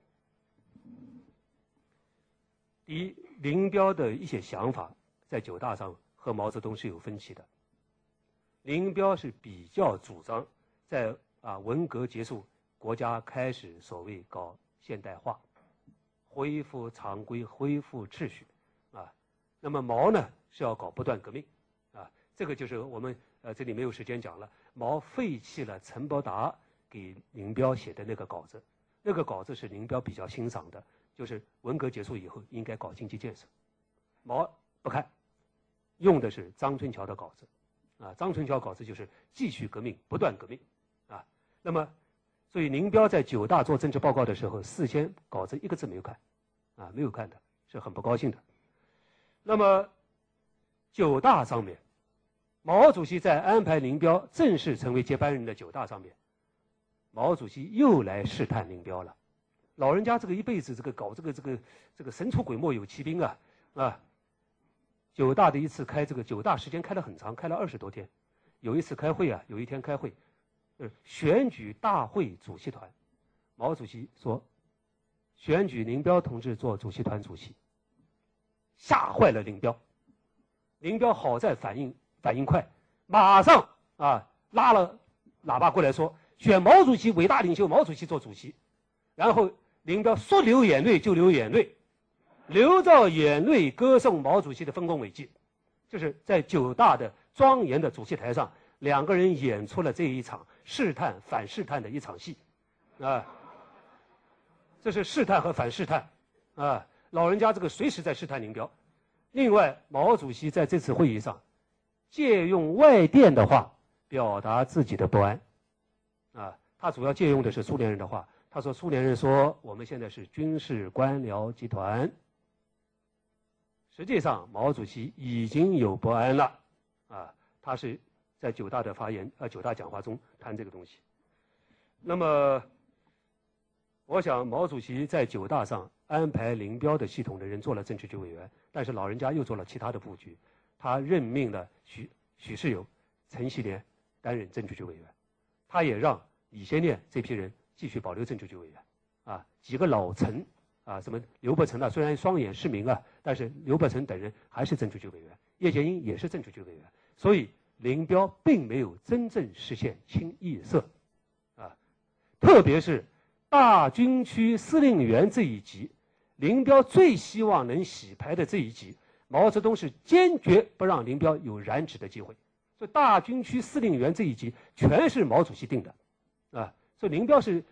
第一，林彪的一些想法在九大上和毛泽东是有分歧的。林彪是比较主张在啊文革结束，国家开始所谓搞现代化，恢复常规，恢复秩序啊。那么毛呢是要搞不断革命啊，这个就是我们呃这里没有时间讲了。毛废弃了陈伯达给林彪写的那个稿子，那个稿子是林彪比较欣赏的，就是文革结束以后应该搞经济建设。毛不看，用的是张春桥的稿子。啊，张春桥稿子就是继续革命，不断革命，啊，那么，所以林彪在九大做政治报告的时候，事先稿子一个字没有看，啊，没有看的，是很不高兴的。那么，九大上面，毛主席在安排林彪正式成为接班人的九大上面，毛主席又来试探林彪了。老人家这个一辈子这个搞这个这个这个神出鬼没有骑兵啊，啊。九大的一次开这个九大时间开得很长，开了二十多天。有一次开会啊，有一天开会，呃，选举大会主席团，毛主席说，选举林彪同志做主席团主席，吓坏了林彪。林彪好在反应反应快，马上啊拉了喇叭过来说，选毛主席伟大领袖毛主席做主席。然后林彪说流眼泪就流眼泪。流着眼泪歌颂毛主席的丰功伟绩，就是在九大的庄严的主席台上，两个人演出了这一场试探反试探的一场戏，啊，这是试探和反试探，啊，老人家这个随时在试探林彪。另外，毛主席在这次会议上借用外电的话表达自己的不安，啊，他主要借用的是苏联人的话，他说苏联人说我们现在是军事官僚集团。实际上，毛主席已经有不安了，啊，他是在九大的发言，呃，九大讲话中谈这个东西。那么，我想毛主席在九大上安排林彪的系统的人做了政治局委员，但是老人家又做了其他的布局，他任命了许许世友、陈锡联担任政治局委员，他也让李先念这批人继续保留政治局委员，啊，几个老臣。啊，什么刘伯承啊，虽然双眼失明啊，但是刘伯承等人还是政治局委员，叶剑英也是政治局委员，所以林彪并没有真正实现清一色，啊，特别是大军区司令员这一级，林彪最希望能洗牌的这一级，毛泽东是坚决不让林彪有染指的机会，所以大军区司令员这一级全是毛主席定的，啊，所以林彪是。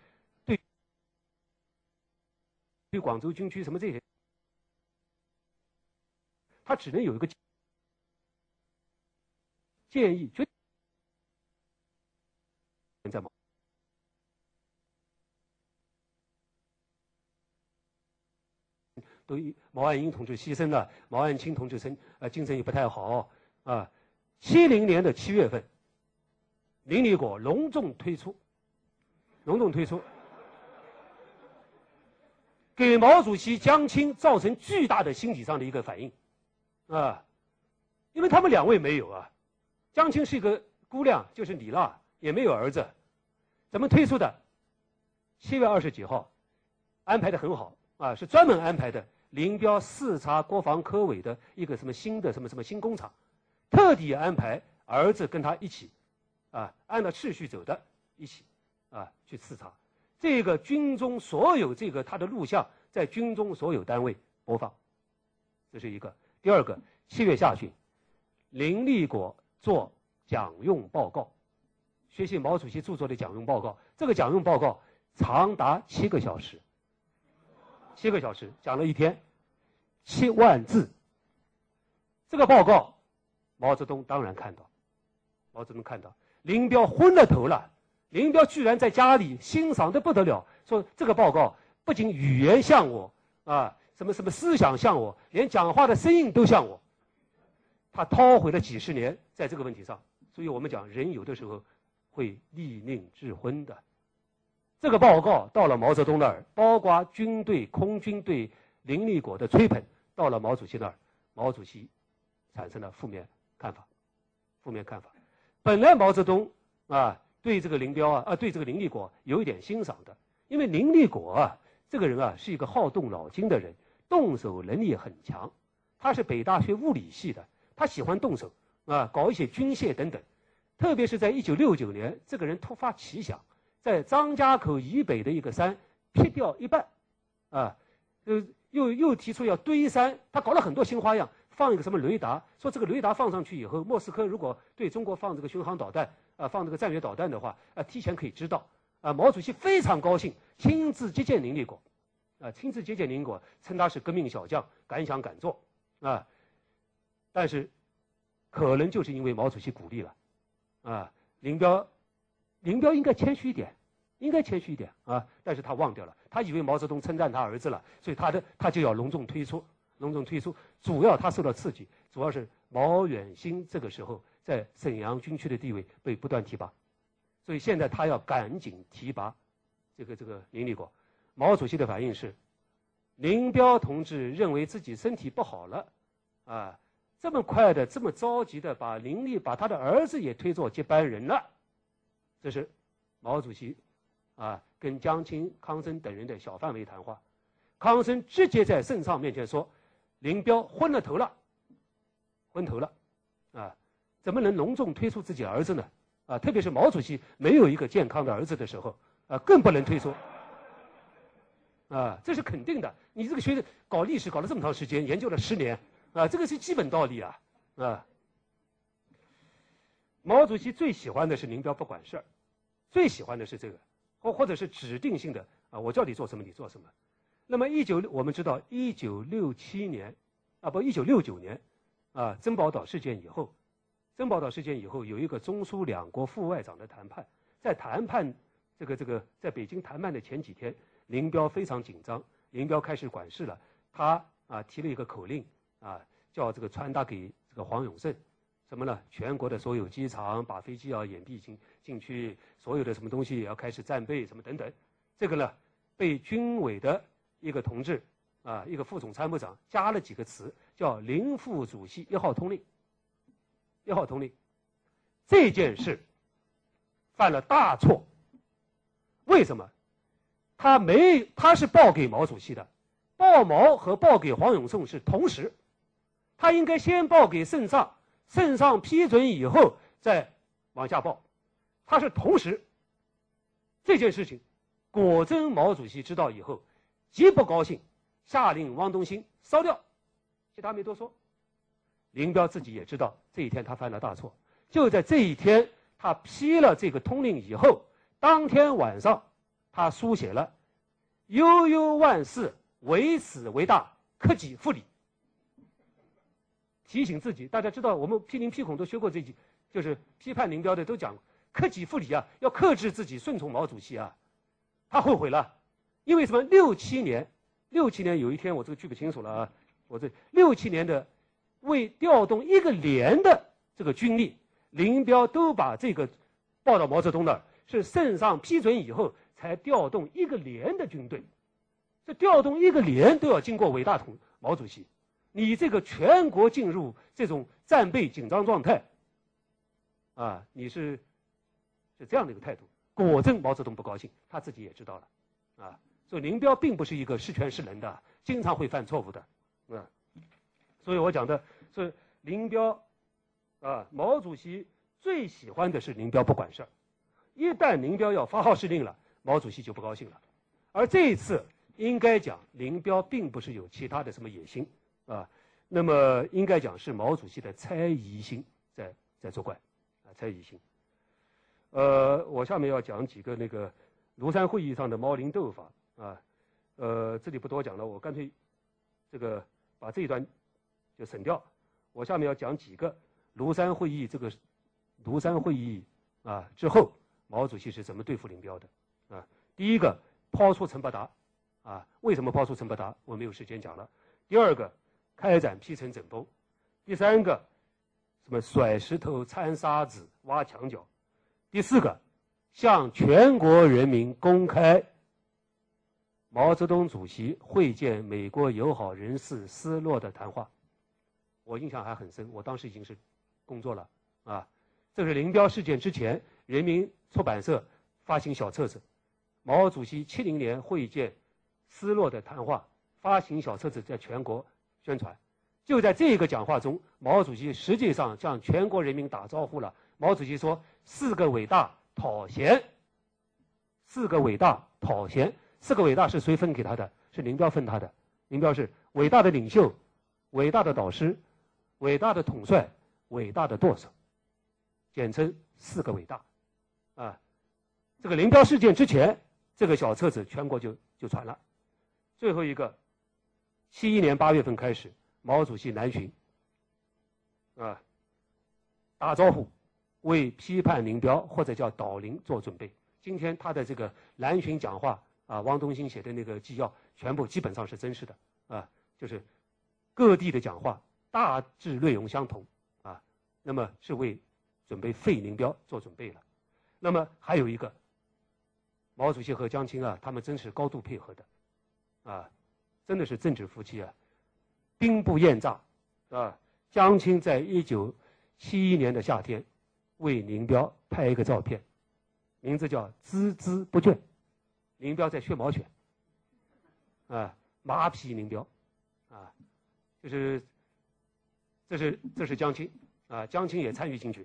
对广州军区什么这些，他只能有一个建议，决在毛都毛岸英同志牺牲了，毛岸青同志身呃精神也不太好啊。七零年的七月份，林立果隆重推出，隆重推出。给毛主席、江青造成巨大的心理上的一个反应，啊，因为他们两位没有啊，江青是一个姑娘，就是李娜，也没有儿子，怎么推出的？七月二十几号，安排的很好啊，是专门安排的林彪视察国防科委的一个什么新的什么什么新工厂，特地安排儿子跟他一起，啊，按照次序走的，一起啊去视察。这个军中所有这个他的录像在军中所有单位播放，这是一个。第二个，七月下旬，林立果做讲用报告，学习毛主席著作的讲用报告。这个讲用报告长达七个小时，七个小时讲了一天，七万字。这个报告，毛泽东当然看到，毛泽东看到，林彪昏了头了。林彪居然在家里欣赏得不得了，说这个报告不仅语言像我啊，什么什么思想像我，连讲话的声音都像我。他掏回了几十年在这个问题上，所以我们讲人有的时候会立命智昏的。这个报告到了毛泽东那儿，包括军队、空军对林立果的吹捧，到了毛主席那儿，毛主席产生了负面看法，负面看法。本来毛泽东啊对这个林彪啊啊对这个林立果有一点欣赏的，因为林立果啊这个人啊是一个好动脑筋的人，动手能力很强。他是北大学物理系的，他喜欢动手啊，搞一些军械等等。特别是在一九六九年，这个人突发奇想，在张家口以北的一个山劈掉一半，啊，呃，又又提出要堆山，他搞了很多新花样，放一个什么雷达，说这个雷达放上去以后，莫斯科如果对中国放这个巡航导弹啊，放这个战略导弹的话，啊，提前可以知道。啊，毛主席非常高兴，亲自接见林立果，啊，亲自接见林立果，称他是革命小将，敢想敢做，啊，但是可能就是因为毛主席鼓励了。啊，林彪，林彪应该谦虚一点，应该谦虚一点啊！但是他忘掉了，他以为毛泽东称赞他儿子了，所以他的他就要隆重推出，隆重推出。主要他受到刺激，主要是毛远新这个时候在沈阳军区的地位被不断提拔，所以现在他要赶紧提拔这个这个林立果。毛主席的反应是，林彪同志认为自己身体不好了，啊。这么快的，这么着急的把林立把他的儿子也推做接班人了，这是毛主席啊跟江青、康生等人的小范围谈话。康生直接在圣上面前说，林彪昏了头了，昏头了，啊，怎么能隆重推出自己儿子呢？啊，特别是毛主席没有一个健康的儿子的时候，啊，更不能推出。啊，这是肯定的。你这个学生搞历史搞了这么长时间，研究了十年。啊，这个是基本道理啊，啊。毛主席最喜欢的是林彪不管事儿，最喜欢的是这个，或或者是指定性的啊，我叫你做什么你做什么。那么一九我们知道一九六七年，啊不一九六九年，啊珍宝岛事件以后，珍宝岛事件以后有一个中苏两国副外长的谈判，在谈判这个这个在北京谈判的前几天，林彪非常紧张，林彪开始管事了，他啊提了一个口令。啊，叫这个传达给这个黄永胜，什么呢？全国的所有机场把飞机要掩蔽进进去，所有的什么东西也要开始战备，什么等等。这个呢，被军委的一个同志啊，一个副总参谋长加了几个词，叫林副主席一号通令。一号通令，这件事犯了大错。为什么？他没，他是报给毛主席的，报毛和报给黄永胜是同时。他应该先报给圣上，圣上批准以后再往下报，他是同时。这件事情，果真毛主席知道以后，极不高兴，下令汪东兴烧掉，其他没多说。林彪自己也知道这一天他犯了大错，就在这一天，他批了这个通令以后，当天晚上，他书写了“悠悠万事，唯此为大，克己复礼”。提醒自己，大家知道我们批林批孔都学过这句，就是批判林彪的都讲克己复礼啊，要克制自己，顺从毛主席啊。他后悔了，因为什么？六七年，六七年有一天我这个记不清楚了啊，我这六七年的为调动一个连的这个军力，林彪都把这个报到毛泽东那儿，是圣上批准以后才调动一个连的军队。这调动一个连都要经过伟大统毛主席。你这个全国进入这种战备紧张状态，啊，你是是这样的一个态度，果真毛泽东不高兴，他自己也知道了，啊，所以林彪并不是一个十全十能的，经常会犯错误的，啊，所以我讲的，所以林彪，啊，毛主席最喜欢的是林彪不管事儿，一旦林彪要发号施令了，毛主席就不高兴了，而这一次应该讲林彪并不是有其他的什么野心。啊，那么应该讲是毛主席的猜疑心在在作怪，啊，猜疑心。呃，我下面要讲几个那个庐山会议上的猫灵斗法啊，呃，这里不多讲了，我干脆这个把这一段就省掉。我下面要讲几个庐山会议这个庐山会议啊之后，毛主席是怎么对付林彪的啊？第一个，抛出陈伯达，啊，为什么抛出陈伯达？我没有时间讲了。第二个。开展批城整风，第三个，什么甩石头、掺沙子、挖墙角，第四个，向全国人民公开毛泽东主席会见美国友好人士斯诺的谈话。我印象还很深，我当时已经是工作了啊。这是林彪事件之前，人民出版社发行小册子，毛主席七零年会见斯诺的谈话，发行小册子在全国宣传。就在这个讲话中，毛主席实际上向全国人民打招呼了。毛主席说：“四个伟大讨嫌，四个伟大讨嫌。四个伟大是谁分给他的？是林彪分他的。林彪是伟大的领袖，伟大的导师，伟大的统帅，伟大的舵手，简称四个伟大。啊，这个林彪事件之前，这个小册子全国就就传了。最后一个，七一年八月份开始。”毛主席南巡，啊，打招呼，为批判林彪或者叫倒林做准备。今天他的这个南巡讲话啊，汪东兴写的那个纪要，全部基本上是真实的啊，就是各地的讲话大致内容相同啊，那么是为准备废林彪做准备了。那么还有一个，毛主席和江青啊，他们真是高度配合的，啊，真的是政治夫妻啊。兵不厌诈，啊！江青在一九七一年的夏天，为林彪拍一个照片，名字叫“孜孜不倦”。林彪在学毛犬，啊，马匹林彪，啊，就是，这是这是江青，啊，江青也参与进去。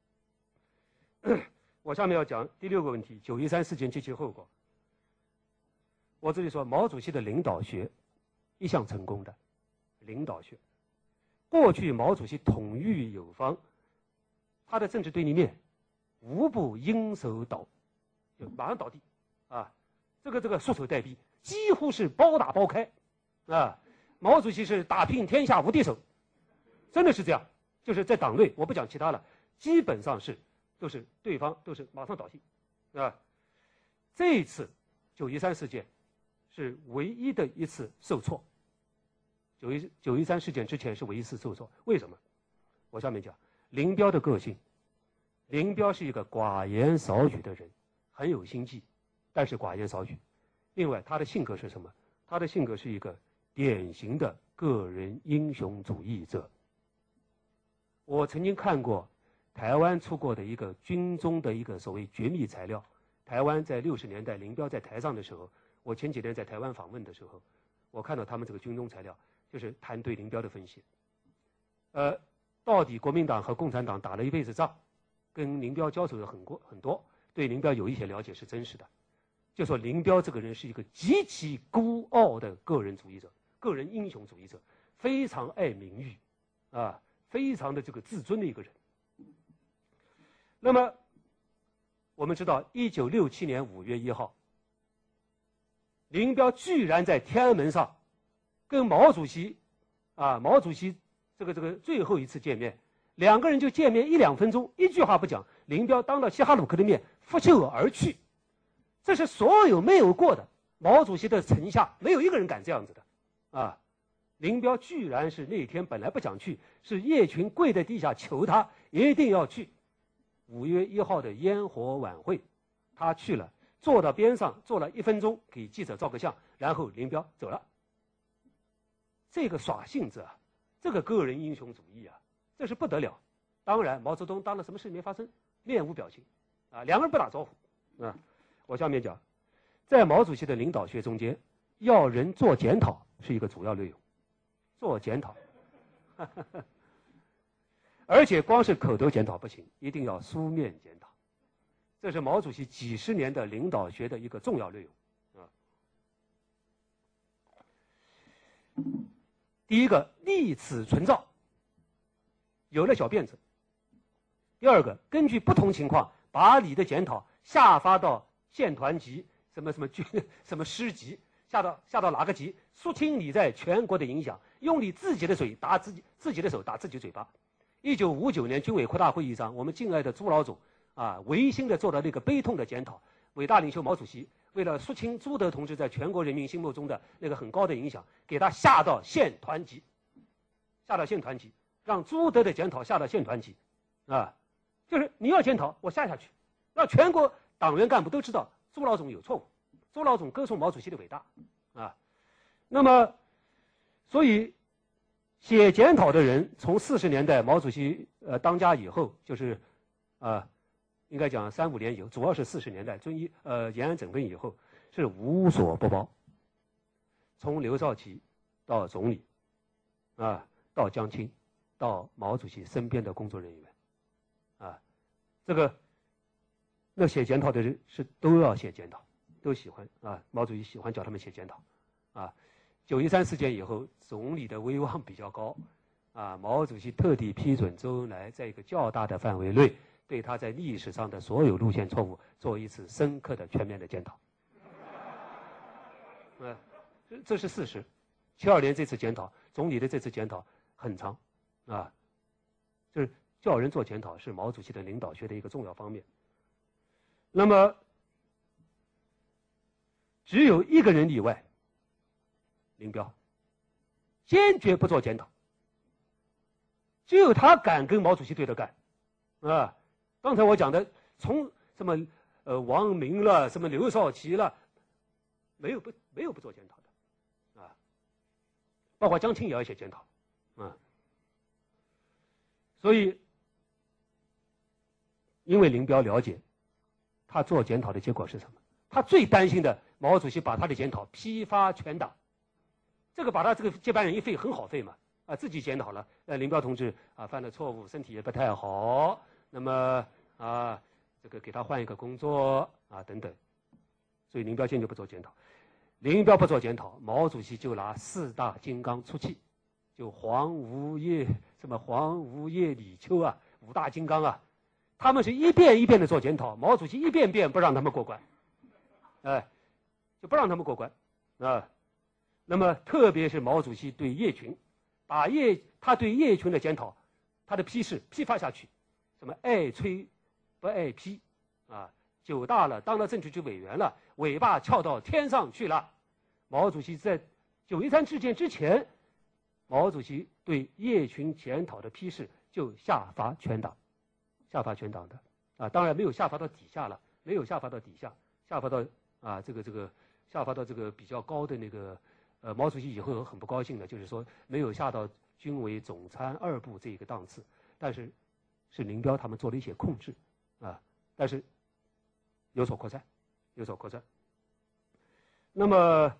我下面要讲第六个问题：九一三事件及其后果。我这里说，毛主席的领导学一向成功的。领导学，过去毛主席统御有方，他的政治对立面无不应手倒，就马上倒地，啊，这个这个束手待毙，几乎是包打包开，啊，毛主席是打遍天下无敌手，真的是这样，就是在党内，我不讲其他了，基本上是都是对方都是马上倒地，啊，这一次九一三事件是唯一的一次受挫。九一九一三事件之前是唯一一次受挫，为什么？我下面讲林彪的个性。林彪是一个寡言少语的人，很有心计，但是寡言少语。另外，他的性格是什么？他的性格是一个典型的个人英雄主义者。我曾经看过台湾出过的一个军中的一个所谓绝密材料。台湾在六十年代林彪在台上的时候，我前几天在台湾访问的时候，我看到他们这个军中材料。就是谈对林彪的分析，呃，到底国民党和共产党打了一辈子仗，跟林彪交手的很多很多，对林彪有一些了解是真实的。就说林彪这个人是一个极其孤傲的个人主义者，个人英雄主义者，非常爱名誉，啊，非常的这个自尊的一个人。那么，我们知道，一九六七年五月一号，林彪居然在天安门上。跟毛主席，啊，毛主席这个这个最后一次见面，两个人就见面一两分钟，一句话不讲，林彪当着西哈鲁克的面拂袖而去，这是所有没有过的毛主席的城下，没有一个人敢这样子的，啊，林彪居然是那天本来不想去，是叶群跪在地下求他一定要去。五月一号的烟火晚会，他去了，坐到边上坐了一分钟，给记者照个相，然后林彪走了。这个耍性子啊，这个个人英雄主义啊，这是不得了。当然，毛泽东当了什么事没发生，面无表情，啊，两个人不打招呼，啊。我下面讲，在毛主席的领导学中间，要人做检讨是一个主要内容，做检讨，而且光是口头检讨不行，一定要书面检讨，这是毛主席几十年的领导学的一个重要内容，啊。第一个，立此存照，有了小辫子。第二个，根据不同情况，把你的检讨下发到县团级、什么什么军、什么师级，下到下到哪个级，肃清你在全国的影响，用你自己的嘴打自己自己的手打自己嘴巴。一九五九年军委扩大会议上，我们敬爱的朱老总啊，违心的做了那个悲痛的检讨。伟大领袖毛主席为了肃清朱德同志在全国人民心目中的那个很高的影响，给他下到县团级，下到县团级，让朱德的检讨下到县团级，啊，就是你要检讨，我下下去，让全国党员干部都知道朱老总有错误，朱老总歌颂毛主席的伟大，啊，那么，所以写检讨的人，从四十年代毛主席呃当家以后，就是啊、呃，应该讲三五年以后，主要是四十年代遵义呃延安整顿以后，是无所不包。从刘少奇到总理，啊，到江青，到毛主席身边的工作人员，啊，这个那写检讨的人是都要写检讨，都喜欢啊，毛主席喜欢叫他们写检讨，啊。九一三事件以后，总理的威望比较高，啊，毛主席特地批准周恩来在一个较大的范围内，对他在历史上的所有路线错误做一次深刻的、全面的检讨。呃，这这是事实。七二年这次检讨，总理的这次检讨很长，啊，就是叫人做检讨是毛主席的领导学的一个重要方面。那么，只有一个人例外。林彪坚决不做检讨，只有他敢跟毛主席对着干，啊！刚才我讲的，从什么呃王明了，什么刘少奇了，没有不没有不做检讨的，啊！包括江青也要写检讨，啊！所以，因为林彪了解，他做检讨的结果是什么？他最担心的，毛主席把他的检讨批发全党。这个把他这个接班人一废很好废嘛，啊，自己检讨了，呃，林彪同志啊犯了错误，身体也不太好，那么啊，这个给他换一个工作啊等等，所以林彪坚决不做检讨。林彪不做检讨，毛主席就拿四大金刚出气，就黄吴叶什么黄吴叶李秋啊，五大金刚啊，他们是一遍一遍的做检讨，毛主席一遍遍不让他们过关，哎、呃，就不让他们过关啊。那么，特别是毛主席对叶群，把叶他对叶群的检讨，他的批示批发下去，什么爱吹不爱批，啊，九大了，当了政治局委员了，尾巴翘到天上去了。毛主席在九一三事件之前，毛主席对叶群检讨的批示就下发全党，下发全党的，啊，当然没有下发到底下了，没有下发到底下，下发到啊这个这个下发到这个比较高的那个。呃，毛主席以后很不高兴的，就是说没有下到军委总参二部这个档次，但是是林彪他们做了一些控制，啊，但是有所扩散，有所扩散。那么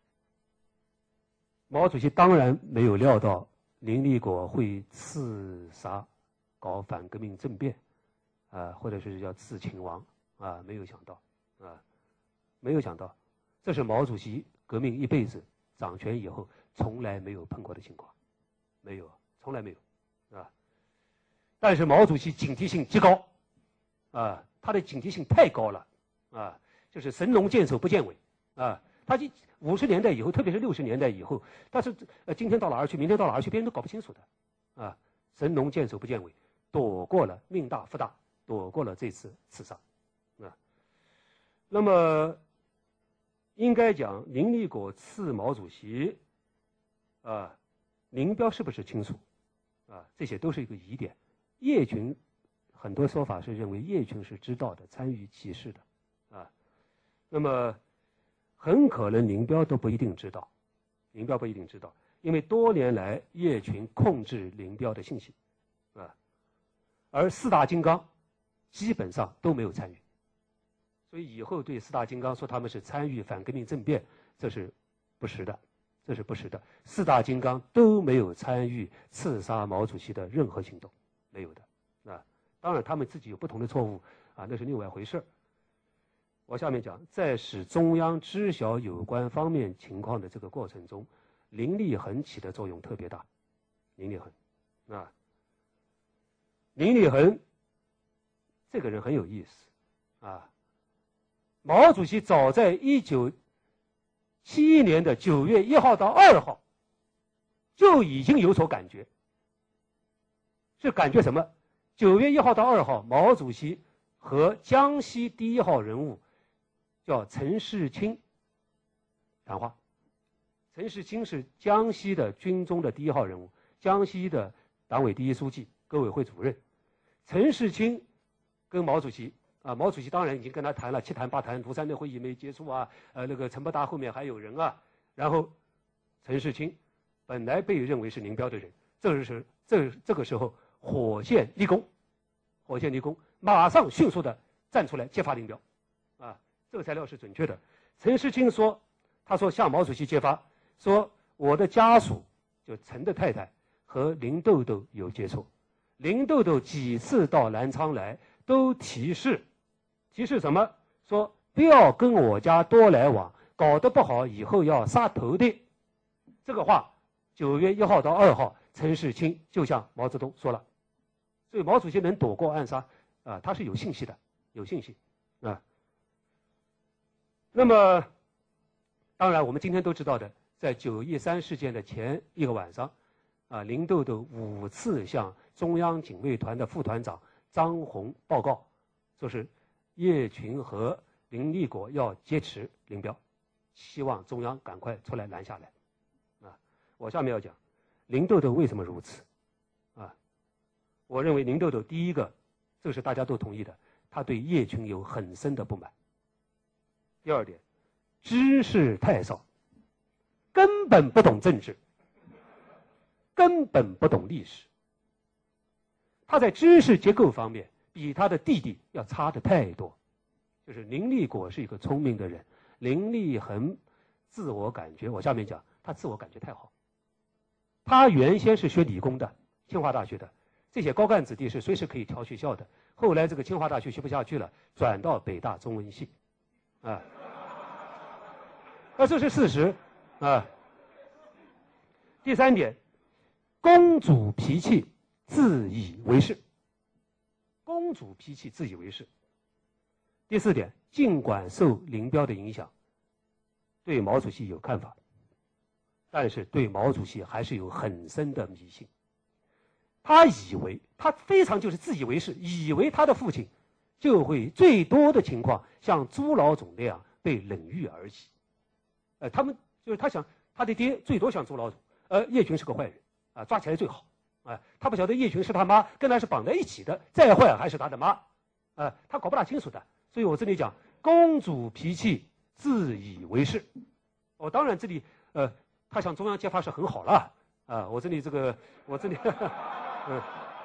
毛主席当然没有料到林立果会刺杀、搞反革命政变，啊，或者是叫刺秦王，啊，没有想到，啊，没有想到，这是毛主席革命一辈子。掌权以后从来没有碰过的情况，没有，从来没有，啊。但是毛主席警惕性极高，啊，他的警惕性太高了，啊，就是神龙见首不见尾，啊，他就五十年代以后，特别是六十年代以后，但是呃今天到哪儿去，明天到哪儿去，别人都搞不清楚的，啊，神龙见首不见尾，躲过了命大福大，躲过了这次刺杀，啊，那么。应该讲，林立果刺毛主席，啊，林彪是不是亲属？啊，这些都是一个疑点。叶群很多说法是认为叶群是知道的，参与起事的，啊，那么很可能林彪都不一定知道，林彪不一定知道，因为多年来叶群控制林彪的信息，啊，而四大金刚基本上都没有参与。所以以后对四大金刚说他们是参与反革命政变，这是不实的，这是不实的。四大金刚都没有参与刺杀毛主席的任何行动，没有的。啊，当然他们自己有不同的错误啊，那是另外一回事。我下面讲，在使中央知晓有关方面情况的这个过程中，林立恒起的作用特别大。林立恒，啊，林立恒这个人很有意思，啊。毛主席早在一九七一年的九月一号到二号，就已经有所感觉。是感觉什么？九月一号到二号，毛主席和江西第一号人物叫陈世清谈话。陈世清是江西的军中的第一号人物，江西的党委第一书记、革委会主任。陈世清跟毛主席。啊，毛主席当然已经跟他谈了七谈八谈，庐山的会议没结束啊，呃，那个陈伯达后面还有人啊，然后陈世清本来被认为是林彪的人，这是这这个时候火线立功，火线立功，马上迅速的站出来揭发林彪，啊，这个材料是准确的。陈世清说，他说向毛主席揭发，说我的家属就陈的太太和林豆豆有接触，林豆豆几次到南昌来都提示，提示什么？说不要跟我家多来往，搞得不好以后要杀头的。这个话九月一号到二号，陈世清就向毛泽东说了。所以毛主席能躲过暗杀啊，他是有信息的，有信息啊。那么，当然我们今天都知道的，在九一三事件的前一个晚上，啊，林豆豆五次向中央警卫团的副团长张宏报告，说是叶群和林立果要劫持林彪，希望中央赶快出来拦下来。啊，我下面要讲林豆豆为什么如此。啊，我认为林豆豆第一个，这是大家都同意的，他对叶群有很深的不满。第二点，知识太少，根本不懂政治，根本不懂历史。他在知识结构方面比他的弟弟要差得太多。就是林立果是一个聪明的人，林立恒自我感觉，我下面讲，他自我感觉太好。他原先是学理工的，清华大学的，这些高干子弟是随时可以调学校的。后来这个清华大学学不下去了，转到北大中文系，啊，啊，这是事实，啊。第三点，公主脾气，自以为是。公主脾气，自以为是。第四点，尽管受林彪的影响，对毛主席有看法，但是对毛主席还是有很深的迷信。他以为，他非常就是自以为是，以为他的父亲就会最多的情况像朱老总那样被冷遇而已。呃，他们就是他想他的爹最多像朱老总，呃，叶群是个坏人啊，抓起来最好啊。他不晓得叶群是他妈跟他是绑在一起的，再坏还是他的妈，啊，他搞不大清楚的。所以我这里讲公主脾气，自以为是。哦，当然这里呃，他向中央揭发是很好了啊。我这里这个我这里嗯。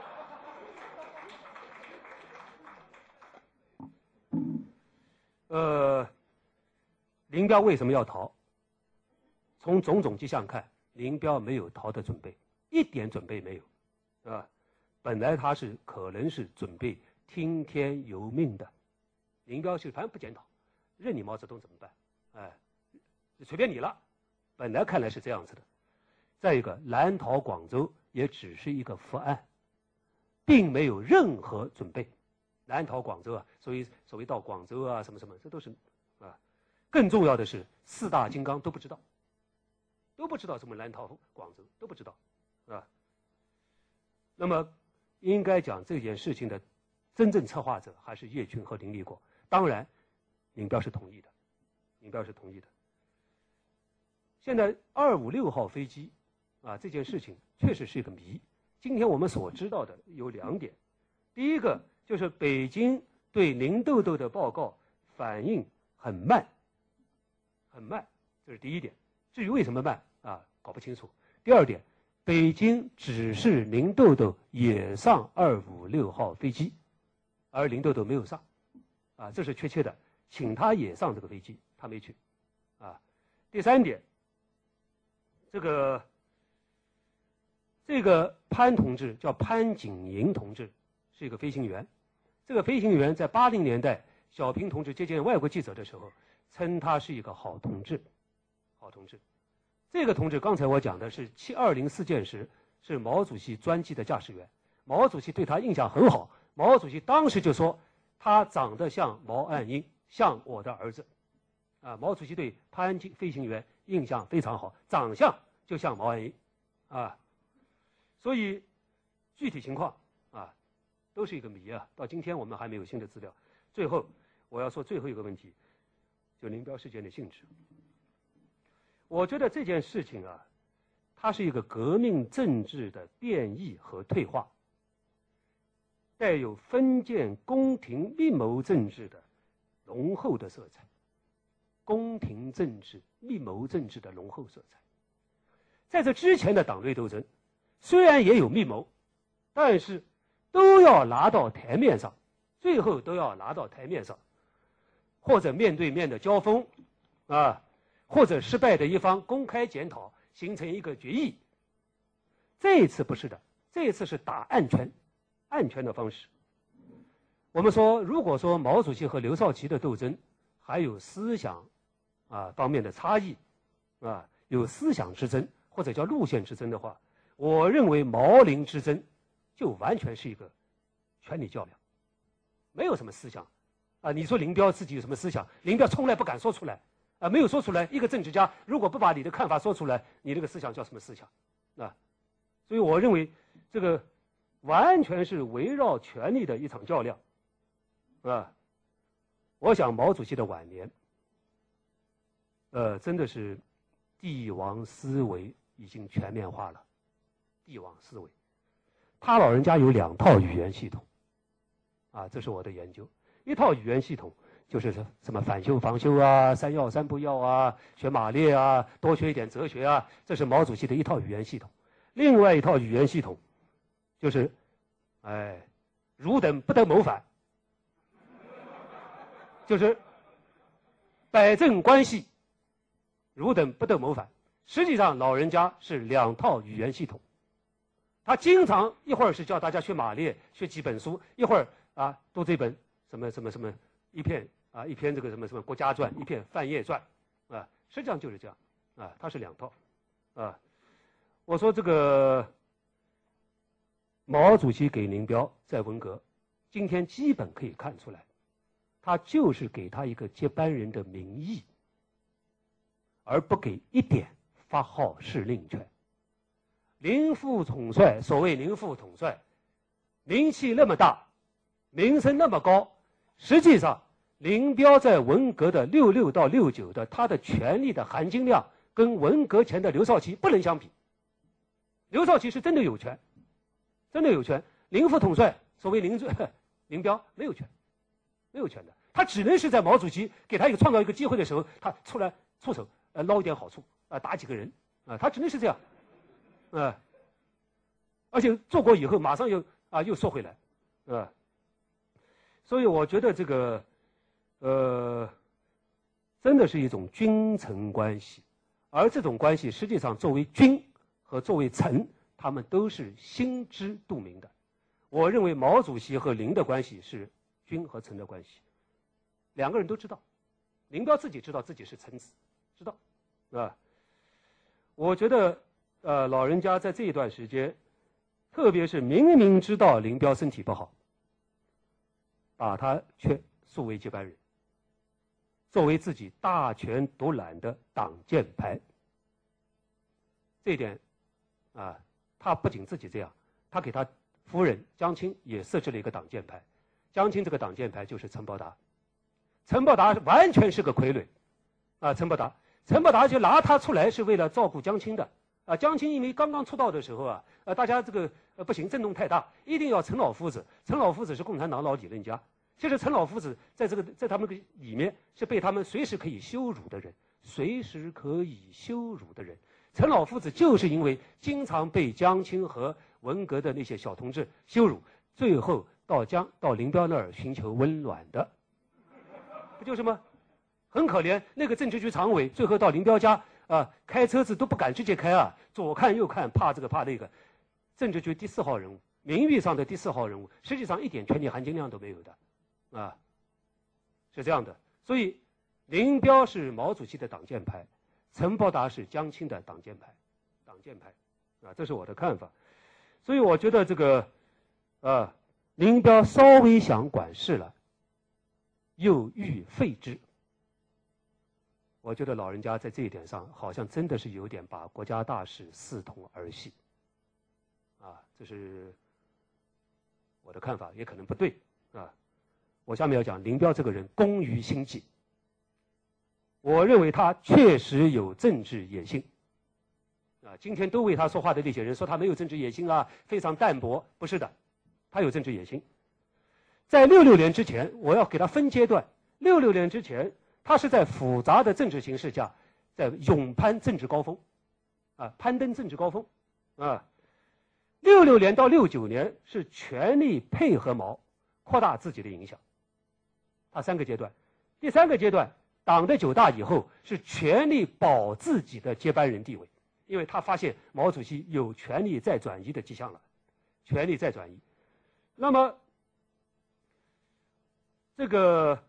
呃，林彪为什么要逃？从种种迹象看，林彪没有逃的准备，一点准备没有，啊，本来他是可能是准备听天由命的，林彪是反正不检讨，任你毛泽东怎么办？哎，随便你了。本来看来是这样子的。再一个，南逃广州也只是一个伏案，并没有任何准备。南逃广州啊，所谓所谓到广州啊，什么什么，这都是啊。更重要的是，四大金刚都不知道，都不知道什么南逃广州，都不知道，啊。那么，应该讲这件事情的真正策划者还是叶群和林立果。当然，林彪是同意的，林彪是同意的。现在二五六号飞机啊，这件事情确实是一个谜。今天我们所知道的有两点，第一个就是北京对林豆豆的报告反应很慢，很慢，这是第一点。至于为什么慢啊，搞不清楚。第二点，北京指示林豆豆也上二五六号飞机，而林豆豆没有上，啊，这是确切的，请他也上这个飞机，他没去，啊。第三点，这个这个潘同志叫潘景寅同志，是一个飞行员。这个飞行员在八零年代，小平同志接见外国记者的时候，称他是一个好同志，好同志。这个同志刚才我讲的是七二零事件时是毛主席专机的驾驶员，毛主席对他印象很好，毛主席当时就说他长得像毛岸英，像我的儿子，啊，毛主席对潘飞行员印象非常好，长相就像毛岸英，啊，所以具体情况啊都是一个谜啊，到今天我们还没有新的资料。最后我要说最后一个问题，就林彪事件的性质。我觉得这件事情啊，它是一个革命政治的变异和退化，带有封建宫廷密谋政治的浓厚的色彩，宫廷政治密谋政治的浓厚色彩。 在这之前的党内斗争，虽然也有密谋，但是都要拿到台面上，最后都要拿到台面上，或者面对面的交锋，啊，或者失败的一方公开检讨，形成一个决议。这一次不是的，这一次是打暗拳，暗拳的方式。我们说，如果说毛主席和刘少奇的斗争还有思想啊方面的差异，啊，有思想之争或者叫路线之争的话，我认为毛林之争就完全是一个权力较量，没有什么思想啊。你说林彪自己有什么思想？林彪从来不敢说出来啊，没有说出来。一个政治家如果不把你的看法说出来，你这个思想叫什么思想啊？所以我认为这个完全是围绕权力的一场较量啊。我想毛主席的晚年，呃，真的是帝王思维已经全面化了。帝王思维，他老人家有两套语言系统，啊，这是我的研究。一套语言系统就是什么反修防修啊，三要三不要啊，学马列啊，多学一点哲学啊，这是毛主席的一套语言系统。另外一套语言系统，就是，哎，汝等不得谋反，就是摆正关系，汝等不得谋反。实际上，老人家是两套语言系统。他经常一会儿是叫大家学马列、学几本书，一会儿啊读这本什么什么什么一篇啊一篇这个什么什么国家传，一篇范晔传，啊，实际上就是这样，啊，它是两套，啊，我说这个毛主席给林彪在文革，今天基本可以看出来，他就是给他一个接班人的名义，而不给一点发号施令权。林副统帅，所谓林副统帅，名气那么大，名声那么高，实际上林彪在文革的六六到六九的他的权力的含金量，跟文革前的刘少奇不能相比。刘少奇是真的有权，真的有权。林副统帅，所谓林林彪没有权，没有权的，他只能是在毛主席给他一个创造一个机会的时候，他出来出手，呃，捞一点好处，啊、呃，打几个人，啊、呃，他只能是这样。啊、呃，而且做过以后马上又啊又缩回来，啊、呃，所以我觉得这个，呃，真的是一种君臣关系，而这种关系实际上作为君和作为臣，他们都是心知肚明的。我认为毛主席和林的关系是君和臣的关系，两个人都知道，林彪自己知道自己是臣子，知道，啊、呃，我觉得。呃，老人家在这一段时间，特别是明明知道林彪身体不好，把他却树为接班人，作为自己大权独揽的挡箭牌。这一点，啊，他不仅自己这样，他给他夫人江青也设置了一个挡箭牌。江青这个挡箭牌就是陈伯达，陈伯达完全是个傀儡，啊，陈伯达，陈伯达就拿他出来是为了照顾江青的。啊，江青因为刚刚出道的时候啊，呃，大家这个呃不行，震动太大，一定要陈老夫子。陈老夫子是共产党老理论家，其实陈老夫子在这个在他们个里面是被他们随时可以羞辱的人，随时可以羞辱的人。陈老夫子就是因为经常被江青和文革的那些小同志羞辱，最后到江到林彪那儿寻求温暖的，不就是吗？很可怜，那个政治局常委最后到林彪家。啊，开车子都不敢直接开啊，左看右看，怕这个怕那个。政治局第四号人物，名誉上的第四号人物，实际上一点权力含金量都没有的，啊，是这样的。所以，林彪是毛主席的挡箭牌，陈伯达是江青的挡箭牌，挡箭牌，啊，这是我的看法。所以我觉得这个，啊，林彪稍微想管事了，又欲废之。我觉得老人家在这一点上好像真的是有点把国家大事视同儿戏，啊，这是我的看法，也可能不对啊。我下面要讲林彪这个人工于心计，我认为他确实有政治野心，啊，今天都为他说话的那些人说他没有政治野心啊，非常淡薄，不是的，他有政治野心。在六六年之前，我要给他分阶段，六六年之前。他是在复杂的政治形势下，在勇攀政治高峰， 啊攀登政治高峰，啊，六六年到六九年是全力配合毛，扩大自己的影响。他三个阶段，第三个阶段，党的九大以后是全力保自己的接班人地位，因为他发现毛主席有权力再转移的迹象了，权力再转移。那么这个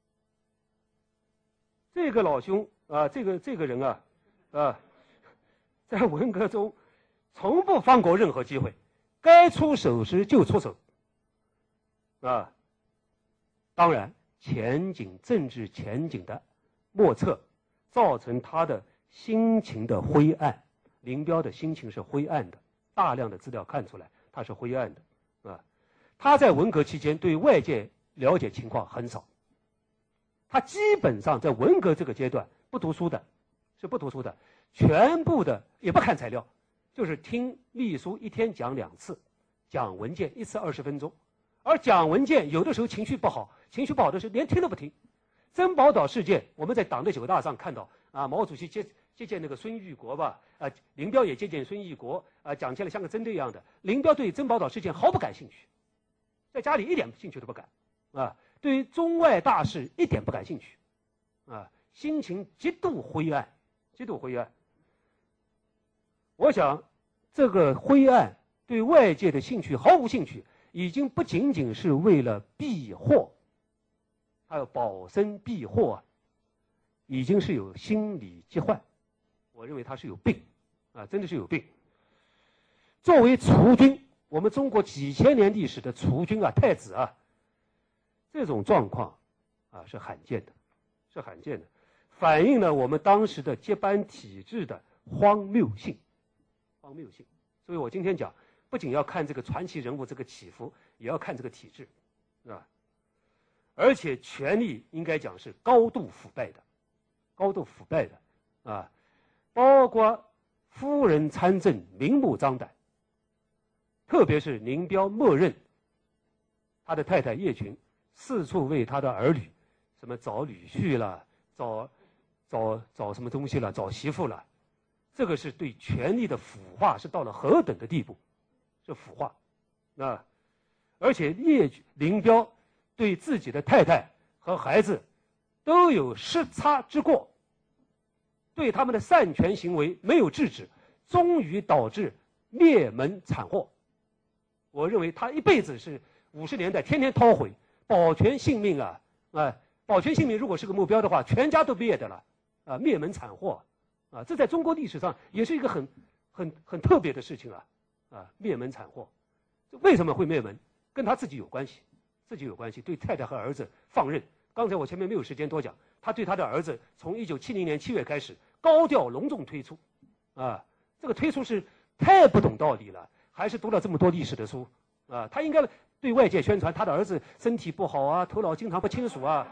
这个老兄啊，这个这个人啊，啊，在文革中从不放过任何机会，该出手时就出手，啊，当然前景政治前景的莫测，造成他的心情的灰暗。林彪的心情是灰暗的，大量的资料看出来他是灰暗的，啊，他在文革期间对外界了解情况很少，他基本上在文革这个阶段不读书的，是不读书的，全部的也不看材料，就是听秘书一天讲两次，讲文件一次二十分钟，而讲文件有的时候情绪不好，情绪不好的时候连听都不听。珍宝岛事件，我们在党的九大上看到啊，毛主席接接见那个孙玉国吧，啊，林彪也接见孙玉国，啊，讲起来像个针对一样的。林彪对珍宝岛事件毫不感兴趣，在家里一点兴趣都不感，啊，对于中外大事一点不感兴趣，啊，心情极度灰暗，极度灰暗。我想，这个灰暗对外界的兴趣毫无兴趣，已经不仅仅是为了避祸。还有保身避祸啊，已经是有心理疾患，我认为他是有病，啊，真的是有病。作为储君，我们中国几千年历史的储君啊，太子啊，这种状况啊是罕见的，是罕见的，反映了我们当时的接班体制的荒谬性，荒谬性。所以我今天讲，不仅要看这个传奇人物这个起伏，也要看这个体制，啊。而且权力应该讲是高度腐败的，高度腐败的，啊，包括夫人参政明目张胆，特别是林彪默认他的太太叶群四处为他的儿女什么找女婿了，找找找什么东西了，找媳妇了，这个是对权力的腐化是到了何等的地步，是腐化，啊，而且叶林彪对自己的太太和孩子都有失差之过，对他们的擅权行为没有制止，终于导致灭门惨祸。我认为他一辈子是五十年代天天掏毁，保全性命啊，啊，保全性命如果是个目标的话，全家都灭的了，啊，灭门惨祸，啊，这在中国历史上也是一个很很很特别的事情啊，啊，灭门惨祸，为什么会灭门？跟他自己有关系。自己有关系，对太太和儿子放任。刚才我前面没有时间多讲，他对他的儿子从一九七零年七月开始高调隆重推出，啊，这个推出是太不懂道理了，还是读了这么多历史的书啊？他应该对外界宣传他的儿子身体不好啊，头脑经常不清楚啊，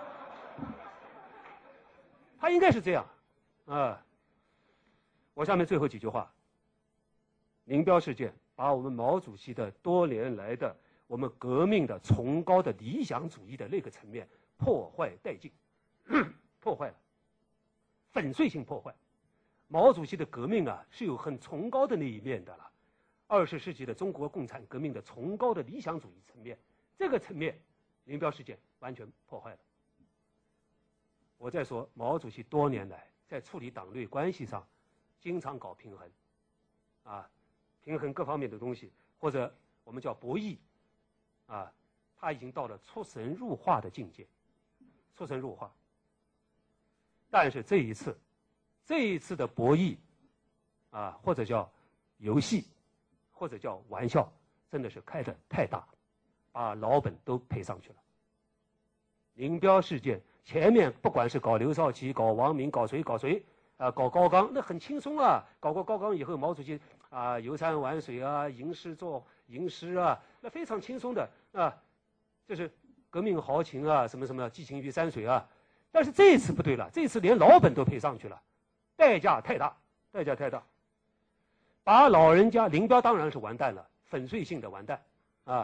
他应该是这样啊。我下面最后几句话，林彪事件把我们毛主席的多年来的我们革命的崇高的理想主义的那个层面破坏殆尽，破坏了，粉碎性破坏。毛主席的革命啊是有很崇高的那一面的了，二十世纪的中国共产革命的崇高的理想主义层面，这个层面林彪事件完全破坏了。我再说，毛主席多年来在处理党内关系上经常搞平衡，啊，平衡各方面的东西，或者我们叫博弈。啊，他已经到了出神入化的境界，出神入化。但是这一次，这一次的博弈，啊，或者叫游戏，或者叫玩笑，真的是开得太大，把老本都赔上去了。林彪事件前面不管是搞刘少奇、搞王明、搞谁搞谁，啊，搞高岗，那很轻松啊。搞过高岗以后，毛主席啊游山玩水啊，吟诗作吟诗啊，那非常轻松的啊，就是革命豪情啊，什么什么寄情于山水啊。但是这一次不对了，这次连老本都赔上去了，代价太大，代价太大，把老人家林彪当然是完蛋了，粉碎性的完蛋啊，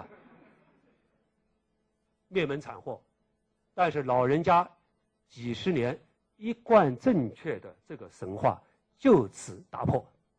灭门惨祸。但是老人家几十年一贯正确的这个神话就此打破，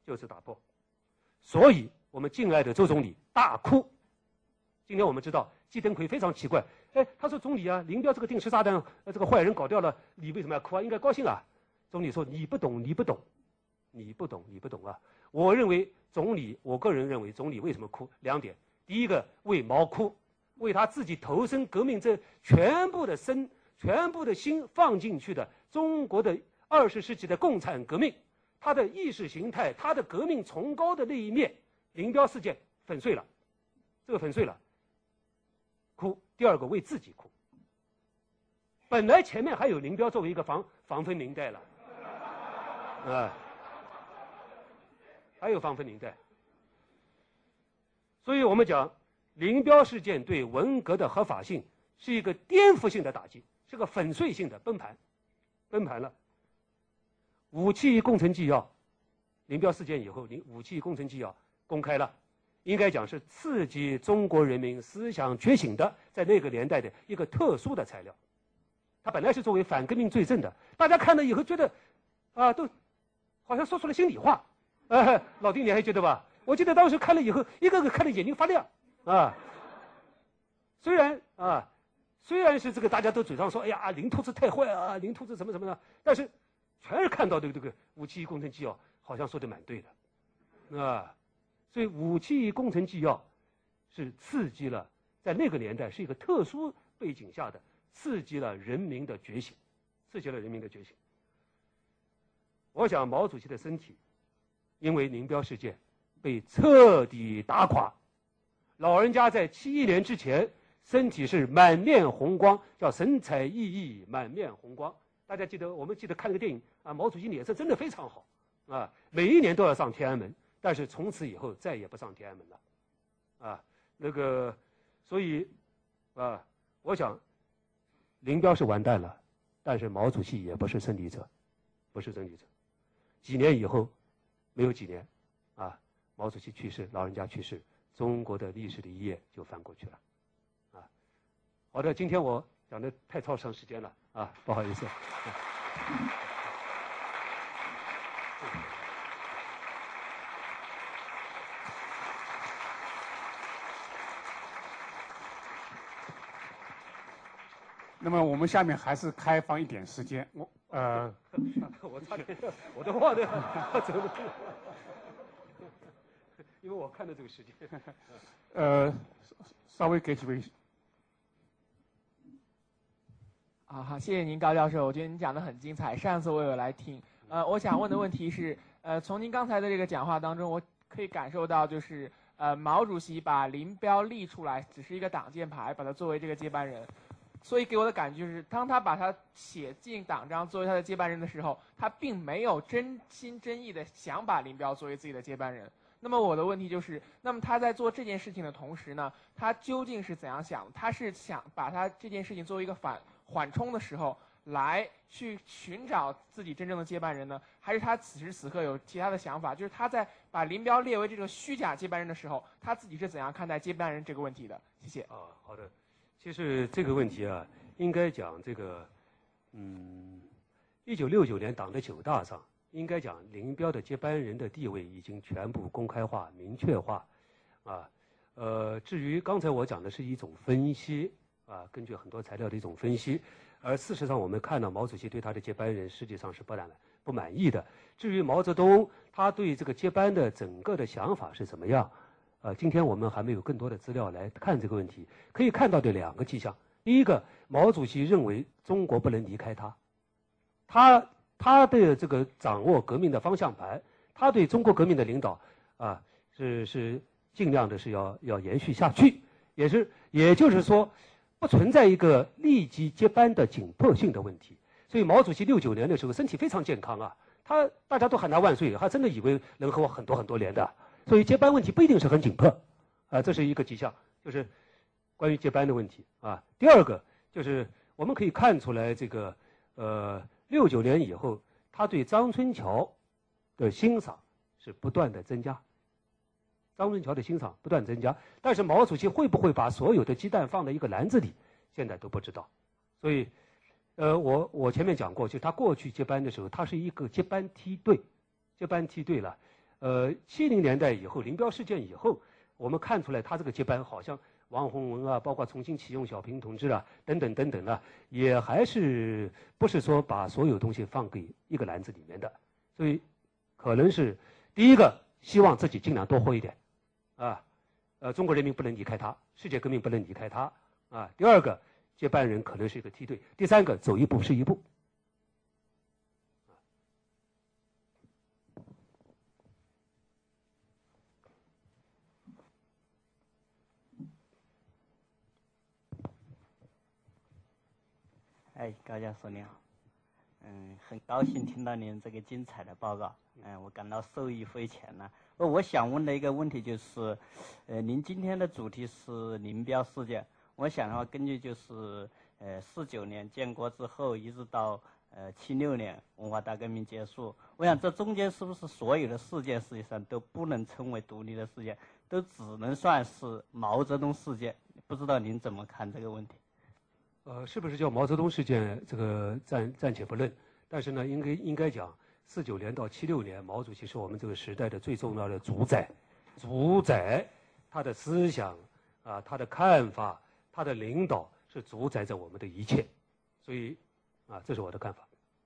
就是打破。所以我们敬爱的周总理大哭。今天我们知道季登奎非常奇怪，哎，他说总理啊，林彪这个定时炸弹，呃，这个坏人搞掉了，你为什么要哭啊？应该高兴啊。总理说你不懂，你不懂，你不懂，你不懂啊。我认为总理，我个人认为总理为什么哭？两点，第一个为毛哭，为他自己投身革命这全部的身、全部的心放进去的中国的二十世纪的共产革命，他的意识形态、他的革命崇高的那一面，林彪事件粉碎了，这个粉碎了。哭，第二个为自己哭。本来前面还有林彪作为一个防防风林带了，啊，还有防风林带。所以我们讲，林彪事件对文革的合法性是一个颠覆性的打击，是个粉碎性的崩盘，崩盘了。五七工程纪要，林彪事件以后，林五七工程纪要公开了。应该讲是刺激中国人民思想觉醒的，在那个年代的一个特殊的材料。它本来是作为反革命罪证的，大家看了以后觉得，啊，都好像说出了心里话。呃，老丁你还记得吧？我记得当时看了以后，一个个看得眼睛发亮啊。虽然啊，虽然是这个大家都嘴上说，哎呀，林兔子太坏啊，林兔子什么什么的，但是全是看到这个这个五七工程纪要，好像说的蛮对的，啊。所以五七工程纪要是刺激了，在那个年代是一个特殊背景下的，刺激了人民的觉醒，刺激了人民的觉醒。我想毛主席的身体因为林彪事件被彻底打垮，老人家在七一年之前身体是满面红光，叫神采奕奕，满面红光。大家记得，我们记得看那个电影啊，毛主席脸色真的非常好啊，每一年都要上天安门。但是从此以后再也不上天安门了，啊，那个，所以，啊，我想，林彪是完蛋了，但是毛主席也不是胜利者，不是胜利者。几年以后，没有几年，啊，毛主席去世，老人家去世，中国的历史的一页就翻过去了，啊。好的，今天我讲的太超长时间了，啊，不好意思。嗯那么我们下面还是开放一点时间，我呃， 我差点我都忘了怎么，因为我看到这个时间， 呃，稍微给几位。 啊，好，谢谢您高教授，我觉得您讲的很精彩，上次我有来听。呃，我想问的问题是，呃，从您刚才的这个讲话当中，我可以感受到，就是呃，毛主席把林彪立出来，只是一个挡箭牌，把他作为这个接班人。所以给我的感觉就是，当他把他写进党章作为他的接班人的时候，他并没有真心真意的想把林彪作为自己的接班人。那么我的问题就是，那么他在做这件事情的同时呢，他究竟是怎样想？他是想把他这件事情作为一个反缓冲的时候，来去寻找自己真正的接班人呢？还是他此时此刻有其他的想法？就是他在把林彪列为这个虚假接班人的时候，他自己是怎样看待接班人这个问题的？谢谢。 啊，好的。其实这个问题啊，应该讲这个，嗯，一九六九年党的九大上，应该讲林彪的接班人的地位已经全部公开化、明确化，啊，呃，至于刚才我讲的是一种分析啊，根据很多材料的一种分析，而事实上我们看到毛主席对他的接班人实际上是不满不满意的。至于毛泽东他对这个接班的整个的想法是怎么样？呃，今天我们还没有更多的资料来看这个问题，可以看到的两个迹象。第一个，毛主席认为中国不能离开他，他他的这个掌握革命的方向盘，他对中国革命的领导啊，是是尽量的是要要延续下去，也是也就是说，不存在一个立即接班的紧迫性的问题。所以毛主席六九年的时候身体非常健康啊，他大家都喊他万岁，他真的以为能活很多很多年的。所以接班问题不一定是很紧迫，啊，这是一个迹象，就是关于接班的问题啊。第二个就是我们可以看出来，这个呃六九年以后，他对张春桥的欣赏是不断的增加，张春桥的欣赏不断增加。但是毛主席会不会把所有的鸡蛋放在一个篮子里，现在都不知道。所以，呃，我我前面讲过，就他过去接班的时候，他是一个接班梯队，接班梯队了。 呃，七零年代以后，林彪事件以后，我们看出来他这个接班好像王洪文啊，包括重新启用小平同志啊，等等等等啊，也还是不是说把所有东西放给一个篮子里面的，所以可能是第一个希望自己尽量多活一点，啊，呃，中国人民不能离开他，世界革命不能离开他，啊，第二个接班人可能是一个梯队，第三个走一步是一步。 哎，高教授你好，嗯，很高兴听到您这个精彩的报告，嗯，我感到受益匪浅呢。呃，我想问的一个问题就是，呃，您今天的主题是林彪事件，我想的话，根据就是呃四九年建国之后，一直到呃七六年文化大革命结束，我想这中间是不是所有的事件实际上都不能称为独立的事件，都只能算是毛泽东事件？不知道您怎么看这个问题？ 呃，是不是叫毛泽东事件？这个暂暂且不论，但是呢，应该应该讲，四九年到七六年，毛主席是我们这个时代的最重要的主宰，主宰他的思想啊，他的看法，他的领导是主宰着我们的一切，所以啊，这是我的看法。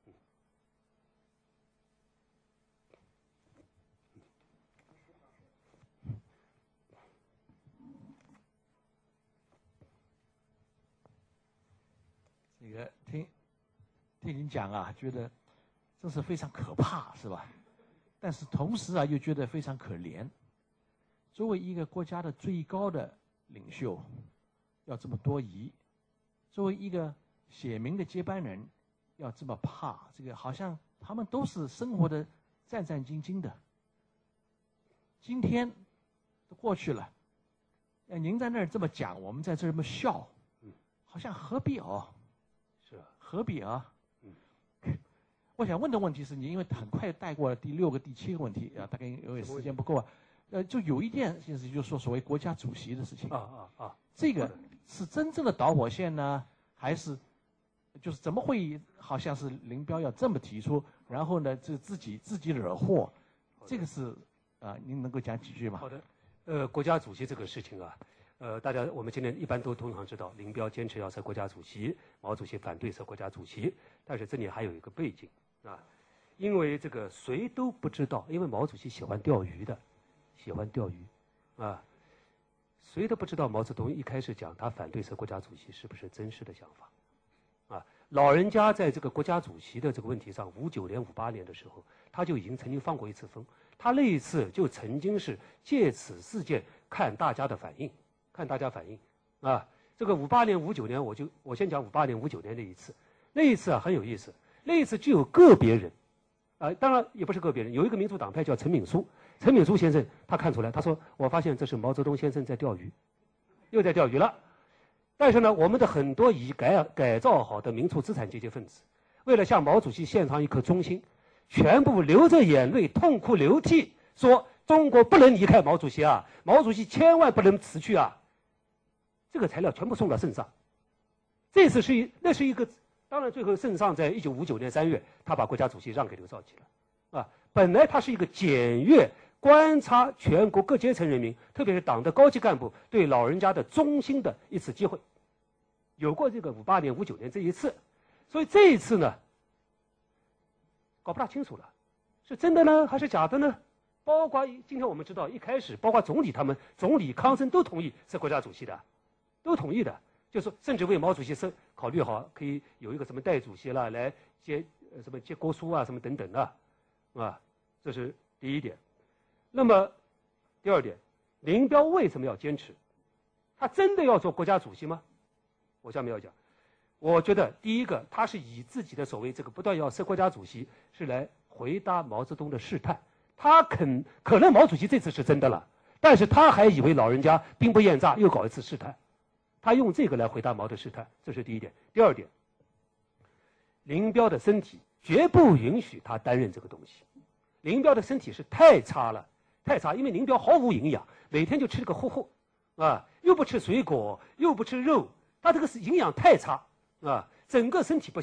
这个听听您讲啊，觉得真是非常可怕，是吧？但是同时啊，又觉得非常可怜。作为一个国家的最高的领袖，要这么多疑；作为一个显明的接班人，要这么怕。这个好像他们都是生活的战战兢兢的。今天都过去了，呃，您在那儿这么讲，我们在这儿这么笑，好像何必哦？何必啊？嗯，我想问的问题是你，因为很快带过了第六个、第七个问题啊，大概因为时间不够啊，呃，就有一件事情，就是说所谓国家主席的事情啊啊啊， 这个是真正的导火线呢，还是就是怎么会好像是林彪要这么提出，然后呢，就自己自己惹祸，这个是啊，您能够讲几句吗？ 好的，呃，国家主席这个事情啊。呃，大家我们今天一般都通常知道，林彪坚持要设国家主席，毛主席反对设国家主席。但是这里还有一个背景啊，因为这个谁都不知道，因为毛主席喜欢钓鱼的，喜欢钓鱼，啊，谁都不知道毛泽东一开始讲他反对设国家主席是不是真实的想法，啊，老人家在这个国家主席的这个问题上，五九年、五八年的时候，他就已经曾经放过一次风，他那一次就曾经是借此事件看大家的反应。看大家反应，啊，这个五八年、五九年，我就我先讲五八年、五九年那一次，那一次啊很有意思，那一次就有个别人，啊，当然也不是个别人，有一个民主党派叫陈敏书，陈敏书先生他看出来，他说我发现这是毛泽东先生在钓鱼，又在钓鱼了，但是呢，我们的很多已改改造好的民族资产阶级分子，为了向毛主席献上一颗忠心，全部流着眼泪、痛哭流涕说中国不能离开毛主席啊，毛主席千万不能辞去啊。这个材料全部送到圣上，这次是一那是一个，当然最后圣上在一九五九年三月，他把国家主席让给刘少奇了，啊，本来他是一个检阅、观察全国各阶层人民，特别是党的高级干部对老人家的忠心的一次机会，有过这个五八年、五九年这一次，所以这一次呢，搞不大清楚了，是真的呢还是假的呢？包括今天我们知道，一开始包括总理他们，总理康生都同意是国家主席的。都同意的，就是说，甚至为毛主席是考虑好，可以有一个什么代主席啦，来接呃什么接国书啊，什么等等的，啊，这是第一点。那么第二点，林彪为什么要坚持？他真的要做国家主席吗？我下面要讲，我觉得第一个，他是以自己的所谓这个不断要设国家主席，是来回答毛泽东的试探。他肯可能毛主席这次是真的了，但是他还以为老人家兵不厌诈，又搞一次试探。他用这个来回答毛的试探，这是第一点。第二点，林彪的身体绝不允许他担任这个东西。林彪的身体是太差了，太差，因为林彪毫无营养，每天就吃个糊糊，啊，又不吃水果，又不吃肉，他这个是营养太差，啊，整个身体不行。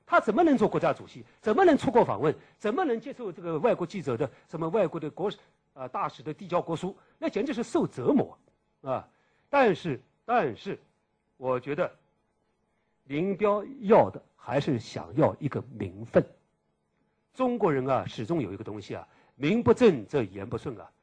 他怎么能做国家主席？怎么能出国访问？怎么能接受这个外国记者的什么外国的国啊、呃、大使的递交国书？那简直是受折磨啊！但是，但是，我觉得林彪要的还是想要一个名分。中国人啊，始终有一个东西啊，名不正则言不顺啊。